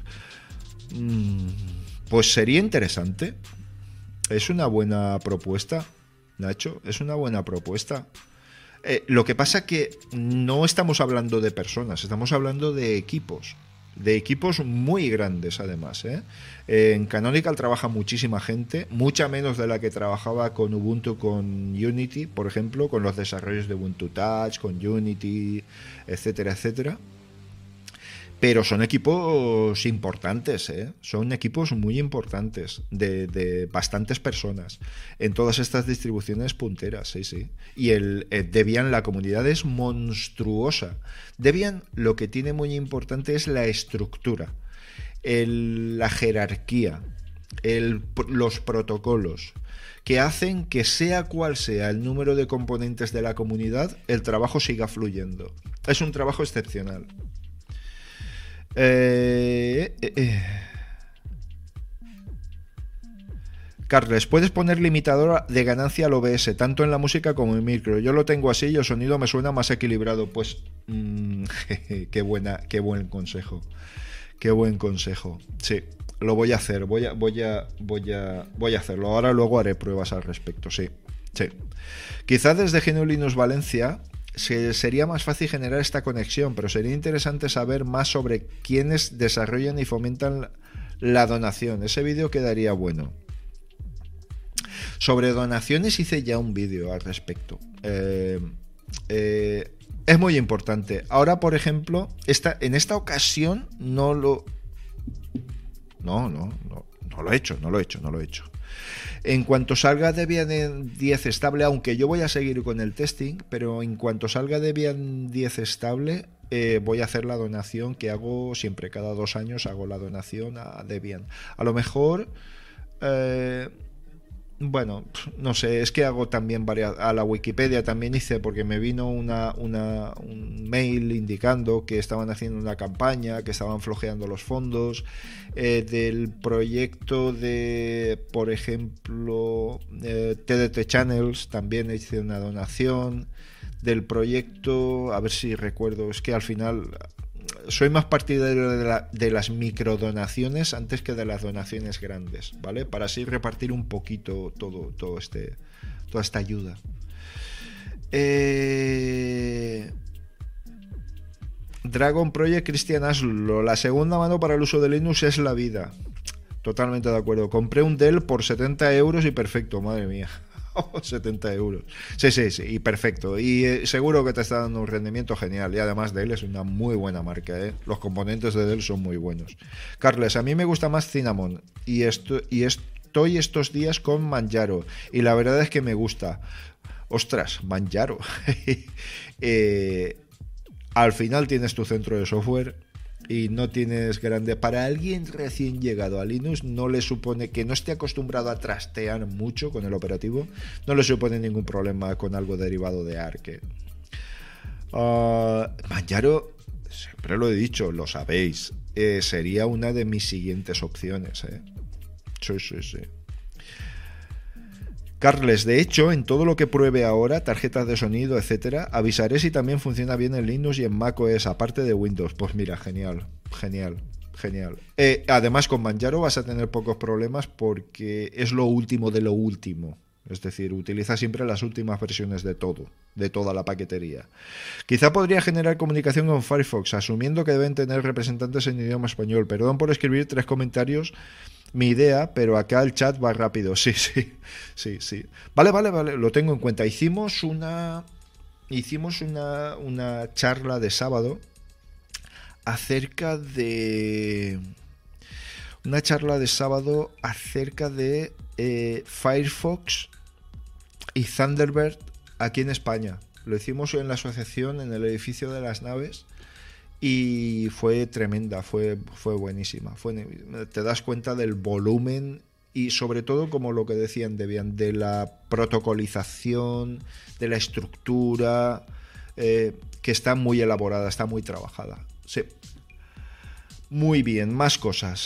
Pues sería interesante. Es una buena propuesta, Nacho, es una buena propuesta. Lo que pasa que no estamos hablando de personas, estamos hablando de equipos. de equipos muy grandes además, ¿eh? En Canonical trabaja muchísima gente, mucha menos de la que trabajaba con Ubuntu, con Unity, por ejemplo, con los desarrollos de Ubuntu Touch, con Unity, etcétera, etcétera. Pero son equipos importantes, ¿eh? Son equipos muy importantes, de bastantes personas, en todas estas distribuciones punteras, sí, sí. Y el Debian, la comunidad es monstruosa. Debian lo que tiene muy importante es la estructura, la jerarquía, los protocolos, que hacen que sea cual sea el número de componentes de la comunidad, el trabajo siga fluyendo. Es un trabajo excepcional. Carles, puedes poner limitador de ganancia al OBS, tanto en la música como en micro. Yo lo tengo así y el sonido me suena más equilibrado. Pues qué buen consejo. Qué buen consejo. Sí, lo voy a hacer. Voy a hacerlo. Ahora luego haré pruebas al respecto. Sí, sí. Quizás desde GNU Linux Valencia sería más fácil generar esta conexión, pero sería interesante saber más sobre quiénes desarrollan y fomentan la donación. Ese vídeo quedaría bueno. Sobre donaciones hice ya un vídeo al respecto. Es muy importante. Ahora, por ejemplo, en esta ocasión no lo he hecho. En cuanto salga Debian 10 estable, aunque yo voy a seguir con el testing, pero en cuanto salga Debian 10 estable, voy a hacer la donación que hago siempre, cada 2 años hago la donación a Debian. A lo mejor, bueno, no sé, es que hago también a la Wikipedia también hice, porque me vino un mail indicando que estaban haciendo una campaña, que estaban flojeando los fondos, del proyecto de, por ejemplo, TDT Channels, también hice una donación, del proyecto, a ver si recuerdo, es que al final soy más partidario de las microdonaciones antes que de las donaciones grandes, ¿vale? Para así repartir un poquito toda esta ayuda. Dragon Project, Cristian Aslo, la segunda mano para el uso de Linux es la vida. Totalmente de acuerdo. Compré un Dell por 70 euros y perfecto, madre mía. 70 euros. Sí, y perfecto. Y seguro que te está dando un rendimiento genial. Y además Dell es una muy buena marca, ¿eh? Los componentes de Dell son muy buenos. Carles, a mí me gusta más Cinnamon. Y estoy estos días con Manjaro. Y la verdad es que me gusta. Ostras, Manjaro. Al final tienes tu centro de software y no tienes grande. Para alguien recién llegado a Linux, no le supone, que no esté acostumbrado a trastear mucho con el operativo, no le supone ningún problema con algo derivado de Arc. Manjaro, siempre lo he dicho, lo sabéis, sería una de mis siguientes opciones. Sí. Carles, de hecho, en todo lo que pruebe ahora, tarjetas de sonido, etcétera, avisaré si también funciona bien en Linux y en macOS, aparte de Windows. Pues mira, genial. Además, con Manjaro vas a tener pocos problemas porque es lo último de lo último. Es decir, utiliza siempre las últimas versiones de todo, de toda la paquetería. Quizá podría generar comunicación con Firefox, asumiendo que deben tener representantes en idioma español. Perdón por escribir 3 comentarios. Mi idea, pero acá el chat va rápido. Sí. Vale, lo tengo en cuenta. Hicimos una charla de sábado acerca de Firefox y Thunderbird aquí en España. Lo hicimos en la asociación, en el edificio de las naves. Y fue tremenda, fue buenísima. Te das cuenta del volumen y sobre todo, como lo que decían Debian, de la protocolización, de la estructura, que está muy elaborada, está muy trabajada. Sí. Muy bien, más cosas.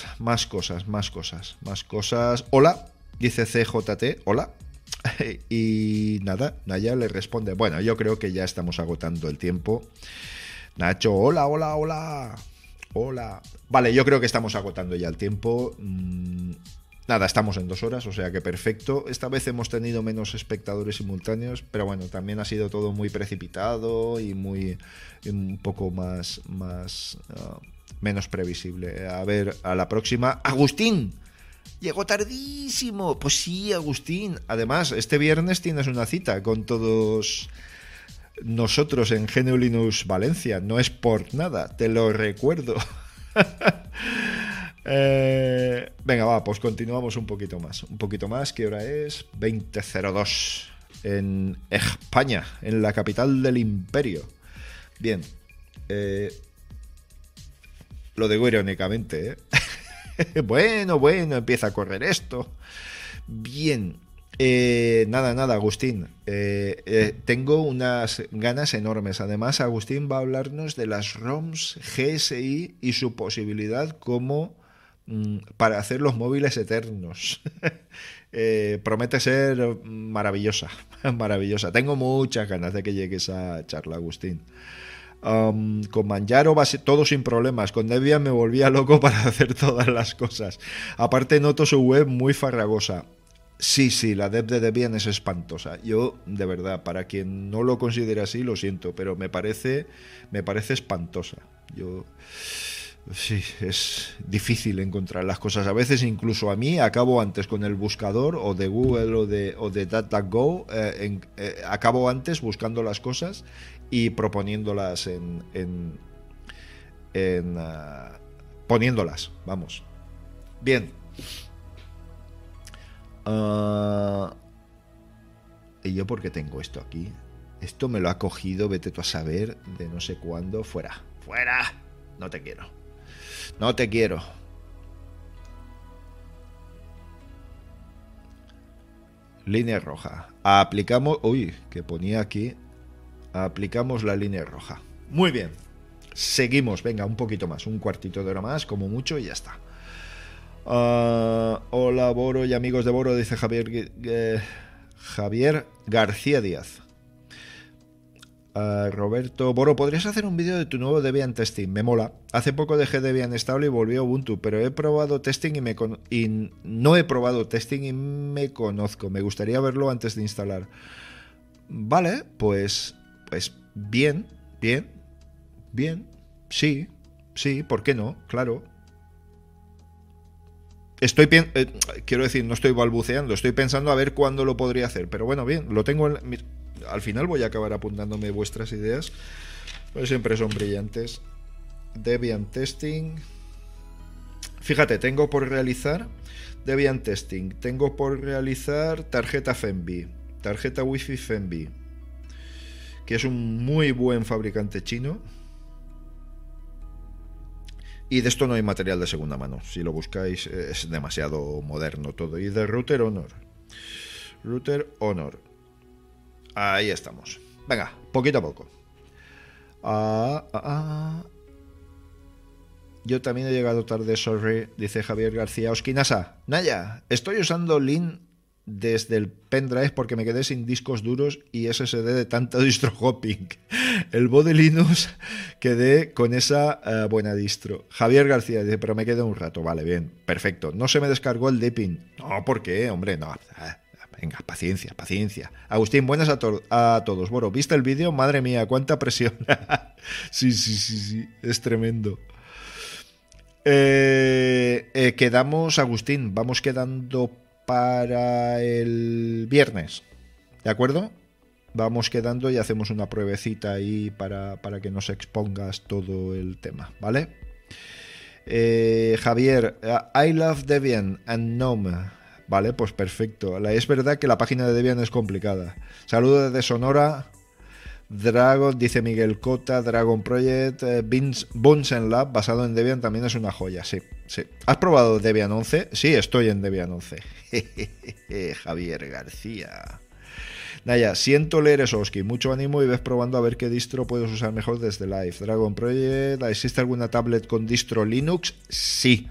Hola, dice CJT, hola. Y nada, Naya le responde. Bueno, yo creo que ya estamos agotando el tiempo. Nacho, hola. Vale, yo creo que estamos agotando ya el tiempo. Nada, estamos en 2 horas, o sea que perfecto. Esta vez hemos tenido menos espectadores simultáneos, pero bueno, también ha sido todo muy precipitado y un poco más menos previsible. A ver, a la próxima. ¡Agustín! Llegó tardísimo. Pues sí, Agustín. Además, este viernes tienes una cita con todos nosotros en GNU Linux Valencia. No es por nada, te lo recuerdo. Venga, va, pues continuamos un poquito más. Un poquito más, ¿qué hora es? 20:02 en España, en la capital del imperio. Bien. Lo digo irónicamente, Bueno, empieza a correr esto. Bien. Nada, Agustín. Tengo unas ganas enormes. Además, Agustín va a hablarnos de las ROMs GSI y su posibilidad como para hacer los móviles eternos. Promete ser maravillosa, maravillosa. Tengo muchas ganas de que llegue esa charla, Agustín. Con Manjaro todo sin problemas. Con Debian me volvía loco para hacer todas las cosas. Aparte noto su web muy farragosa. Sí, la dev de Debian es espantosa. Yo, de verdad, para quien no lo considere así, lo siento, pero me parece espantosa. Sí, es difícil encontrar las cosas. A veces incluso a mí acabo antes con el buscador o de Google o de DuckDuckGo, acabo antes buscando las cosas y proponiéndolas poniéndolas, vamos. Bien. ¿Y yo por qué tengo esto aquí? Esto me lo ha cogido, vete tú a saber, de no sé cuándo. Fuera. No te quiero. Línea roja. Aplicamos... Uy, que ponía aquí. Aplicamos la línea roja. Muy bien. Seguimos. Venga, un poquito más. Un cuartito de hora más, como mucho, y ya está. Hola, Boro y amigos de Boro, dice Javier García Díaz. Roberto, Boro, ¿podrías hacer un vídeo de tu nuevo Debian Testing? Me mola. Hace poco dejé Debian estable y volví a Ubuntu, pero he probado testing y no he probado testing y me conozco. Me gustaría verlo antes de instalar. Vale, pues bien. Sí, ¿por qué no? Claro. Quiero decir, no estoy balbuceando, estoy pensando a ver cuándo lo podría hacer, pero bueno, bien, lo tengo al final voy a acabar apuntándome vuestras ideas, pues siempre son brillantes. Debian Testing. Fíjate, tengo por realizar Debian Testing, tengo por realizar tarjeta FEMBI, tarjeta Wi-Fi FEMBI, que es un muy buen fabricante chino. Y de esto no hay material de segunda mano. Si lo buscáis es demasiado moderno todo. Y de Router Honor. Ahí estamos. Venga, poquito a poco. Yo también he llegado tarde, sorry, dice Javier García. Oskinasa, Naya, estoy usando Lin desde el pendrive porque me quedé sin discos duros y SSD de tanto distro hopping. El Bode Linux quedé con esa buena distro. Javier García dice, pero me quedé un rato. Vale, bien, perfecto. No se me descargó el Deepin. No, ¿por qué? Hombre, no. Venga, paciencia. Agustín, buenas a todos. Bueno, ¿viste el vídeo? Madre mía, cuánta presión. Sí, es tremendo. Quedamos, Agustín, vamos quedando para el viernes, ¿de acuerdo? Vamos quedando y hacemos una pruebecita ahí para que nos expongas todo el tema, ¿vale? Javier, I love Debian and GNOME. Vale, pues perfecto. Es verdad que la página de Debian es complicada. Saludos desde Sonora. Dragon, dice Miguel Cota, Dragon Project, Bunsen Lab, basado en Debian, también es una joya, sí. ¿Has probado Debian 11? Sí, estoy en Debian 11. Javier García. Naya, siento leer eso, Oski. Mucho ánimo y ves probando a ver qué distro puedes usar mejor desde Live. Dragon Project, ¿existe alguna tablet con distro Linux? Sí.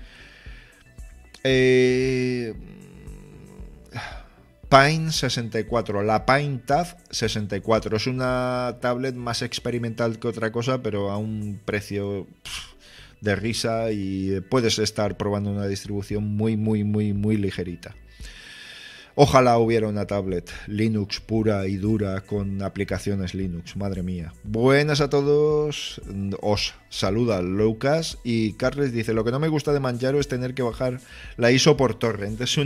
Pine 64, la Pine Tab 64. Es una tablet más experimental que otra cosa, pero a un precio de risa y puedes estar probando una distribución muy ligerita. Ojalá hubiera una tablet Linux pura y dura con aplicaciones Linux, madre mía. Buenas a todos, os saluda Lucas y Carles dice, lo que no me gusta de Manjaro es tener que bajar la ISO por torrent, es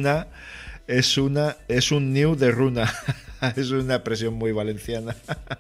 un new de runa. Es una expresión muy valenciana.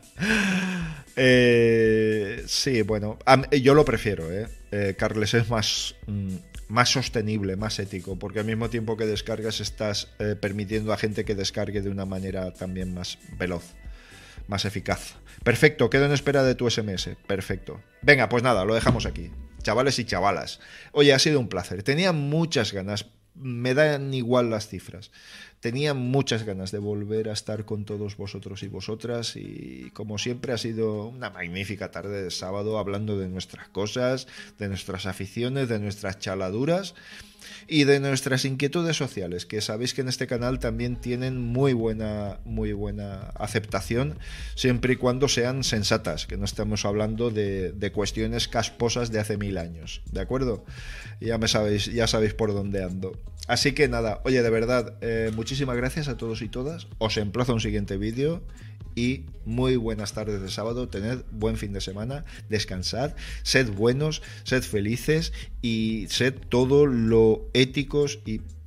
Sí, bueno, yo lo prefiero, Carles, es más sostenible, más ético, porque al mismo tiempo que descargas estás permitiendo a gente que descargue de una manera también más veloz, más eficaz. Perfecto, quedo en espera de tu SMS. Perfecto. Venga, pues nada, lo dejamos aquí. Chavales y chavalas. Oye, ha sido un placer. Tenía muchas ganas, me dan igual las cifras. Tenía muchas ganas de volver a estar con todos vosotros y vosotras y como siempre ha sido una magnífica tarde de sábado hablando de nuestras cosas, de nuestras aficiones, de nuestras chaladuras y de nuestras inquietudes sociales, que sabéis que en este canal también tienen muy buena aceptación, siempre y cuando sean sensatas, que no estamos hablando de cuestiones casposas de hace 1000 años, ¿de acuerdo? Ya sabéis por dónde ando. Así que nada, oye, de verdad, muchísimas gracias a todos y todas, os emplazo a un siguiente vídeo y muy buenas tardes de sábado, tened buen fin de semana, descansad, sed buenos, sed felices y sed todo lo éticos y